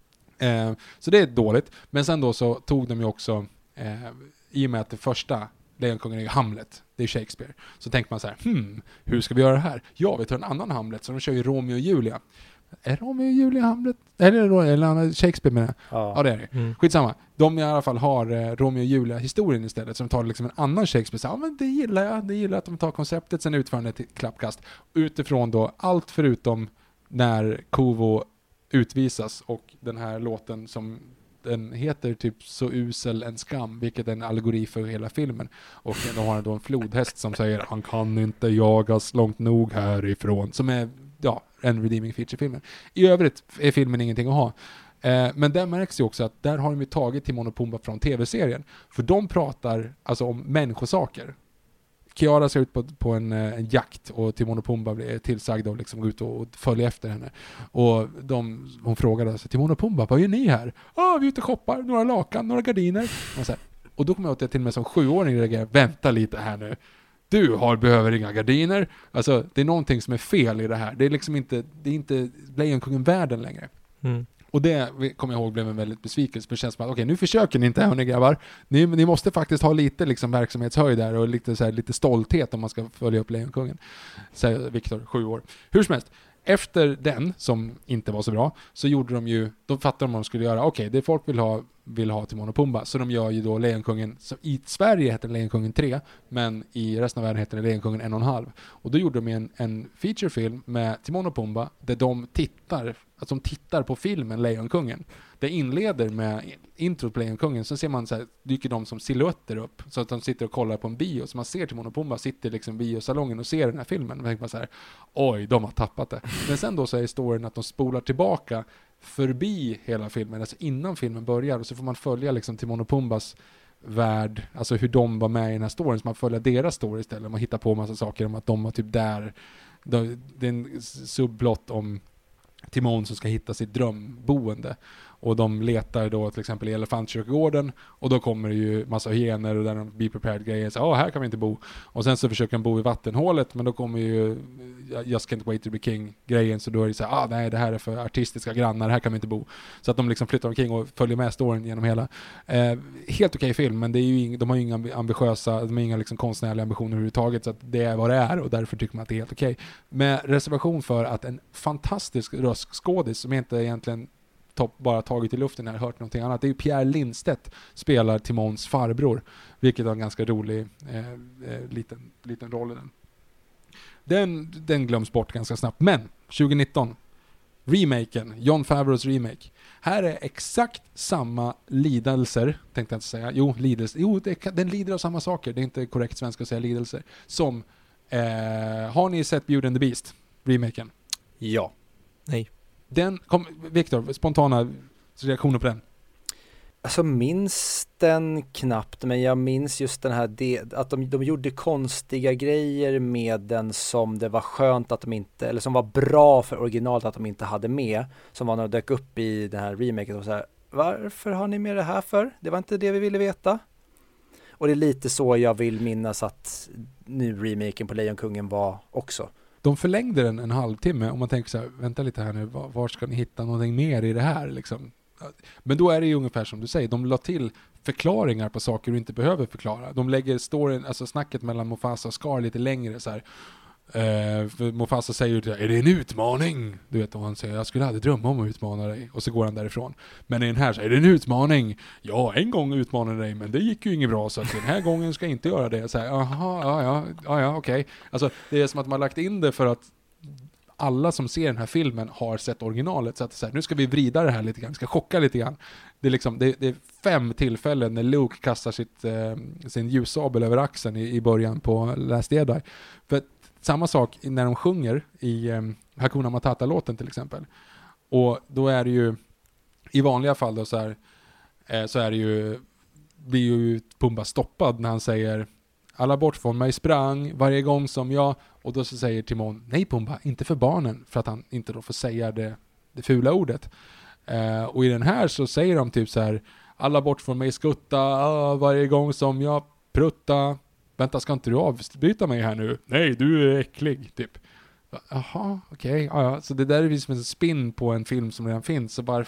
Eh, så det är dåligt. Men sen då så tog de ju också, eh, i och med att det första Lejonkungen är ju Hamlet, det är Shakespeare. Så tänkte man så här, hmm, hur ska vi göra det här? Ja, vi tar en annan Hamlet, så de kör ju Romeo och Julia. Är Romeo och Julia Hamlet? Eller, eller, eller Shakespeare med det? Ja. Ja, det är det. Mm. Skitsamma. De i alla fall har eh, Romeo och Julia-historien istället. Så de tar liksom en annan Shakespeare. Så, ja, men det gillar jag. Det gillar att de tar konceptet, sen utför det till klappkast. Utifrån då allt förutom när Kovo utvisas och den här låten som den heter typ Så usel en skam, vilket är en allegori för hela filmen. Och då har han då en flodhäst som säger han kan inte jagas långt nog härifrån. Som är, ja, en redeeming feature-filmen. I övrigt är filmen ingenting att ha. Eh, men där märks ju också att där har de ju tagit Timon och Pumba från tv-serien. För de pratar alltså om människosaker. Kiara ska ut på, på en, en jakt och Timon och Pumba blir tillsagda att liksom gå ut och, och följa efter henne. Och de, hon frågade alltså, Timon och Pumba, vad gör ni här? Ja, ah, vi är ute och shoppar, några lakan, några gardiner. Och, så här, och då kommer jag att jag till och med som sjuåring reagerar, vänta lite här nu. Du har, behöver inga gardiner. Alltså, det är någonting som är fel i det här. Det är liksom inte, det är inte Lejonkungen-världen längre. Mm. Och det kommer jag ihåg blev en väldigt besvikelse. För det känns som att okej, okay, nu försöker ni inte, hörni grabbar. Ni, ni måste faktiskt ha lite liksom, verksamhetshöjd där och lite, så här, lite stolthet om man ska följa upp Lejonkungen. Säger Viktor, sju år. Hur som helst, efter den, som inte var så bra, så gjorde de ju, de fattade de vad de skulle göra. Okej, okay, det folk vill ha, vill ha Timon och Pumba. Så de gör ju då Lejonkungen, som i Sverige heter Lejonkungen tre, men i resten av världen heter det Lejonkungen en och en halv. Och då gjorde de en, en featurefilm med Timon och Pumba, där de tittar, alltså de tittar på filmen Lejonkungen. Det inleder med intro på Lejonkungen, så ser man så här, dyker de som silhuetter upp, så att de sitter och kollar på en bio, så man ser Timon och Pumba sitter liksom i biosalongen och ser den här filmen. Och tänker man så här, oj, de har tappat det. Men sen då så är historien att de spolar tillbaka förbi hela filmen, alltså innan filmen börjar, och så får man följa liksom Timon och Pumbas värld, alltså hur de var med i den här storyn, så man följer deras story istället. Man hittar på massa saker om att de var typ där, det är en subplott om Timon som ska hitta sitt drömboende. Och de letar då till exempel i Elefantkyrkogården, och då kommer det ju massa hyener och där de be prepared grejer, så ja, här kan vi inte bo. Och sen så försöker de bo i vattenhålet, men då kommer ju Just Can't Wait to Be King grejen, så då är det så här, ah nej, det här är för artistiska grannar, här kan vi inte bo. Så att de liksom flyttar omkring och följer med storyn genom hela. Eh, helt okej film, men det är ju ing- de har ju inga ambitiösa, de har inga liksom konstnärliga ambitioner överhuvudtaget, så att det är vad det är, och därför tycker man att det är helt okej. Med reservation för att en fantastisk röstskådis som inte egentligen topp bara tagit i luften här, hört någonting annat. Det är ju Pierre Lindstedt spelar Timons farbror, vilket är en ganska rolig eh, eh, liten, liten roll i den. den. Den glöms bort ganska snabbt. Men tjugonitton, remaken, Jon Favreaus remake. Här är exakt samma lidelser, tänkte jag inte säga. Jo, lidelser. Jo, det, den lider av samma saker. Det är inte korrekt svenska att säga lidelser. Som, eh, har ni sett Beauty and the Beast, remaken? Ja. Nej. Den, kom, Viktor, spontana reaktioner på den? Alltså minns den knappt, men jag minns just den här de, att de, de gjorde konstiga grejer med den som det var skönt att de inte, eller som var bra för originalet att de inte hade med, som var när de dök upp i den här remaken och så här, varför har ni med det här för? Det var inte det vi ville veta. Och det är lite så jag vill minnas att nu remaken på Lejonkungen var också. De förlängde den en halvtimme, om man tänker så här, vänta lite här nu, var, var ska ni hitta någonting mer i det här liksom? Men då är det ju ungefär som du säger, de la till förklaringar på saker du inte behöver förklara. De lägger storyn, alltså snacket mellan Mufasa och Scar lite längre så här. Uh, för Mufasa säger ju, är det en utmaning? Du vet, och han säger, jag skulle aldrig drömma om att utmana dig. Och så går han därifrån. Men i den här så är det en utmaning. Ja, en gång utmanade dig, men det gick ju inget bra, så att den här gången ska jag inte göra det. Så här, aha, ja, ja, ja, ja, okej. Okay. Alltså, det är som att man har lagt in det för att alla som ser den här filmen har sett originalet, så att så här, nu ska vi vrida det här lite grann, vi ska chocka lite grann. Det är liksom, det, det är fem tillfällen när Luke kastar sitt, eh, sin ljussabel över axeln i, i början på Last Jedi. För samma sak när de sjunger i eh, Hakuna Matata-låten till exempel. Och då är det ju i vanliga fall då så här, eh, så är det ju, blir ju Pumba stoppad när han säger alla bort från mig sprang varje gång som jag, och då så säger Timon, nej Pumba, inte för barnen, för att han inte då får säga det, det fula ordet. Eh, och i den här så säger de typ så här, alla bort från mig skutta ah, varje gång som jag prutta. Vänta, ska inte du avbryta mig här nu? Nej, du är äcklig, typ. Jaha, okej. Okay, ja, så det där är ju som en spin på en film som redan finns, så varför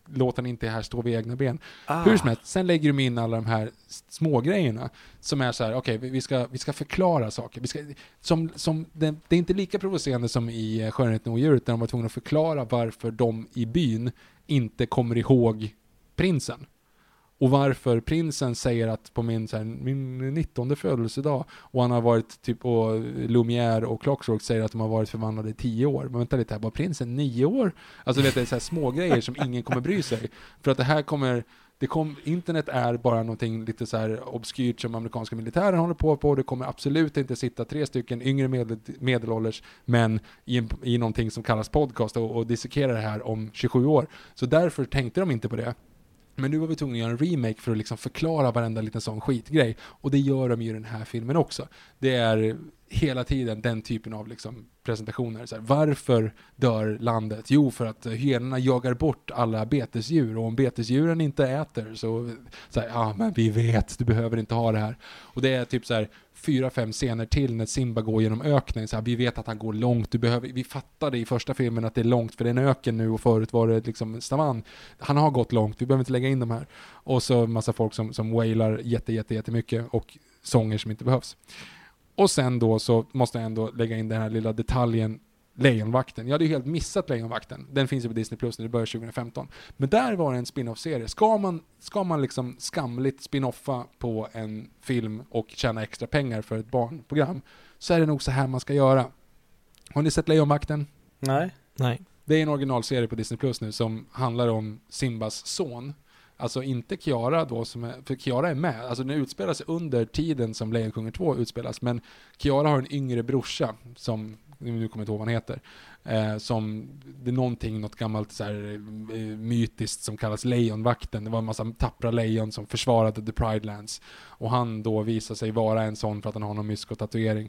låten inte här stå vid egna ben. Ah. Hur som helst, sen lägger de in alla de här små grejerna som är så här, okej, okay, vi, ska, vi ska förklara saker. Vi ska, som, som, det, det är inte lika provocerande som i Skönheten och odjuret där de var tvungna att förklara varför de i byn inte kommer ihåg prinsen. Och varför prinsen säger att på min, så här, min nittonde födelsedag och han har varit typ, och Lumière och Clockwork säger att de har varit förvandlade i tio år. Men vänta lite här, var prinsen nio år? Alltså vet du, det är så här små grejer som ingen kommer bry sig. För att det här kommer, det kom, internet är bara någonting lite så här obskyrt som amerikanska militären håller på på. Det kommer absolut inte sitta tre stycken yngre medel, medelålders men i, en, i någonting som kallas podcast och, och dissekera det här om tjugosju år. Så därför tänkte de inte på det. Men nu var vi tvungna att göra en remake för att liksom förklara varenda liten sån skitgrej. Och det gör de ju i den här filmen också. Det är hela tiden den typen av liksom presentationer. Så här, varför dör landet? Jo, för att hyenorna jagar bort alla betesdjur. Och om betesdjuren inte äter så, så här, ja men vi vet, du behöver inte ha det här. Och det är typ så här fyra, fem scener till när Simba går genom öknen. Så här, vi vet att han går långt. Du behöver, vi fattade i första filmen att det är långt för det är en öken nu och förut var det liksom savann. Han har gått långt, vi behöver inte lägga in de här. Och så massa folk som, som wailar jätte, jätte, jättemycket och sånger som inte behövs. Och sen då så måste jag ändå lägga in den här lilla detaljen Lejonvakten. Jag hade ju helt missat Lejonvakten. Den finns ju på Disney Plus när det börjar tjugo femton. Men där var det en spin-off-serie. Ska man, ska man liksom skamligt spin-offa på en film och tjäna extra pengar för ett barnprogram så är det nog så här man ska göra. Har ni sett Lejonvakten? Nej. Nej. Det är en originalserie på Disney Plus nu som handlar om Simbas son. Alltså inte Kiara då, som är, för Kiara är med. Alltså den utspelar sig under tiden som Lejonkungen två utspelas. Men Kiara har en yngre brorsa som, nu kommer jag inte ihåg vad han heter. Eh, som, det är någonting, något gammalt så här, eh, mytiskt som kallas Lejonvakten. Det var en massa tappra lejon som försvarade The Pride Lands. Och han då visar sig vara en sån för att han har någon myskotatuering.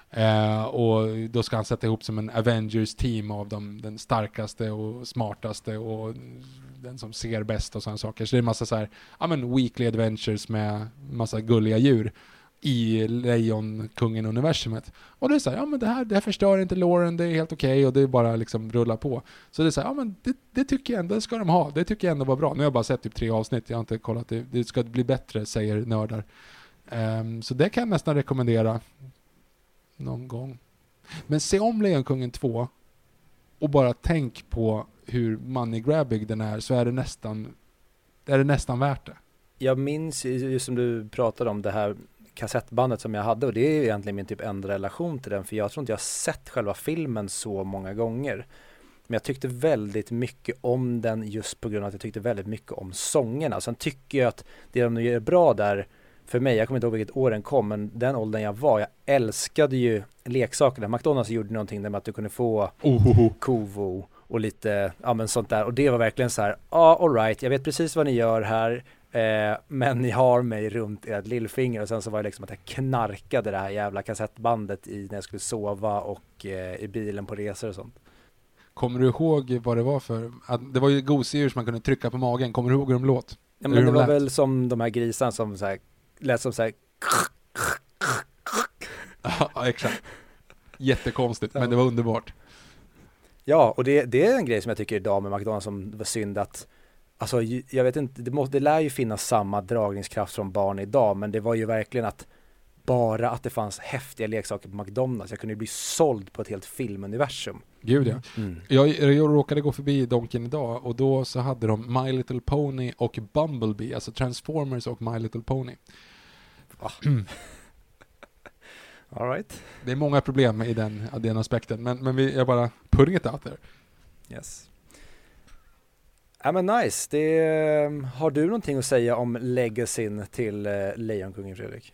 Eh, och då ska han sätta ihop som en Avengers-team av dem, den starkaste och smartaste och den som ser bäst och sådana saker. Så det är en massa så här, ja men weekly adventures med massa gulliga djur i Lejonkungen-universumet. Och det är så här, ja men det här, det här förstör inte Lauren, det är helt okej okay, och det är bara liksom rulla på. Så det är så här, ja men det, det tycker jag ändå, det ska de ha. Det tycker jag ändå var bra. Nu har jag bara sett typ tre avsnitt, jag har inte kollat det. Det ska bli bättre, säger nördar. Um, så det kan jag nästan rekommendera någon gång. Men se om Lejonkungen två och bara tänk på hur money grabbig den är, så är det nästan är det nästan värt det. Jag minns ju som du pratade om det här kassettbandet som jag hade, och det är egentligen min typ enda relation till den, för jag tror inte jag har sett själva filmen så många gånger. Men jag tyckte väldigt mycket om den just på grund av att jag tyckte väldigt mycket om sångerna. Sen tycker jag att det de gör bra där för mig, jag kommer inte ihåg vilket år den kom, men den åldern jag var, jag älskade ju leksakerna. McDonalds gjorde någonting där med att du kunde få Ohoho. Kovo och lite, ja men sånt där. Och det var verkligen så här, ja ah, all right, jag vet precis vad ni gör här, eh, men ni har mig runt ert lillfinger. Och sen så var det liksom att jag knarkade det här jävla kassettbandet i, när jag skulle sova och eh, i bilen på resor och sånt. Kommer du ihåg vad det var för, att det var ju gosedjur som man kunde trycka på magen. Kommer du ihåg hur de låt? Ja, men det var lät? Väl som de här grisarna som så här, lät som så här. Ja, exakt. Jättekonstigt, men det var underbart. Ja, och det, det är en grej som jag tycker idag med McDonalds som var synd att, alltså jag vet inte, det, måste, det lär ju finnas samma dragningskraft från barn idag, men det var ju verkligen att bara att det fanns häftiga leksaker på McDonalds, jag kunde ju bli såld på ett helt filmuniversum. Gud ja. Mm. Jag, jag råkade gå förbi Donken idag och då så hade de My Little Pony och Bumblebee, alltså Transformers och My Little Pony. Ah. All right. Det är många problem i den, den aspekten, men, men vi är bara putting it out there. Yes. Ja men nice. Det, har du någonting att säga om legacyn till uh, Lejonkungen, Fredrik?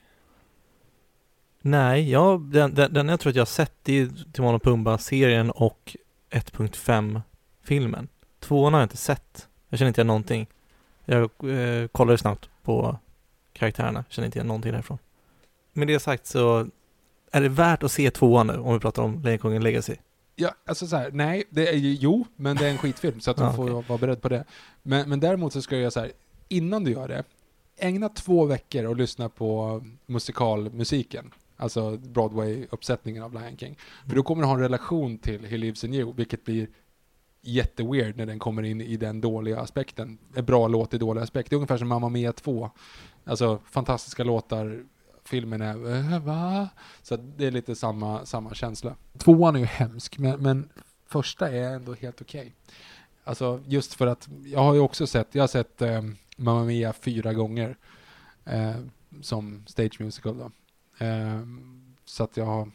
Nej, jag, den, den, den jag tror att jag har sett i Timon och Pumba-serien och ett punkt fem-filmen. Tvåan har jag inte sett. Jag känner inte igen någonting. Jag eh, kollade snabbt på karaktärerna. Känner inte igen någonting därifrån. Med det sagt så är det värt att se tvåan nu om vi pratar om Lejonkungen Legacy. Ja, alltså så här, nej, det är ju, jo, men det är en skitfilm så att du ah, får okay. vara beredd på det. Men, men däremot så ska jag göra så här, innan du gör det, ägna två veckor och lyssna på musikalmusiken. Alltså Broadway-uppsättningen av Lion King. Mm. För då kommer du ha en relation till He Lives in You, vilket blir jätteweird när den kommer in i den dåliga aspekten. En bra låt i dålig aspekt. Det är ungefär som Mamma Mia två. Alltså fantastiska låtar. Filmen är äh, va? Så det är lite samma, samma känsla. Tvåan är ju hemsk, men, men första är ändå helt okej. Okay. Alltså just för att jag har ju också sett, jag har sett eh, Mamma Mia fyra gånger eh, som stage musical då. Eh, så att jag har,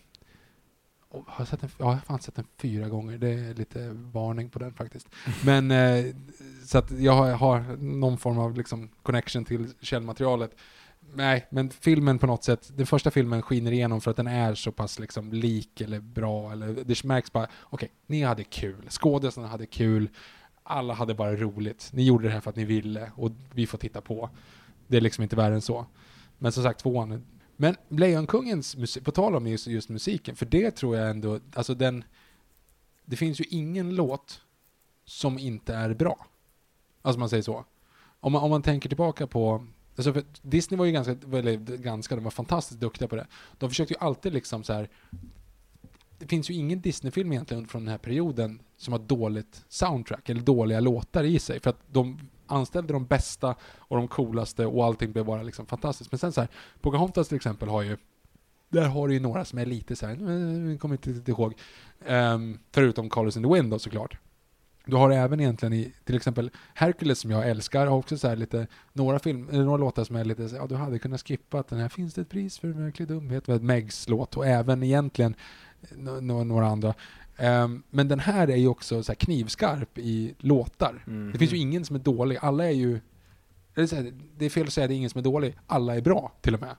oh, har sett den, ja, jag har fan sett den fyra gånger. Det är lite varning på den faktiskt. Men eh, så att jag har, har någon form av liksom connection till källmaterialet. Nej, men filmen på något sätt, den första filmen skiner igenom för att den är så pass liksom lik eller bra, eller det märks bara, okej, okay, ni hade kul, skådespelarna hade kul, alla hade bara roligt, ni gjorde det här för att ni ville och vi får titta på. Det är liksom inte värre än så. Men som sagt, tvåan. Men Lejonkungens musik, på tal om just, just musiken, för det tror jag ändå, alltså den, det finns ju ingen låt som inte är bra. Alltså man säger så. Om man, om man tänker tillbaka på, alltså för Disney var ju ganska, eller ganska, de var fantastiskt duktiga på det. De försökte ju alltid liksom så här, det finns ju ingen Disney-film egentligen från den här perioden som har dåligt soundtrack eller dåliga låtar i sig, för att de anställde de bästa och de coolaste och allting blev bara liksom fantastiskt. Men sen så här, Pocahontas till exempel har ju, där har du ju några som är lite så här, jag kommer inte, inte ihåg, um, förutom Colors in the Wind då såklart. Du har även egentligen i, till exempel Hercules som jag älskar, har också så här lite, några film, eller några låtar som är lite så, ja du hade kunnat skippa att den här, finns det ett pris för märklig dumhet, med Megs låt, och även egentligen no, några andra. Um, men den här är ju också så här knivskarp i låtar. Mm. Det finns ju ingen som är dålig, alla är ju, eller så här, det är fel att säga att det är ingen som är dålig, alla är bra till och med.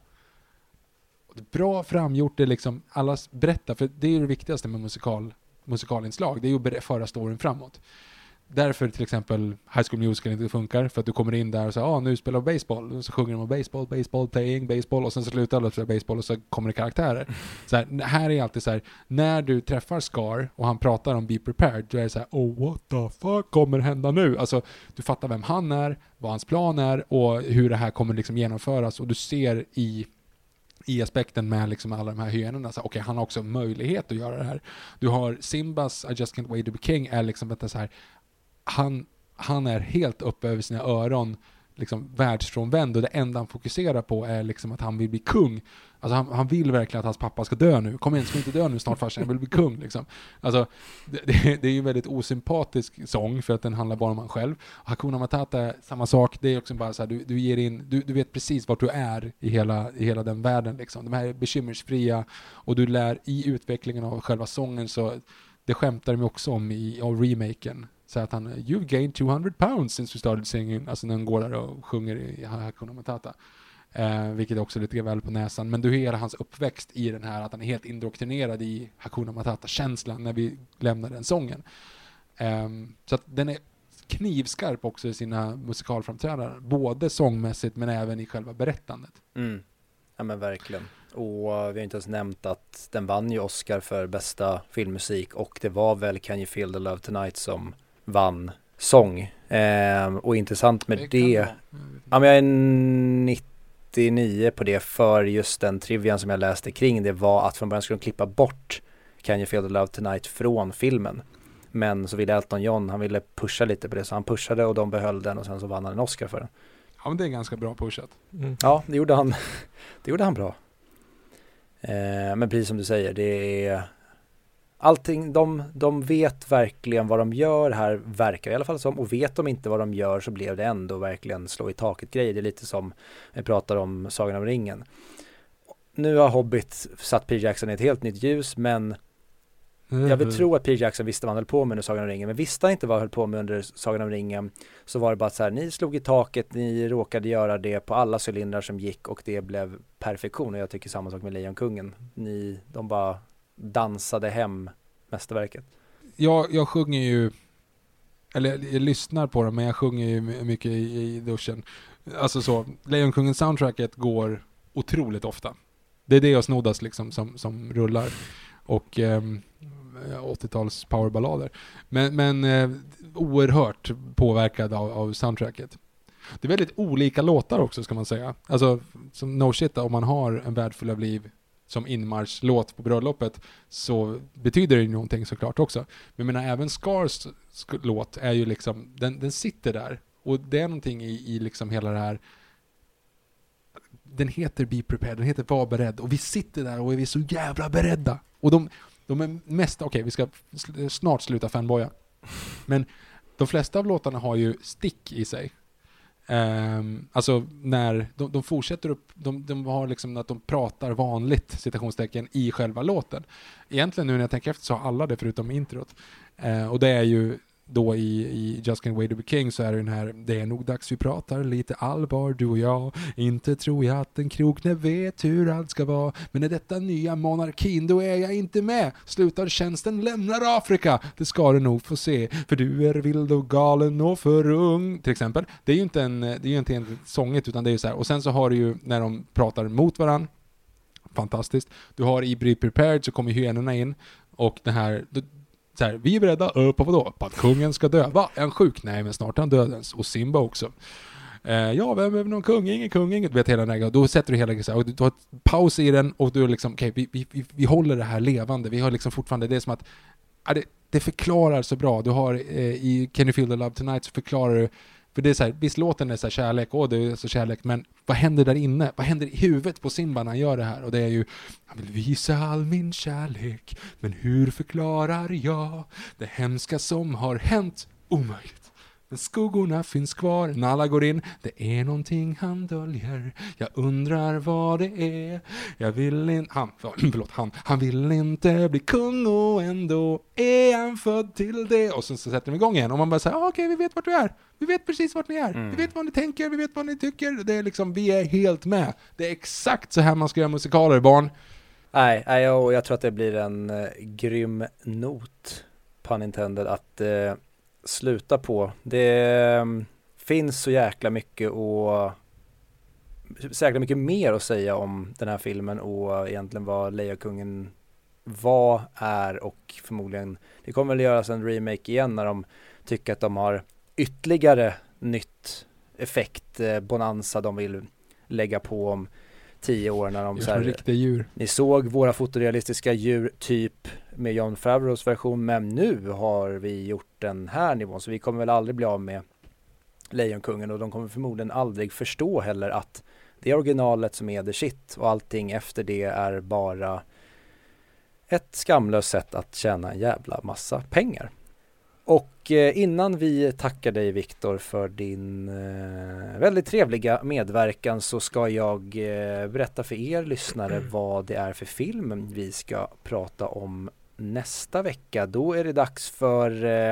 Och det är bra framgjort, det liksom, alla berättar, för det är ju det viktigaste med musikal musikalinslag, det är ju att föra storyn framåt. Därför till exempel High School Musical inte funkar, för att du kommer in där och säger, ja ah, nu spelar vi baseball, och så sjunger de om baseball, baseball, playing, baseball, och sen så slutar alla spela baseball och så kommer det karaktärer. Så här, här är alltid så här, när du träffar Scar och han pratar om Be Prepared, då är det så här, oh what the fuck kommer hända nu? Alltså, du fattar vem han är, vad hans plan är och hur det här kommer liksom genomföras, och du ser i i aspekten med liksom alla de här hyenorna, så okej, okay, han har också möjlighet att göra det här. Du har Simbas I Just Can't Wait to Be King, är liksom att det så här, han, han är helt uppe över sina öron, liksom världsfrånvänd, och det enda han fokuserar på är liksom att han vill bli kung. Alltså han, han vill verkligen att hans pappa ska dö nu. Kom igen, ska inte dö nu snart farsan, jag vill bli kung liksom. Alltså det, det, det är ju en väldigt osympatisk sång, för att den handlar bara om han själv. Hakuna Matata, samma sak, det är också bara så här, du, du ger in, du, du vet precis vart du är i hela, i hela den världen liksom. De här är bekymmersfria, och du lär i utvecklingen av själva sången, så det skämtar de också om i av remaken. Så att han, you've gained two hundred pounds since we started singing, alltså när han går där och sjunger i Hakuna Matata. Eh, vilket är också lite väl på näsan. Men du hör hans uppväxt i den här, att han är helt indoktrinerad i Hakuna Matata-känslan när vi lämnar den sången. Eh, så att den är knivskarp också i sina musikalframträdanden, både sångmässigt men även i själva berättandet. Mm. Ja men verkligen. Och vi har inte ens nämnt att den vann ju Oscar för bästa filmmusik, och det var väl Can You Feel the Love Tonight som vann sång. Eh, och intressant med det, det ja, men jag är nittionio på det, för just den trivian som jag läste kring det var att från början skulle de klippa bort Can You Feel the Love Tonight från filmen. Men så ville Elton John, han ville pusha lite på det, så han pushade och de behöll den, och sen så vann han en Oscar för den. Ja, men det är ganska bra pushat. Mm. Ja, det gjorde han. Det gjorde han bra. Eh, men precis som du säger, det är allting, de, de vet verkligen vad de gör här, verkar i alla fall som, och vet de inte vad de gör så blev det ändå verkligen slå i taket grejer. Det är lite som vi pratar om Sagan om ringen. Nu har Hobbit satt Peter Jackson i ett helt nytt ljus, men mm. jag vill tro att Peter Jackson visste vad han höll på med under Sagan om ringen, men visste han inte vad han höll på med under Sagan om ringen, så var det bara så här, ni slog i taket, ni råkade göra det på alla cylindrar som gick, och det blev perfektion. Och jag tycker samma sak med Lejonkungen. Ni, de bara dansade hem mästerverket. Jag, jag sjunger ju, eller jag, jag lyssnar på det, men jag sjunger ju mycket i, i duschen. Alltså så, Lejonkungen soundtracket går otroligt ofta. Det är det jag snoddas liksom som, som rullar. Och ehm, åttio-tals powerballader. Men, men eh, oerhört påverkad av, av soundtracket. Det är väldigt olika låtar också, ska man säga. Alltså, som no shit, om man har En värld full av liv som inmarschlåt på bröllopet så betyder det ju någonting såklart också. Men jag menar, även Scars sk- låt är ju liksom, den, den sitter där. Och det är någonting i, i liksom hela det här, den heter Be Prepared, den heter Var beredd. Och vi sitter där och är vi så jävla beredda. Och de, de är mest, okej okay, vi ska sl- snart sluta fanboya. Men de flesta av låtarna har ju stick i sig. Um, alltså när de, de fortsätter upp, de, de har liksom att de pratar vanligt citationstecken i själva låten. Egentligen nu när jag tänker efter så har alla det förutom introt. Uh, och det är ju då i, i Just Can't Wait to Be King så är det den här, det är nog dags vi pratar lite allvar du och jag, inte tror jag att en krokne vet hur allt ska vara, men är detta nya monarkin då är jag inte med, slutar tjänsten, lämnar Afrika, det ska du nog få se, för du är vild och galen och för ung, till exempel. Det är ju inte en, det är ju inte en sångigt utan det är ju så här, och sen så har du ju när de pratar mot varann, fantastiskt, du har i Be Prepared så kommer hyenorna in och det här, så här, vi är beredda uh, på vadå? På att kungen ska dö. Va? Är han sjuk? Nej, men snart är han dödens. Och Simba också. Uh, ja, vem är någon kung? Ingen kung, inget. Vet hela den här. Då sätter du hela så här, och du tar ett paus i den och du är liksom, okej, okay, vi, vi, vi håller det här levande. Vi har liksom fortfarande, det är som att ja, det, det förklarar så bra. Du har eh, i Can You Feel the Love Tonight så förklarar du, för det är så här, visst låten är så här kärlek, och det är så kärlek, men vad händer där inne? Vad händer i huvudet på Simba när han gör det här? Och det är ju, jag vill visa all min kärlek, men hur förklarar jag det hemska som har hänt? Omöjligt. Men skuggorna finns kvar när alla går in. Det är någonting han döljer. Jag undrar vad det är. Jag vill inte, han, förlåt, han, han vill inte bli kung och ändå är han född till det. Och så, så sätter de igång igen och man bara säger, ah, okej, okay, vi vet vart du är. Vi vet precis vart ni är. Mm. Vi vet vad ni tänker, vi vet vad ni tycker. Det är liksom, vi är helt med. Det är exakt så här man ska göra musikaler, barn. Nej, nej och jag tror att det blir en eh, grym not, pun intended, att eh, sluta på. Det eh, finns så jäkla mycket och så jäkla mycket mer att säga om den här filmen och egentligen vad Lejonkungen var, är och förmodligen, det kommer väl göras en remake igen när de tycker att de har ytterligare nytt effekt, eh, bonanza de vill lägga på om tio år när de så här, riktiga djur. Ni såg våra fotorealistiska djur typ med Jon Favreaus version, men nu har vi gjort den här nivån, så vi kommer väl aldrig bli av med Lejonkungen och de kommer förmodligen aldrig förstå heller att det är originalet som är the shit och allting efter det är bara ett skamlöst sätt att tjäna en jävla massa pengar. Och eh, innan vi tackar dig Viktor för din eh, väldigt trevliga medverkan så ska jag eh, berätta för er lyssnare vad det är för film vi ska prata om nästa vecka. Då är det dags för eh,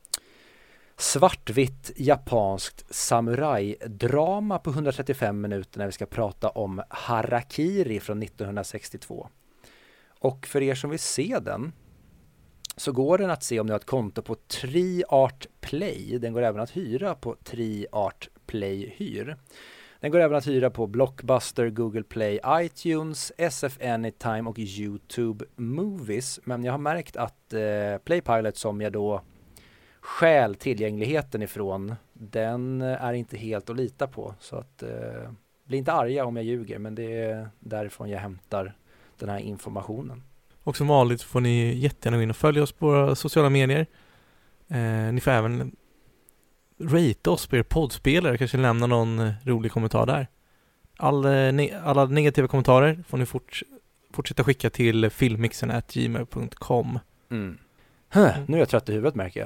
svartvitt japanskt samurajdrama på hundratrettiofem minuter när vi ska prata om Harakiri från nittonhundrasextiotvå. Och för er som vill se den så går den att se om ni har ett konto på TriArt Play. Den går även att hyra på TriArt Play Hyr. Den går även att hyra på Blockbuster, Google Play, iTunes, S F Anytime och YouTube Movies. Men jag har märkt att eh, Playpilot som jag då stjäl tillgängligheten ifrån, den är inte helt att lita på. Så att eh, bli inte arga om jag ljuger, men det är därifrån jag hämtar den här informationen. Och som vanligt får ni jättegärna gå in och följa oss på våra sociala medier. Eh, ni får även rate oss på er poddspelare, kanske lämna någon eh, rolig kommentar där. All, eh, ne- alla negativa kommentarer får ni forts- fortsätta skicka till filmmixen at gmail dot com. Mm. Huh, nu är jag trött i huvudet märker jag.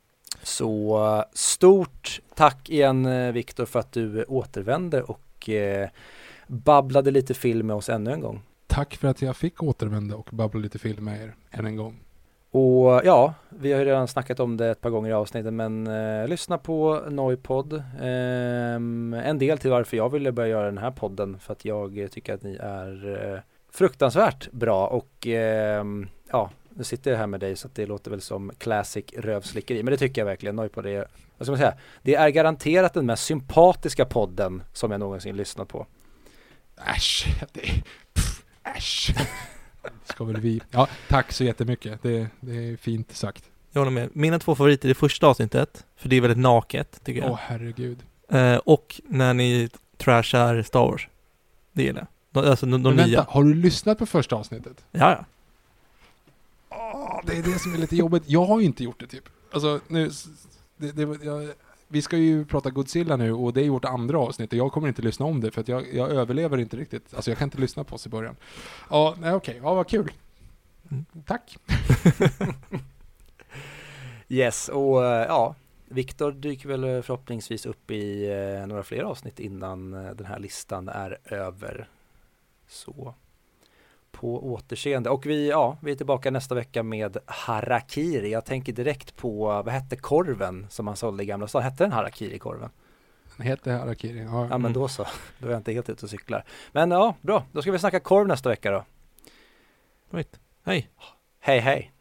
Så stort tack igen Viktor för att du återvände och eh, babblade lite film med oss ännu en gång. Tack för att jag fick återvända och babbla lite film med er än en gång. Och ja, vi har ju redan snackat om det ett par gånger i avsnittet, men eh, lyssna på Noipod. Eh, en del till varför jag ville börja göra den här podden, för att jag tycker att ni är eh, fruktansvärt bra och eh, ja, nu sitter jag här med dig så att det låter väl som classic rövslickeri, men det tycker jag verkligen. Noipod är, vad ska man säga, det är garanterat den mest sympatiska podden som jag någonsin lyssnat på. Äsch, det pff, äsch. Ska väl vi. Ja, tack så jättemycket. Det, det är fint sagt. Jag håller med. Mina två favoriter i det första avsnittet, för det är väldigt naket, tycker jag. Åh, herregud. Eh, och när ni trashar Star Wars. Det gillar jag. De, alltså de, de Men vänta, nya. har du lyssnat på första avsnittet? Ja, ja. Åh, det är det som är lite jobbigt. Jag har ju inte gjort det typ. Alltså nu, det, det, jag, vi ska ju prata Godzilla nu och det är vårt andra avsnitt och jag kommer inte lyssna om det för att jag, jag överlever inte riktigt. Alltså jag kan inte lyssna på oss i början. Ja, nej okej. Ja, vad kul. Tack. Yes, och eh, ja, Viktor dyker väl förhoppningsvis upp i eh, några fler avsnitt innan eh, den här listan är över. Så på återseende. Och vi, ja, vi är tillbaka nästa vecka med Harakiri. Jag tänker direkt på, vad hette korven som man sålde i Gamla stan? Hette den Harakiri-korven? Den heter Harakiri. Ja, Ja, men då så. Då är jag inte helt ute och cyklar. Men ja, bra. Då ska vi snacka korv nästa vecka då. Right. Hej. Hej, hej.